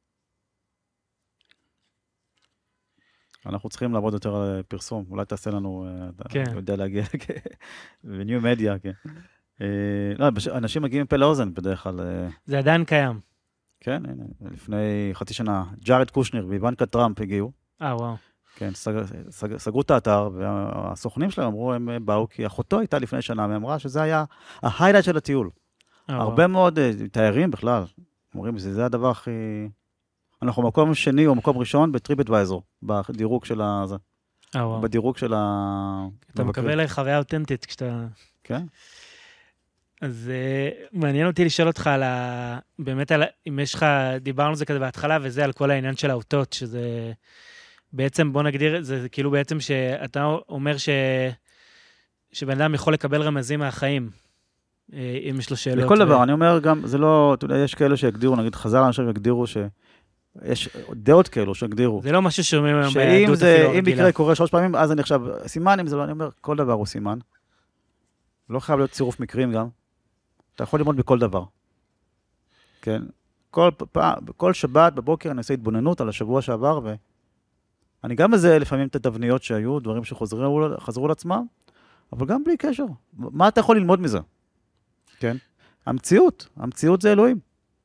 אנחנו צריכים לעבוד יותר על פרסום, אולי תעשה לנו, אתה יודע להגיע, וניו מדיה, כן. לא, אנשים מגיעים מפה לאוזן בדרך כלל. זה עדיין קיים. כן, לפני חצי שנה, ג'ארד קושנר ואיוונקה טראמפ הגיעו. אה, וואו. כן, סגרו את האתר, והסוכנים שלהם אמרו, הם באו, כי אחותו הייתה לפני שנה, והיא אמרה שזה היה ההיילייט של הטיול. הרבה מאוד תיירים בכלל, אומרים, זה הדבר הכי... אנחנו מקום שני או מקום ראשון בטריפ אדוויזור, בדירוג של ה... בדירוג של ה... אתה מקבל חוויה אותנטית כשאתה... כן. אז מעניין אותי לשאול אותך על ה... באמת על... אם יש לך... דיברנו על זה כזה בהתחלה, וזה על כל העניין של האותות, שזה... בעצם, בוא נגדיר, זה כאילו בעצם שאתה אומר ש... שבן אדם יכול לקבל רמזים מהחיים, אם יש לו שאלות. לכל דבר, אני אומר גם, זה לא... אתה יודע, יש כאלה שהגדירו, נגיד חז"ל אנשים הגדירו ש... יש דעות כאלו שהגדירו. זה לא משהו שאומרים היום בעדות אפילו רגילה. שאם מקרה קורה שלוש פעמים, אז אני עכשיו, סימן אם זה לא, אני אומר, כל דבר הוא סימן. לא חייב להיות צירוף מקרים גם. אתה יכול ללמוד בכל דבר. כן? כל פעם, כל שבת בבוקר אני עושה התבוננות על השבוע שעבר, ואני גם מזהה לפעמים את התבניות שהיו, דברים שחזרו לעצמם, אבל גם בלי קשר. מה אתה יכול ללמוד מזה? כן? המציאות, המציאות זה אלוהים.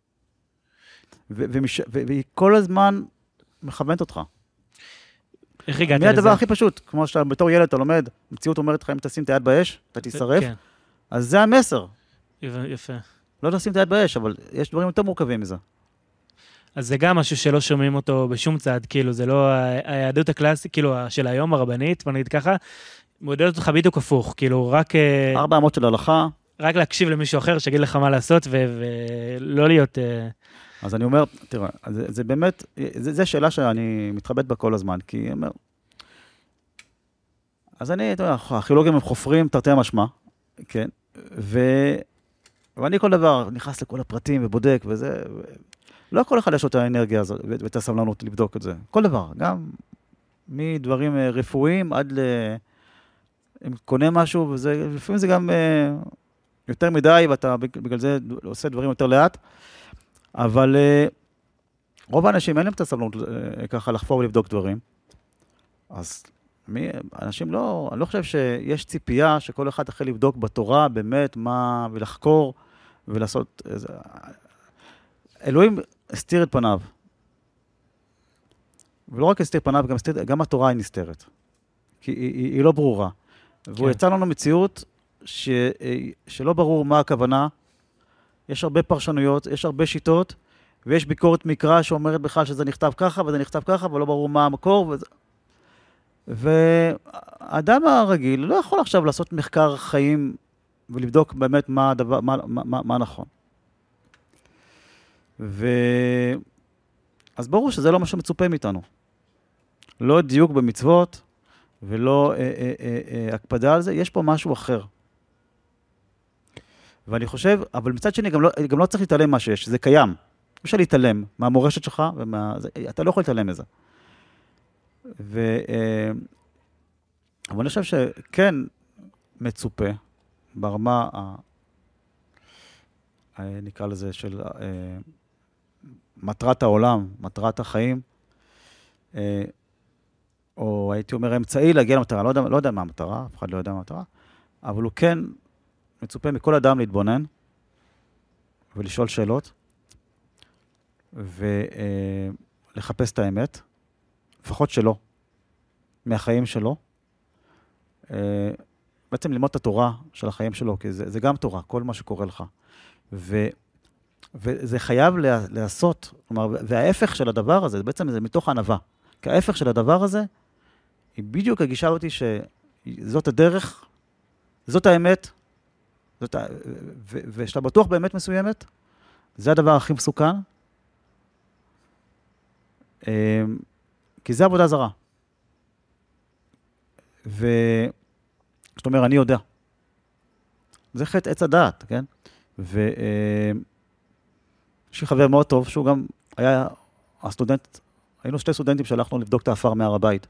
והיא כל הזמן מכוונת אותך. איך הגעת לזה? מי הדבר הכי פשוט, כמו שאתה בתור ילד אתה לומד, המציאות אומרת לך אם תשים את היד באש, אתה תישרף, אז זה המסר. יפה. לא תשים את היד באש, אבל יש דברים יותר מורכבים מזה. אז זה גם משהו שלא שומעים אותו בשום צד, כאילו זה לא היהדות הקלאסית, כאילו של היום הרבנית, בוא נגיד ככה, מודדת אותך בדיוק הפוך, כאילו רק... ארבע אמות של הלכה. רק להקשיב למישהו אחר שיגיד לך מה לעשות, ולא להיות... אז אני אומר, תראה, זה, זה באמת, זה, זה שאלה שאני מתחבט בה כל הזמן, כי אני אומר, אז אני, אתה יודע, הארכיאולוגים הם חופרים תרתי משמע, כן, ו, ואני כל דבר נכנס לכל הפרטים ובודק וזה, ו, לא כל אחד יש לו את האנרגיה הזאת ואת הסבלנות לבדוק את זה, כל דבר, גם מדברים רפואיים עד ל... אם קונה משהו, וזה, לפעמים זה גם יותר מדי, ואתה בגלל זה עושה דברים יותר לאט, אבל רוב האנשים אין להם את הסבלנות ככה לחפור ולבדוק דברים. אז מי, אנשים לא, אני לא חושב שיש ציפייה שכל אחד אחרי לבדוק בתורה באמת מה, ולחקור ולעשות, אלוהים הסתיר את פניו. ולא רק הסתיר פניו, גם, הסתיר, גם התורה היא נסתרת. כי היא, היא, היא לא ברורה. והוא כן. יצא לנו מציאות ש, שלא ברור מה הכוונה. יש הרבה פרשנויות, יש הרבה שיטות, ויש ביקורת מקרא שאומרת בכלל שזה נכתב ככה, וזה נכתב ככה, ולא ברור מה המקור. וזה... והאדם הרגיל לא יכול עכשיו לעשות מחקר חיים ולבדוק באמת מה, הדבר, מה, מה, מה, מה נכון. ו... אז ברור שזה לא מה שמצופה מאיתנו. לא דיוק במצוות, ולא אה, אה, אה, אה, הקפדה על זה, יש פה משהו אחר. ואני חושב, אבל מצד שני, גם לא, גם לא צריך להתעלם מה שיש, זה קיים. אפשר להתעלם מהמורשת שלך, ומה, זה, אתה לא יכול להתעלם מזה. ו... אה, אבל אני חושב שכן מצופה, ברמה, ה... נקרא לזה, של אה, מטרת העולם, מטרת החיים, אה, או הייתי אומר, אמצעי להגיע למטרה, לא יודע, לא יודע מה המטרה, אף אחד לא יודע מה המטרה, אבל הוא כן מצופה מכל אדם להתבונן, ולשאול שאלות, ולחפש את האמת, לפחות שלו, מהחיים שלו, בעצם ללמוד את התורה של החיים שלו, כי זה, זה גם תורה, כל מה שקורה לך. ו, וזה חייב לעשות, כלומר, וההפך של הדבר הזה, בעצם זה מתוך ענווה. כי ההפך של הדבר הזה, היא בדיוק הגישה אותי שזאת הדרך, זאת האמת, זאת, ו, ושאתה בטוח באמת מסוימת, זה הדבר הכי מסוכן, כי זה עבודה זרה. וזאת אומרת, אני יודע. זה חטא עץ הדעת, כן? ויש לי חבר מאוד טוב, שהוא גם היה הסטודנט, היינו שתי סטודנטים שהלכנו לבדוק את האפר מהר הבית.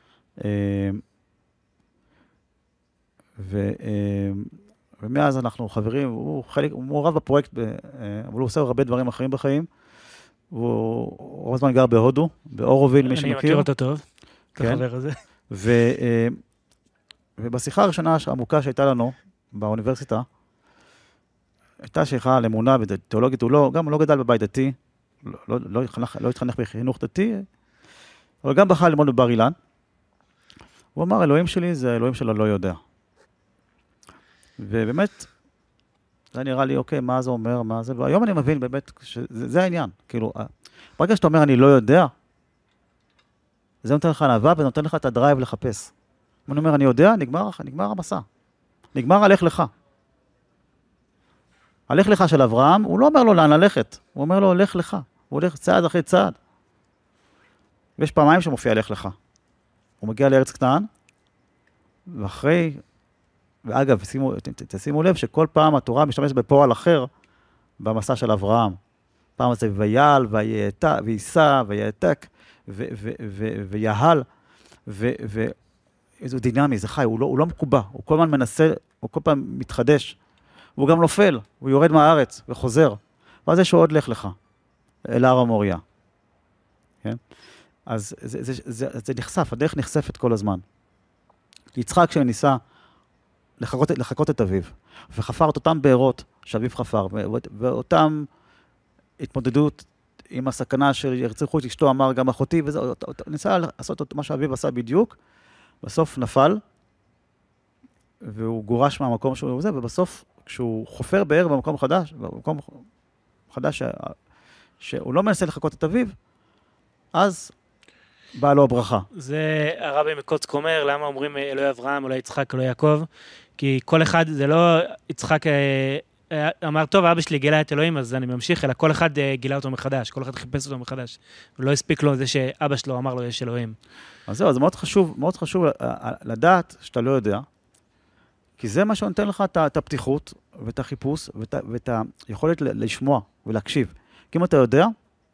ו... ומאז אנחנו חברים, הוא חלק, הוא מעורב בפרויקט, ב... אבל הוא עושה הרבה דברים אחרים בחיים. הוא רוב הזמן גר בהודו, באורוביל, מי שמכיר. אני מכיר אותו טוב, את החבר הזה. ו... ובשיחה הראשונה העמוקה שהייתה לנו באוניברסיטה, הייתה שיחה על אמונה ותיאולוגית, הוא לא, גם לא גדל בבית דתי, לא, לא, לא, התחנך, לא התחנך בחינוך דתי, אבל גם בחר ללמוד בבר אילן. הוא אמר, אלוהים שלי זה אלוהים שלו לא יודע. ובאמת, זה נראה לי, אוקיי, מה זה אומר, מה זה, והיום אני מבין באמת שזה זה העניין. כאילו, ברגע שאתה אומר, אני לא יודע, זה נותן לך ענווה ונותן לך את הדרייב לחפש. אני אומר, אני יודע, נגמר, נגמר המסע. נגמר הלך לך. הלך לך של אברהם, הוא לא אומר לו לאן ללכת, הוא אומר לו, הולך לך. הוא הולך צעד אחרי צעד. ויש פעמיים שמופיע הלך לך. הוא מגיע לארץ כנען, ואחרי, ואגב, שימו, תשימו לב שכל פעם התורה משתמשת בפועל אחר, במסע של אברהם. פעם זה ויעל, וייסע, ויעתק, ויהל, ואיזו דינמי, זה חי, הוא לא, הוא לא מקובע, הוא כל הזמן מנסה, הוא כל פעם מתחדש, והוא גם נופל, הוא יורד מהארץ וחוזר, ואז יש עוד לך לך, אל הר המוריה. כן? אז זה, זה, זה, זה נחשף, הדרך נחשפת כל הזמן. יצחק שניסה לחכות, לחכות את אביו, וחפר את אותם בארות שאביו חפר, ואותם התמודדות עם הסכנה של ירצחו את אשתו, אמר גם אחותי, וזה, ניסה לעשות את מה שאביו עשה בדיוק, בסוף נפל, והוא גורש מהמקום שהוא זה, ובסוף כשהוא חופר באר במקום חדש, במקום חדש ש... שהוא לא מנסה לחכות את אביו, אז באה לו הברכה. זה הרבי מקוצק אומר, למה אומרים אלוהי אברהם, אלוהי יצחק, אלוהי יעקב? כי כל אחד, זה לא יצחק אמר, טוב, אבא שלי גילה את אלוהים, אז אני ממשיך, אלא כל אחד גילה אותו מחדש, כל אחד חיפש אותו מחדש. ולא הספיק לו זה שאבא שלו אמר לו, יש אלוהים. אז זהו, זה מאוד חשוב, מאוד חשוב לדעת שאתה לא יודע, כי זה מה שנותן לך את הפתיחות ואת החיפוש ואת היכולת לשמוע ולהקשיב. כי אם אתה יודע,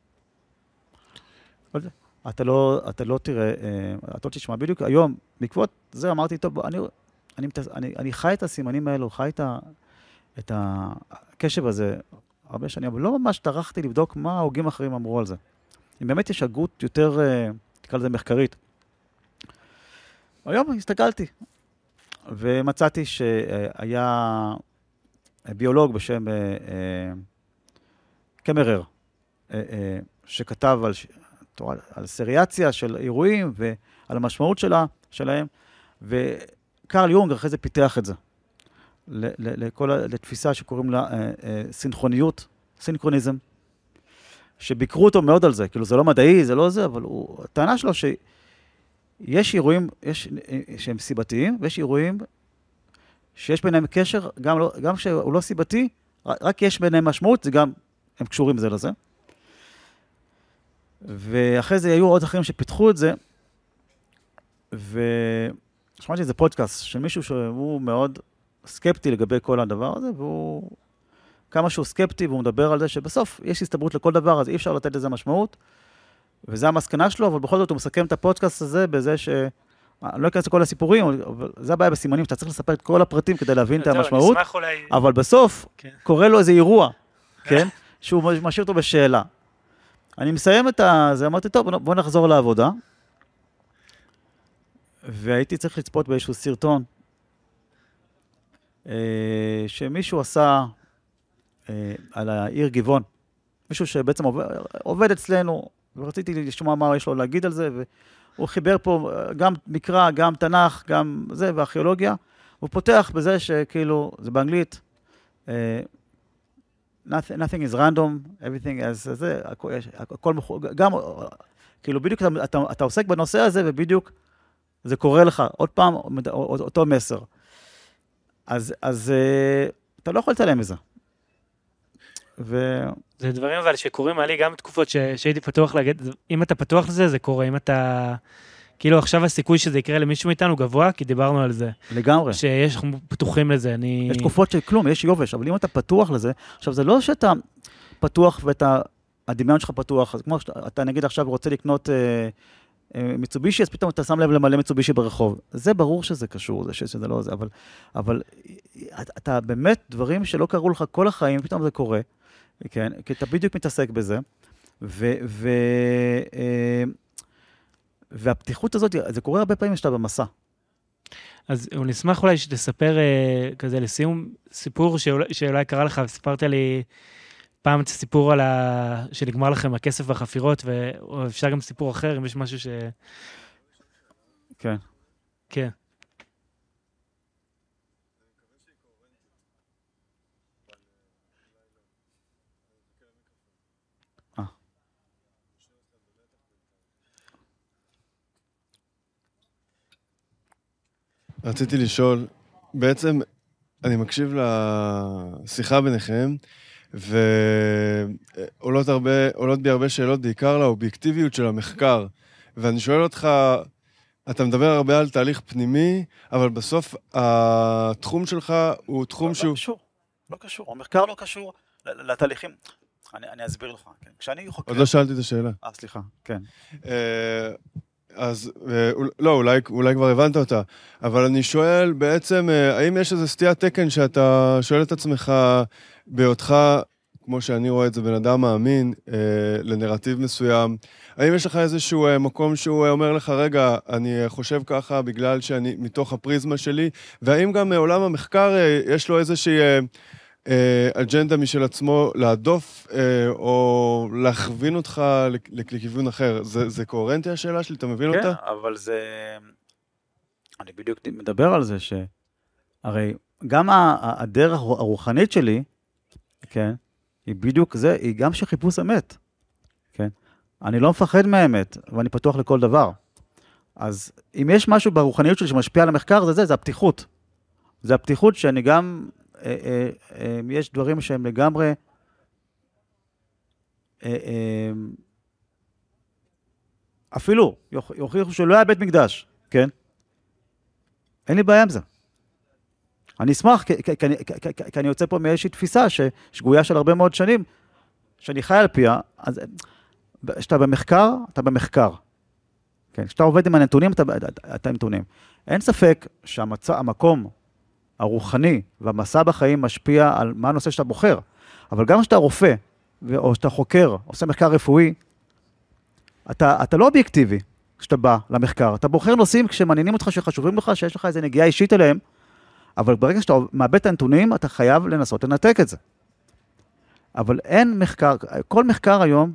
אתה לא, אתה לא תראה, אתה לא תשמע. בדיוק היום, בעקבות זה אמרתי, טוב, אני, אני, אני, אני חי את הסימנים האלו, חי את, ה, את הקשב הזה הרבה שנים, אבל לא ממש טרחתי לבדוק מה ההוגים אחרים אמרו על זה. אם באמת יש הגות יותר, תקרא לזה מחקרית. היום הסתכלתי, ומצאתי שהיה ביולוג בשם קמרר, שכתב על, על סריאציה של אירועים ועל המשמעות שלה, שלהם, וקרל יונג אחרי זה פיתח את זה, לכל, לתפיסה שקוראים לה סינכרוניות, סינכרוניזם, שביקרו אותו מאוד על זה, כאילו זה לא מדעי, זה לא זה, אבל הוא, הטענה שלו שיש אירועים יש, שהם סיבתיים, ויש אירועים שיש ביניהם קשר, גם, לא, גם שהוא לא סיבתי, רק יש ביניהם משמעות, זה גם, הם קשורים זה לזה. ואחרי זה היו עוד אחרים שפיתחו את זה, ושמעתי איזה פודקאסט של מישהו שהוא מאוד סקפטי לגבי כל הדבר הזה, והוא כמה שהוא סקפטי, והוא מדבר על זה שבסוף יש הסתברות לכל דבר, אז אי אפשר לתת לזה משמעות, וזה המסקנה שלו, אבל בכל זאת הוא מסכם את הפודקאסט הזה בזה ש... אני לא אכנס לכל הסיפורים, אבל זה הבעיה בסימנים, שאתה צריך לספר את כל הפרטים כדי להבין את המשמעות, אבל בסוף קורה לו איזה אירוע, כן? שהוא משאיר אותו בשאלה. אני מסיים את זה, אמרתי, טוב, בוא נחזור לעבודה, והייתי צריך לצפות באיזשהו סרטון, שמישהו עשה על העיר גבעון, מישהו שבעצם עובד אצלנו, ורציתי לשמוע מה יש לו להגיד על זה, והוא חיבר פה גם מקרא, גם תנ"ך, גם זה, וארכיאולוגיה, הוא פותח בזה שכאילו, זה באנגלית, nothing, nothing is random, everything is, זה, הכל, גם, כאילו בדיוק אתה, אתה, אתה עוסק בנושא הזה, ובדיוק זה קורה לך, עוד פעם, אותו מסר. אז, אז אתה לא יכול לצלם מזה. ו... זה דברים אבל שקורים עלי גם תקופות ש... שהייתי פתוח להגיד, אם אתה פתוח לזה, זה קורה, אם אתה, כאילו עכשיו הסיכוי שזה יקרה למישהו מאיתנו גבוה, כי דיברנו על זה. לגמרי. שיש פתוחים לזה, אני... יש תקופות של כלום, יש יובש, אבל אם אתה פתוח לזה, עכשיו זה לא שאתה פתוח ואתה, הדמיון שלך פתוח, אז כמו שאתה נגיד עכשיו רוצה לקנות אה, אה, מיצובישי, אז פתאום אתה שם לב למלא מיצובישי ברחוב. זה ברור שזה קשור, זה שזה לא זה, אבל, אבל אתה באמת דברים שלא קראו לך כל החיים, פתאום זה קורה. כן, כי אתה בדיוק מתעסק בזה, ו, ו, אה, והפתיחות הזאת, זה קורה הרבה פעמים שאתה במסע. אז הוא נשמח אולי שתספר אה, כזה לסיום סיפור שאולי, שאולי קרה לך, וסיפרת לי פעם את הסיפור על ה... שנגמר לכם הכסף והחפירות, ואפשר גם סיפור אחר, אם יש משהו ש... כן. כן. רציתי לשאול, בעצם אני מקשיב לשיחה ביניכם, ועולות הרבה, עולות בי הרבה שאלות, בעיקר לאובייקטיביות של המחקר. ואני שואל אותך, אתה מדבר הרבה על תהליך פנימי, אבל בסוף התחום שלך הוא תחום לא, שהוא... לא קשור, לא קשור, המחקר לא קשור לתהליכים. אני, אני אסביר לך, כן. כשאני חוקר... עוד לא שאלתי את השאלה. אה, סליחה, כן. אז לא, אולי, אולי כבר הבנת אותה, אבל אני שואל בעצם, האם יש איזה סטיית תקן שאתה שואל את עצמך בהיותך, כמו שאני רואה את זה, בן אדם מאמין, לנרטיב מסוים, האם יש לך איזשהו מקום שהוא אומר לך, רגע, אני חושב ככה בגלל שאני מתוך הפריזמה שלי, והאם גם מעולם המחקר יש לו איזושהי אג'נדה משל עצמו להדוף או להכווין אותך לכיוון אחר? זה, זה קוהרנטי השאלה שלי, אתה מבין כן, אותה? כן, אבל זה... אני בדיוק מדבר על זה שהרי גם הדרך הרוחנית שלי, כן, היא בדיוק זה, היא גם שחיפוש אמת, כן? אני לא מפחד מהאמת, ואני פתוח לכל דבר. אז אם יש משהו ברוחניות שלי שמשפיע על המחקר, זה זה, זה הפתיחות. זה הפתיחות שאני גם... יש דברים שהם לגמרי אפילו יוכיחו שלא היה בית מקדש, כן? אין לי בעיה עם זה. אני אשמח, כי אני יוצא פה מאיזושהי תפיסה ששגויה של הרבה מאוד שנים, שאני חי על פיה, אז כשאתה במחקר, אתה במחקר. כן, כשאתה עובד עם הנתונים, אתה עם נתונים. אין ספק שהמקום הרוחני והמסע בחיים משפיע על מה הנושא שאתה בוחר. אבל גם כשאתה רופא, או שאתה חוקר, עושה מחקר רפואי, אתה, אתה לא אובייקטיבי כשאתה בא למחקר. אתה בוחר נושאים כשמעניינים אותך, שחשובים לך, שיש לך איזו נגיעה אישית אליהם, אבל ברגע שאתה מאבד את הנתונים, אתה חייב לנסות לנתק את זה. אבל אין מחקר, כל מחקר היום,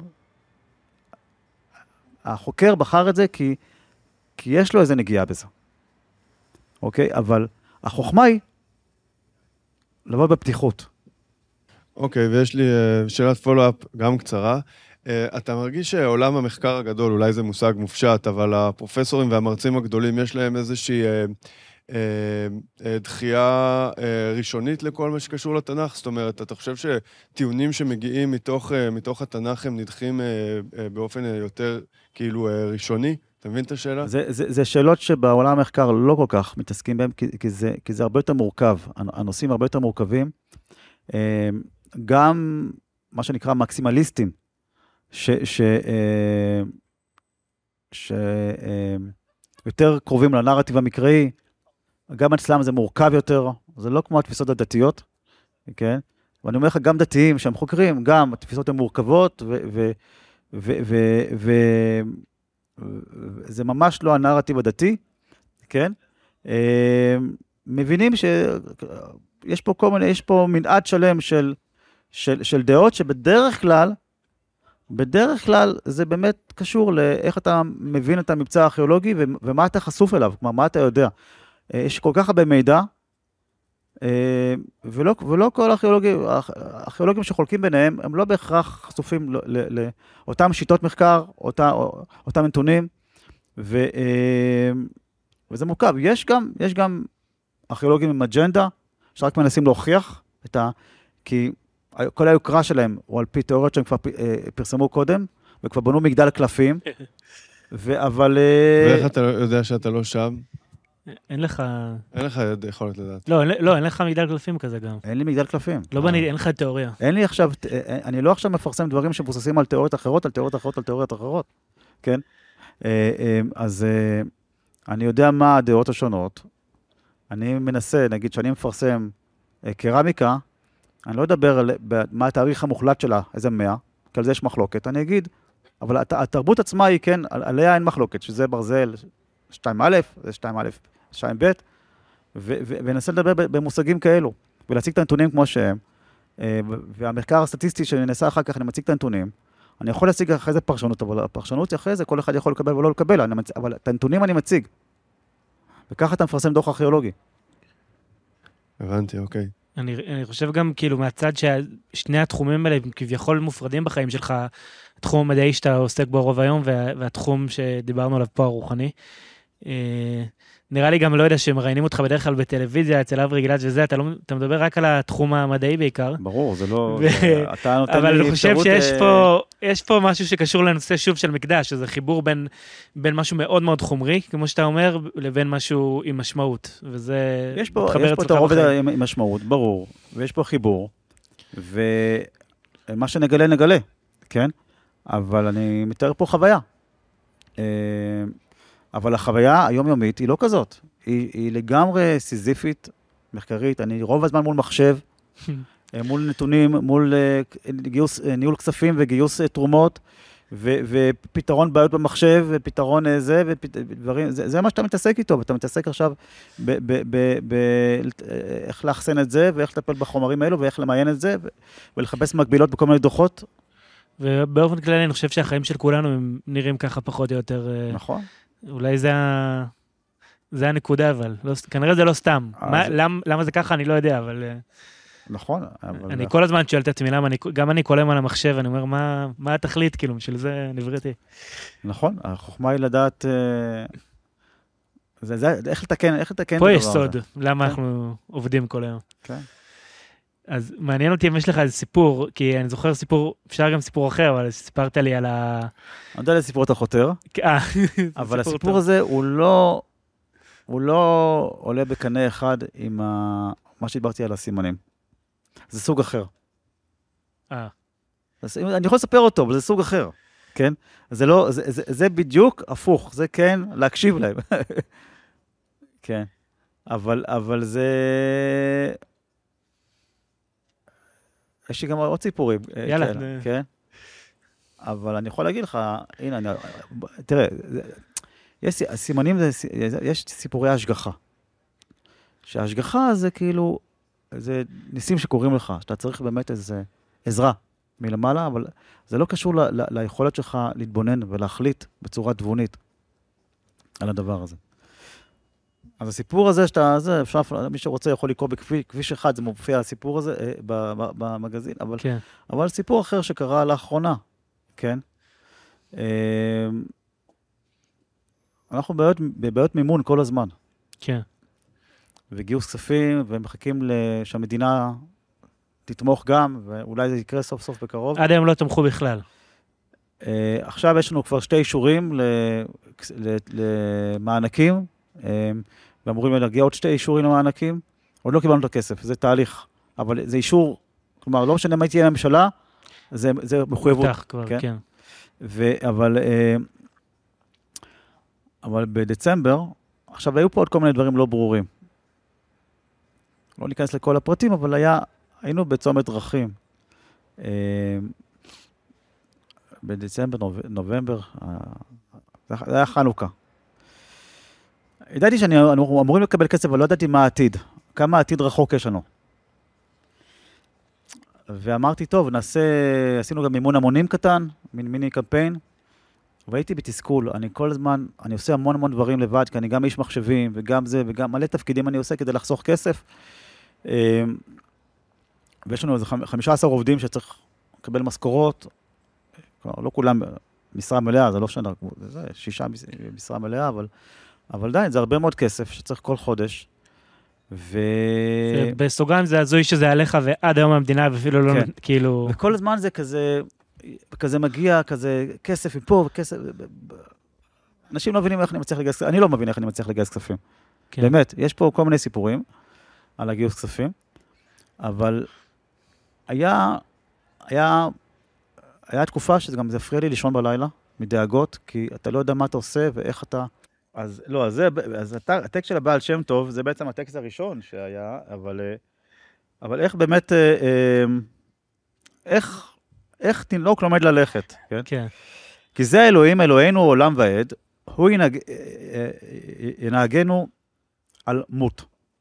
החוקר בחר את זה כי, כי יש לו איזה נגיעה בזה. אוקיי? אבל החוכמה היא לבוא בפתיחות. אוקיי, ויש לי uh, שאלת פולו-אפ גם קצרה. Uh, אתה מרגיש שעולם המחקר הגדול, אולי זה מושג מופשט, אבל הפרופסורים והמרצים הגדולים, יש להם איזושהי uh, uh, uh, דחייה uh, ראשונית לכל מה שקשור לתנ"ך? זאת אומרת, אתה חושב שטיעונים שמגיעים מתוך, uh, מתוך התנ"ך הם נדחים uh, uh, באופן uh, יותר כאילו uh, ראשוני? אתה מבין את השאלה? זה, זה, זה שאלות שבעולם המחקר לא כל כך מתעסקים בהם, כי, כי, זה, כי זה הרבה יותר מורכב. הנושאים הרבה יותר מורכבים. גם מה שנקרא מקסימליסטים, ש, ש, ש, יותר קרובים לנרטיב המקראי, גם אצלם זה מורכב יותר, זה לא כמו התפיסות הדתיות, כן? ואני אומר לך, גם דתיים שהם חוקרים, גם התפיסות הן מורכבות, ו, ו, ו, ו, ו, זה ממש לא הנרטיב הדתי, כן? מבינים שיש פה כל מיני, יש פה מנעד שלם של, של, של דעות, שבדרך כלל, בדרך כלל זה באמת קשור לאיך אתה מבין את המבצע הארכיאולוגי, ומה אתה חשוף אליו, כלומר, מה אתה יודע. יש כל כך הרבה מידע, ולא, ולא כל הארכיאולוגים, הארכיאולוגים שחולקים ביניהם, הם לא בהכרח חשופים לאותם שיטות מחקר, אותה, אותם נתונים, ו, וזה מורכב. יש גם, יש גם ארכיאולוגים עם אג'נדה, שרק מנסים להוכיח את ה... כי כל היוקרה שלהם, הוא על פי תיאוריות שהם כבר פרסמו קודם, וכבר בנו מגדל קלפים, אבל... ואיך אתה יודע שאתה לא שם? אין לך... אין לך יכולת לדעת. לא, לא, אין לך מגדל קלפים כזה גם. אין לי מגדל קלפים. לא בני, אין לך תיאוריה. אין לי עכשיו, אני לא עכשיו מפרסם דברים שמבוססים על תיאוריות אחרות, על תיאוריות אחרות, על תיאוריות אחרות. כן? אז אני יודע מה הדעות השונות. אני מנסה, נגיד, שאני מפרסם קרמיקה, אני לא אדבר על מה התאריך המוחלט שלה, איזה מאה, כי על זה יש מחלוקת. אני אגיד, אבל התרבות עצמה היא, כן, עליה אין מחלוקת, שזה ברזל שתיים א', זה שתיים א', שתיים ב', וננסה לדבר במושגים כאלו, ולהציג את הנתונים כמו שהם, והמחקר הסטטיסטי שנעשה אחר כך, אני מציג את הנתונים, אני יכול להציג אחרי זה פרשנות, אבל הפרשנות אחרי זה, כל אחד יכול לקבל ולא לקבל, אבל את הנתונים אני מציג. וככה אתה מפרסם דוח ארכיאולוגי. הבנתי, אוקיי. אני, אני חושב גם כאילו מהצד ששני התחומים האלה כביכול מופרדים בחיים שלך, התחום המדעי שאתה עוסק בו רוב היום, וה, והתחום שדיברנו עליו פה הרוחני. אה, נראה לי גם לא יודע שמראיינים אותך בדרך כלל בטלוויזיה, אצל אברי גלעד וזה, אתה, לא, אתה מדבר רק על התחום המדעי בעיקר. ברור, זה לא... ו... זה, אתה נותן אבל לי אני חושב אפשרות, שיש אה... פה, יש פה משהו שקשור לנושא שוב של מקדש, שזה חיבור בין, בין משהו מאוד מאוד חומרי, כמו שאתה אומר, לבין משהו עם משמעות. וזה... יש פה, יש פה את הרובד עם, עם משמעות, ברור. ויש פה חיבור. ומה שנגלה, נגלה. כן? אבל אני מתאר פה חוויה. אבל החוויה היומיומית היא לא כזאת. היא, היא לגמרי סיזיפית, מחקרית. אני רוב הזמן מול מחשב, מול נתונים, מול גיוס, ניהול כספים וגיוס תרומות, ו, ופתרון בעיות במחשב, ופתרון זה, ודברים, זה, זה מה שאתה מתעסק איתו, ואתה מתעסק עכשיו באיך להחסן את זה, ואיך לטפל בחומרים האלו, ואיך למיין את זה, ולחפש מקבילות בכל מיני דוחות. ובאופן כללי אני חושב שהחיים של כולנו הם נראים ככה פחות או יותר. נכון. אולי זה, זה הנקודה, אבל לא, כנראה זה לא סתם. מה, למ, למה זה ככה אני לא יודע, אבל... נכון. אבל אני כל הזמן שואל את עצמי, למה אני, גם אני קולם על המחשב, אני אומר, מה, מה התכלית, כאילו, בשביל זה נבראתי. נכון, החוכמה היא לדעת, זה, זה, איך לתקן, איך לתקן פה יש סוד, למה כן. אנחנו עובדים כל היום. כן. אז מעניין אותי אם יש לך איזה סיפור, כי אני זוכר סיפור, אפשר גם סיפור אחר, אבל סיפרת לי על ה... אני יודע לסיפור את החותר, אבל הסיפור הזה הוא לא, הוא לא עולה בקנה אחד עם ה... מה שדיברתי על הסימנים. זה סוג אחר. אה. אני יכול לספר אותו, אבל זה סוג אחר, כן? זה לא, זה, זה, זה בדיוק הפוך, זה כן להקשיב להם. כן. אבל, אבל זה... יש לי גם עוד סיפורים. יאללה. כן, כן. אבל אני יכול להגיד לך, הנה, אני, תראה, יש סימנים, יש סיפורי השגחה. שההשגחה זה כאילו, זה ניסים שקוראים לך, שאתה צריך באמת איזה עזרה מלמעלה, אבל זה לא קשור ל, ל, ליכולת שלך להתבונן ולהחליט בצורה תבונית על הדבר הזה. אז הסיפור הזה, שאתה, זה, אפשר, מי שרוצה יכול לקרוא בכביש אחד, זה מופיע הסיפור הזה אה, במגזין, אבל, כן. אבל סיפור אחר שקרה לאחרונה, כן? אה, אנחנו בבעיות, בבעיות מימון כל הזמן. כן. וגיוס כספים, ומחכים שהמדינה תתמוך גם, ואולי זה יקרה סוף סוף בקרוב. עד היום לא תמכו בכלל. Uh, עכשיו יש לנו כבר שתי אישורים ל, ל, למענקים, um, ואמורים להגיע עוד שתי אישורים למענקים. עוד לא קיבלנו את הכסף, זה תהליך. אבל זה אישור, כלומר, לא משנה מה תהיה הממשלה, זה, זה מחויבות. מובטח כבר, כן. כן. ו, אבל, uh, אבל בדצמבר, עכשיו היו פה עוד כל מיני דברים לא ברורים. לא ניכנס לכל הפרטים, אבל היה, היינו בצומת דרכים. Uh, בדצמבר, נוב... נובמבר, זה היה חנוכה. ידעתי שאנחנו אמורים לקבל כסף, אבל לא ידעתי מה העתיד, כמה העתיד רחוק יש לנו. ואמרתי, טוב, נעשה, עשינו גם מימון המונים קטן, מין מיני קמפיין, והייתי בתסכול, אני כל הזמן, אני עושה המון המון דברים לבד, כי אני גם איש מחשבים, וגם זה, וגם מלא תפקידים אני עושה כדי לחסוך כסף. ויש לנו איזה חמישה עשר עובדים שצריך לקבל משכורות, לא כולם משרה מלאה, זה לא שנה, זה שישה משרה מלאה, אבל, אבל די, זה הרבה מאוד כסף שצריך כל חודש. ו... בסוגריים זה הזוי שזה עליך, ועד היום המדינה, ואפילו לא, כן. כאילו... וכל הזמן זה כזה, כזה מגיע, כזה כסף מפה, וכסף... אנשים לא מבינים איך אני מצליח לגייס כספים, אני לא מבין איך אני מצליח לגייס כספים. כן. באמת, יש פה כל מיני סיפורים על הגיוס כספים, אבל היה, היה... היה תקופה שזה גם הפריע לי לישון בלילה, מדאגות, כי אתה לא יודע מה אתה עושה ואיך אתה... אז לא, אז, זה, אז הטקסט של הבעל שם טוב, זה בעצם הטקסט הראשון שהיה, אבל, אבל איך באמת, איך, איך תינוק לומד ללכת, כן? כן. כי זה אלוהים, אלוהינו עולם ועד, הוא ינהג, ינהגנו על מות.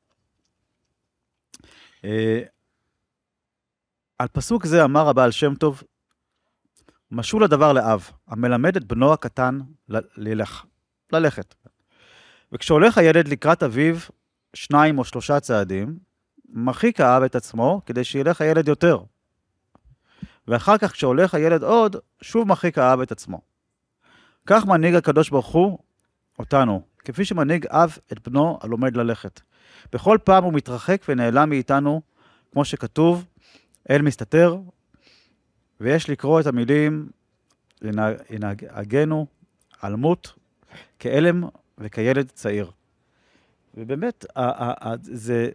על פסוק זה אמר הבעל שם טוב, משול הדבר לאב, המלמד את בנו הקטן ללך, ללכת. וכשהולך הילד לקראת אביו שניים או שלושה צעדים, מרחיק האב את עצמו כדי שילך הילד יותר. ואחר כך כשהולך הילד עוד, שוב מרחיק האב את עצמו. כך מנהיג הקדוש ברוך הוא אותנו, כפי שמנהיג אב את בנו הלומד ללכת. בכל פעם הוא מתרחק ונעלם מאיתנו, כמו שכתוב, אל מסתתר, ויש לקרוא את המילים, ינהגנו על מות, כאלם וכילד צעיר. ובאמת, זה...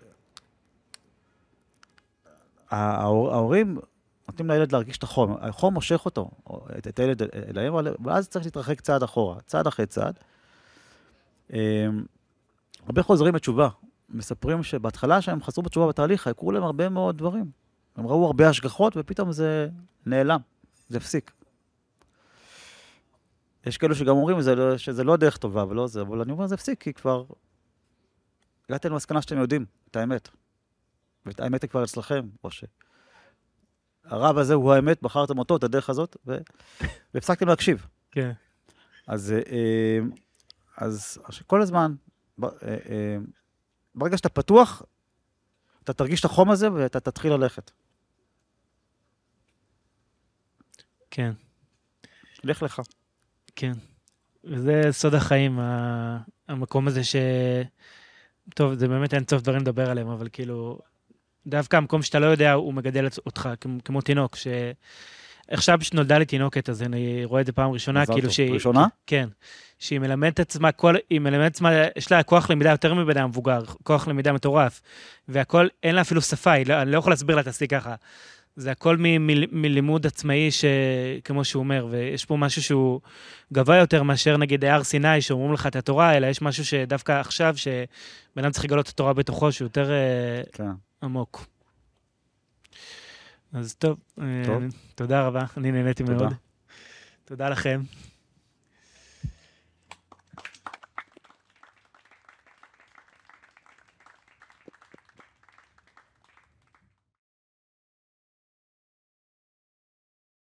ההורים נותנים לילד להרגיש את החום. החום מושך אותו, את הילד אליהם, ואז צריך להתרחק צעד אחורה, צעד אחרי צעד. הרבה חוזרים בתשובה, מספרים שבהתחלה שהם חזרו בתשובה בתהליך, יקרו להם הרבה מאוד דברים. הם ראו הרבה השגחות, ופתאום זה נעלם, זה הפסיק. יש כאלו שגם אומרים שזה לא דרך טובה, ולא זה, אבל אני אומר, זה הפסיק, כי כבר הגעתם למסקנה שאתם יודעים את האמת. ואת האמת היא כבר אצלכם, או שהרב הזה הוא האמת, בחרתם אותו, את הדרך הזאת, והפסקתם להקשיב. כן. אז, אז כל הזמן, ברגע שאתה פתוח, אתה תרגיש את החום הזה, ואתה תתחיל ללכת. כן. לך לך. כן. וזה סוד החיים, המקום הזה ש... טוב, זה באמת אין צוף דברים לדבר עליהם, אבל כאילו, דווקא המקום שאתה לא יודע, הוא מגדל אותך, כמו תינוק, ש... עכשיו שנולדה לי תינוקת, אז אני רואה את זה פעם ראשונה, כאילו שהיא... ראשונה? כן. שהיא מלמדת עצמה, כל... היא מלמדת עצמה, יש לה כוח למידה יותר מבן אדם מבוגר, כוח למידה מטורף, והכל, אין לה אפילו שפה, לא, אני לא יכול להסביר לה, תעשי ככה. זה הכל מ- מ- מלימוד עצמאי, ש... כמו שהוא אומר, ויש פה משהו שהוא גבוה יותר מאשר נגיד הר סיני, שאומרים לך את התורה, אלא יש משהו שדווקא עכשיו, שבן אדם צריך לגלות את התורה בתוכו, שהוא יותר כן. עמוק. אז טוב, טוב. תודה רבה, אני נהניתי תודה. מאוד. תודה לכם.